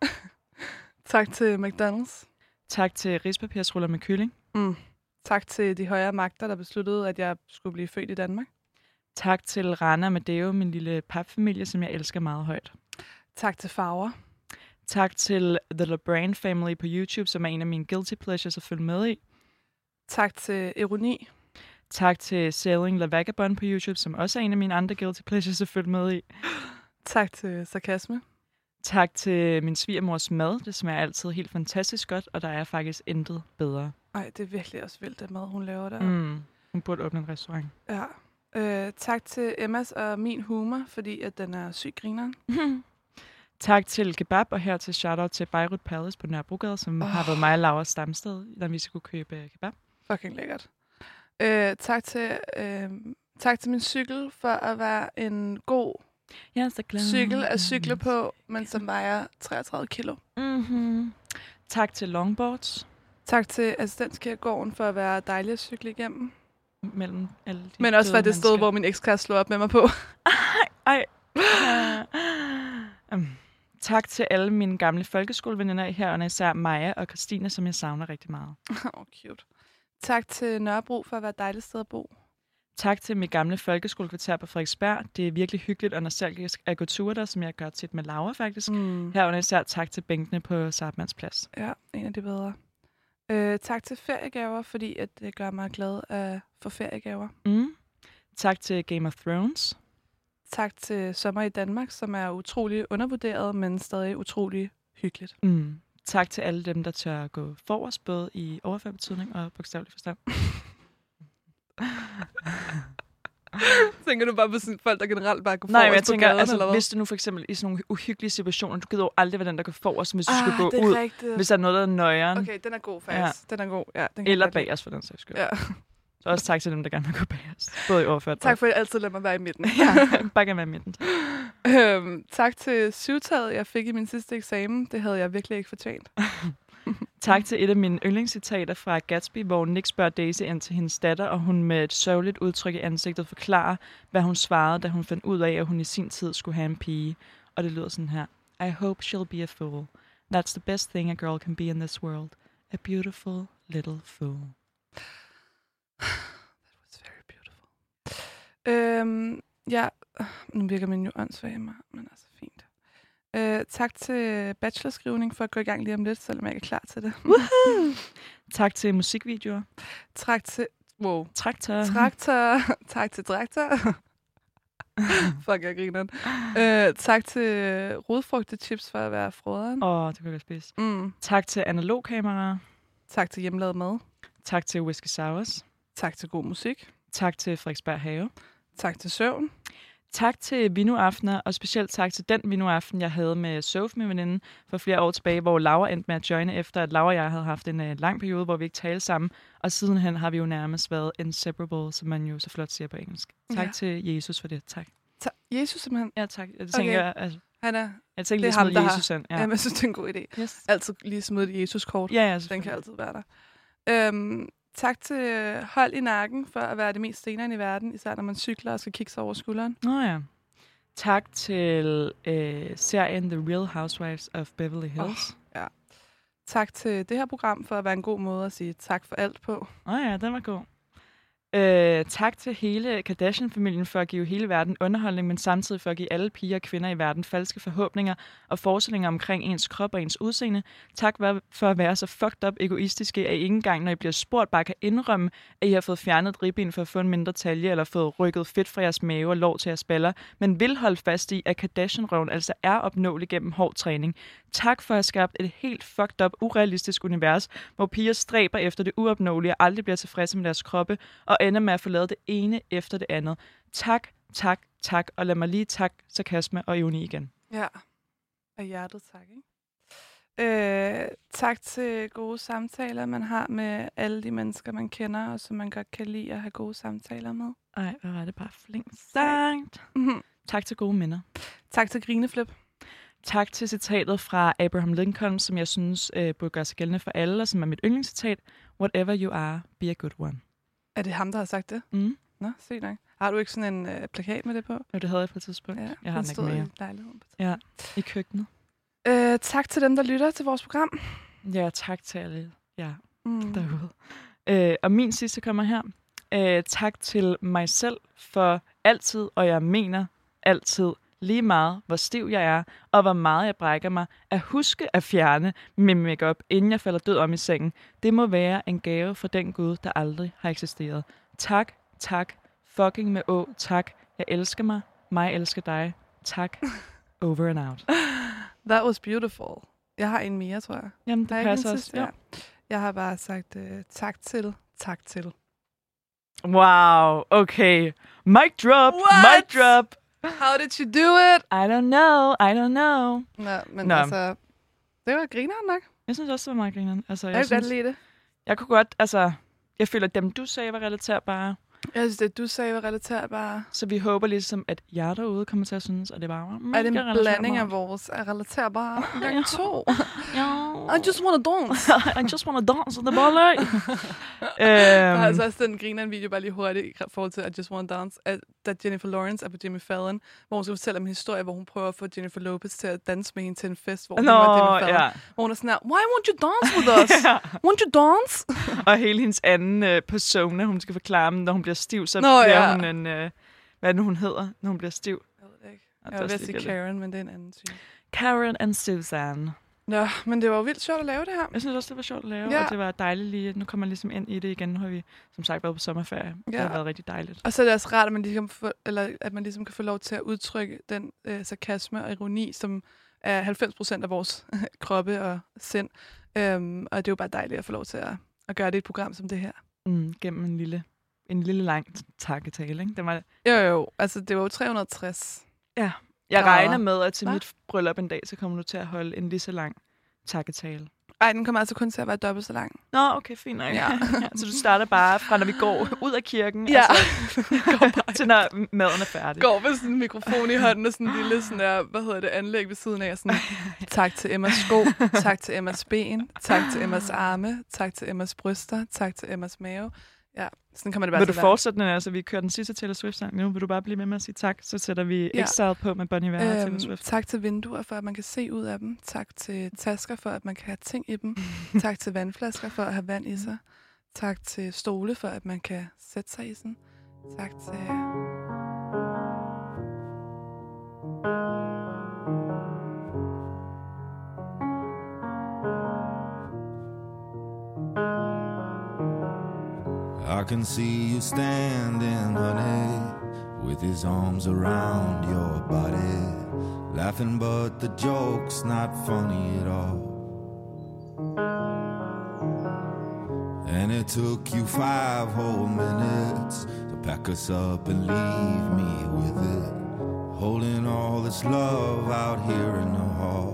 Tak til McDonald's. Tak til rispapirsruller med kylling. Mm. Tak til de højere magter, der besluttede, at jeg skulle blive født i Danmark. Tak til Rana og Madeo, min lille papfamilie, som jeg elsker meget højt. Tak til Farver. Tak til The LeBran Family på YouTube, som er en af mine guilty pleasures at følge med i. Tak til Ironi. Tak til Sailing La Vagabond på YouTube, som også er en af mine andre guilty pleasures at følge med i. Tak til Sarkasme. Tak til min svigermors mad. Det smager altid helt fantastisk godt, og der er faktisk intet bedre. Ej, det er virkelig også vildt, det mad, hun laver der. Mm. Hun burde åbne en restaurant. Ja. Øh, tak til Emmas og min humor, fordi at den er syg grineren. Tak til Kebab, og her til shoutout til Beirut Palace på Nørrebrogade, som oh. har været mig og Laura stamsted, da vi skulle købe kebab. Fucking lækkert. Øh, tak, til, øh, tak til min cykel for at være en god Jeg er så glad. cykel at cykle på, men som vejer treogtredive kilo. Mm-hmm. Tak til Longboards. Tak til assistenskirkegården for at være dejlig at cykle igennem. Mellem alle de Men også for døde det sted, mennesker. hvor min ekskæreste slog op med mig på. Ej. um, tak til alle mine gamle folkeskoleveninder her, og især Maja og Christine, som jeg savner rigtig meget. Åh, oh, cute. Tak til Nørrebro for at være et dejligt sted at bo. Tak til mit gamle folkeskolekvarter på Frederiksberg. Det er virkelig hyggeligt og nostalgisk at gå ture der, som jeg gør tit med Laura faktisk. Mm. Herunder især tak til bænkene på Sarpmanns Plads. Ja, en af de bedre. Øh, tak til feriegaver, fordi at det gør mig glad at få feriegaver. Mm. Tak til Game of Thrones. Tak til Sommer i Danmark, som er utrolig undervurderet, men stadig utrolig hyggeligt. Mm. Tak til alle dem, der tør gå forrest, både i overført betydning og bogstavelig forstand. Tænker du bare på sådan folk, der generelt bare går Nej, forrest men jeg på tænker, gaden, altså, eller hvad? hvis du nu for eksempel i sådan nogle uhyggelige situationer, du gider jo aldrig være den, der går forrest, hvis du Ah, skal gå det er ud. rigtigt. Hvis der er noget, der er nøjeren. Okay, den er god faktisk. Ja. Den er god. Ja, den kan Eller jeg godt lide. bag os, for den sags skyld. Ja. Så også tak til dem, der gerne vil gå bag os. Både i overført. Tak for, at I altid lader mig være i midten. Ja, bare gerne være i midten. øhm, tak til syvtaget, jeg fik i min sidste eksamen. Det havde jeg virkelig ikke fortjent. Tak til et af mine yndlingscitater fra Gatsby, hvor Nick spørger Daisy ind til hendes datter, og hun med et sørgeligt udtryk i ansigtet forklarer, hvad hun svarede, da hun fandt ud af, at hun i sin tid skulle have en pige. Og det lyder sådan her. I hope she'll be a fool. That's the best thing a girl can be in this world. A beautiful little fool. That was very beautiful. Øhm, ja, nu virker min jo åndssvag i mig, men altså fint. Øh, tak til bachelorskrivning for at gå i gang lige om lidt, selvom jeg ikke er klar til det. Tak til musikvideoer. Tak til... Wow. Traktor. Traktor. Tak til traktor. Fuck, jeg griner. Øh, tak til rodfrugtechips for at være froderen. Åh, oh, det kunne jeg spise. Mm. Tak til analogkameraer. Tak til hjemmelavet mad. Tak til Whisky Sours. Tak til god musik. Tak til Frederiksberg Have. Tak til søvn. Tak til Vinoaftener, og specielt tak til den Vinoaften, jeg havde med Soph, min veninde, for flere år tilbage, hvor Laura endte med at joine, efter at Laura og jeg havde haft en uh, lang periode, hvor vi ikke talte sammen. Og sidenhen har vi jo nærmest været inseparable, som man jo så flot siger på engelsk. Tak ja. til Jesus for det. Tak. Ta- Jesus simpelthen? Ja, tak. Jeg tænker, okay. altså, Han er, jeg tænker lige at smide Jesus ind. Ja. Jamen, jeg synes, det er en god idé. Yes. Altid lige smide et Jesus-kort. Ja, ja, den kan altid være der. Øhm, tak til Hold i nakken for at være det mest stenere i verden, især når man cykler og skal kigge sig over skulderen. Nå ja. Tak til øh, serien The Real Housewives of Beverly Hills. Oh, ja. Tak til det her program for at være en god måde at sige tak for alt på. Åh oh ja, den var god. Øh, tak til hele Kardashian-familien for at give hele verden underholdning, men samtidig for at give alle piger og kvinder i verden falske forhåbninger og forestillinger omkring ens krop og ens udseende. Tak for at være så fucked up egoistiske, at I ikke engang, når I bliver spurgt, bare kan indrømme, at I har fået fjernet ribben for at få en mindre talje, eller fået rykket fedt fra jeres mave og lov til jeres baller, men vil holde fast i, at Kardashian-røven altså er opnåelig gennem hård træning. Tak for at have skabt et helt fucked up, urealistisk univers, hvor piger stræber efter det uopnåelige og aldrig bliver tilfredse med deres kroppe, og ender med at få lavet det ene efter det andet. Tak, tak, tak, og lad mig lige tak sarkasme og ironi igen. Ja, af hjertet tak, ikke? Øh, tak til gode samtaler, man har med alle de mennesker, man kender, og som man godt kan lide at have gode samtaler med. Ej, hvad var det bare flink sagt. Mm-hmm. Tak til gode minder. Tak til grineflip. Tak til citatet fra Abraham Lincoln, som jeg synes øh, burde gøre sig gældende for alle, og som er mit yndlingscitat. Whatever you are, be a good one. Er det ham, der har sagt det? Mm. Nå, se nok. Har du ikke sådan en øh, plakat med det på? Jo, det havde jeg på et tidspunkt. Ja, jeg har den ikke mere. I lejligheden. Ja, i køkkenet. Øh, tak til dem, der lytter til vores program. Ja, tak til alle ja, mm. derude. Øh, og min sidste kommer her. Øh, tak til mig selv for altid, og jeg mener altid, lige meget, hvor stiv jeg er, og hvor meget jeg brækker mig, at huske at fjerne min makeup, inden jeg falder død om i sengen. Det må være en gave fra den Gud, der aldrig har eksisteret. Tak, tak, fucking med å, tak. Jeg elsker mig, mig elsker dig. Tak, over and out. That was beautiful. Jeg har en mere, tror jeg. Jamen, det passer også. Ja. Jeg har bare sagt uh, tak til, tak til. Wow, okay. Mic drop, What? mic drop. How did you do it? I don't know, I don't know. Nå, men Nå. altså, det var grineren nok. Jeg synes også, det var meget grineren. Altså, jeg, jeg synes, godt lide det. Jeg kunne godt, altså, jeg føler, at dem, du sagde, var relaterbare. Jeg synes, det du sagde, var relaterbare. Så vi håber ligesom, at jer derude kommer til at synes, at det bare var mega er det en blanding af relaterbart. vores er relaterbare? Gang to. Ja. I just wanna dance. I just wanna dance on the ball. Der er altså også den grineren video, bare lige hurtigt i forhold til I just wanna dance, at, da Jennifer Lawrence er på Jimmy Fallon, hvor hun skal fortælle om en historie, hvor hun prøver at få Jennifer Lopez til at danse med hende til en fest, hvor hun Nå, var Jimmy Fallon. ja. Hvor hun er sådan her, why won't you dance with us? Ja. Won't you dance? Og hele hendes anden øh, persona, hun skal forklare dem, når hun bliver stiv, så Nå, bliver ja. hun en, øh, hvad er det, hun hedder, når hun bliver stiv? Jeg ved det ikke. Og Jeg var ved at sige Karen, men det er en anden type. Karen and Susan. Nå, men det var jo vildt sjovt at lave det her. Jeg synes også, det var sjovt at lave, Ja. og det var dejligt lige. Nu kommer man ligesom ind i det igen. Nu har vi, som sagt, været på sommerferie. Ja. Det har været rigtig dejligt. Og så er det også rart, at man ligesom, få, eller, at man ligesom kan få lov til at udtrykke den øh, sarkasme og ironi, som er halvfems procent af vores kroppe og sind. Øhm, og det er jo bare dejligt at få lov til at, at gøre det i et program som det her. Mm, gennem en lille, en lille lang takketale, ikke? Det var, Jo, jo. Altså, det var jo tre hundrede og tres. ja. Jeg Og- regner med, at til Hva? mit bryllup en dag, så kommer du til at holde en lige så lang takketale. Ej, den kommer altså kun til at være dobbelt så lang. Nå, okay, fint nok. Ja. Ja, så du starter bare fra, når vi går ud af kirken, Ja. altså, til når maden er færdig. Går med sådan en mikrofon i hånden og sådan en lille sådan der, hvad hedder det, anlæg ved siden af. Sådan, tak til Emmas sko, tak til Emmas ben, tak til Emmas arme, tak til Emmas bryster, tak til Emmas mave. Ja, sådan kommer det bare Vil til du at være. fortsætte, når altså, vi kører den sidste Taylor Swift-sang nu? Vil du bare blive med med at sige tak? Så sætter vi Ja. Exile på med Bon Iver og Taylor Øhm, Swift. tak til vinduer, for at man kan se ud af dem. Tak til tasker, for at man kan have ting i dem. Tak til vandflasker, for at have vand i sig. Tak til stole, for at man kan sætte sig i sådan. Tak til... I can see you standing, honey, with his arms around your body, laughing but the joke's not funny at all. And it took you five whole minutes to pack us up and leave me with it, holding all this love out here in the hall.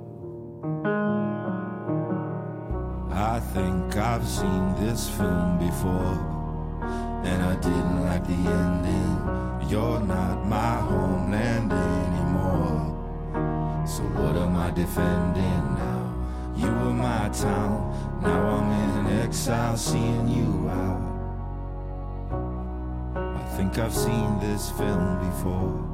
I think I've seen this film before, and I didn't like the ending. You're not my homeland anymore, so what am I defending now? You were my town, now I'm in exile seeing you out. I think I've seen this film before.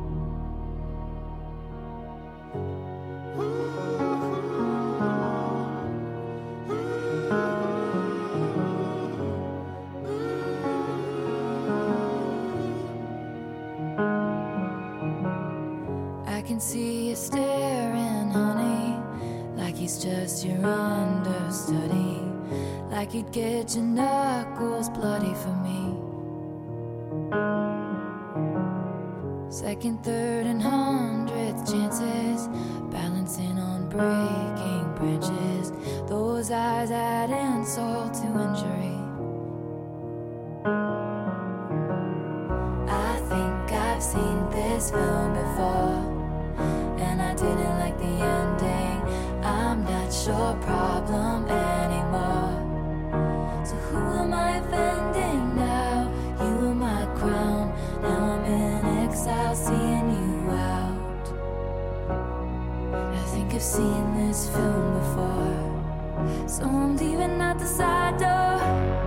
I can see you staring, honey, like he's just your understudy, like you'd get your knuckles bloody for me. Second, third, and hundredth chances, balancing on breaking branches. Those eyes add insult to injury. I think I've seen this film before, and I didn't like the ending. I'm not your problem anymore, so who am I offending now? You were my crown, now I'm in exile seeing you out. I think I've seen this film before, so I'm leaving out the side door.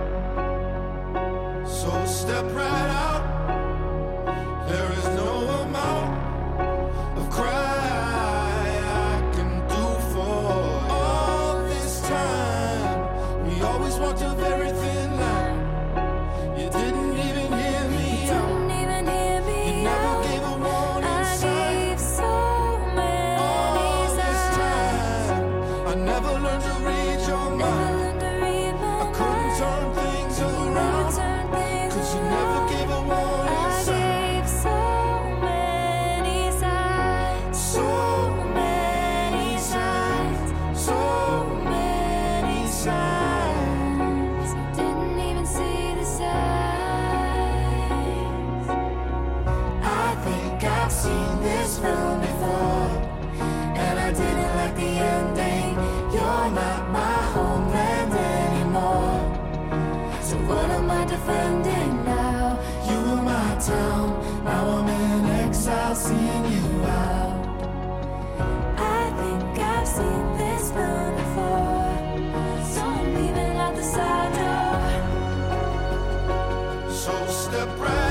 So step right out. There is no amount of cry I can do for all this time. We always walked a very thin line. You didn't even hear me out. Didn't even hear me You never out. gave a warning I sign. gave so many All this signs. time, I never learned to read your Never mind. learned to read my I couldn't mind. turn things Never around, turned things cause you around. never gave a warning I sign. gave so many signs. So many signs, so many signs. Didn't even see the signs. I think I've seen this film before, and I didn't like the ending. You're not my homeland anymore, so what am I defending now? You were my town, now I'm in exile seeing you out. I think I've seen this film before, so I'm leaving out the side door. So step right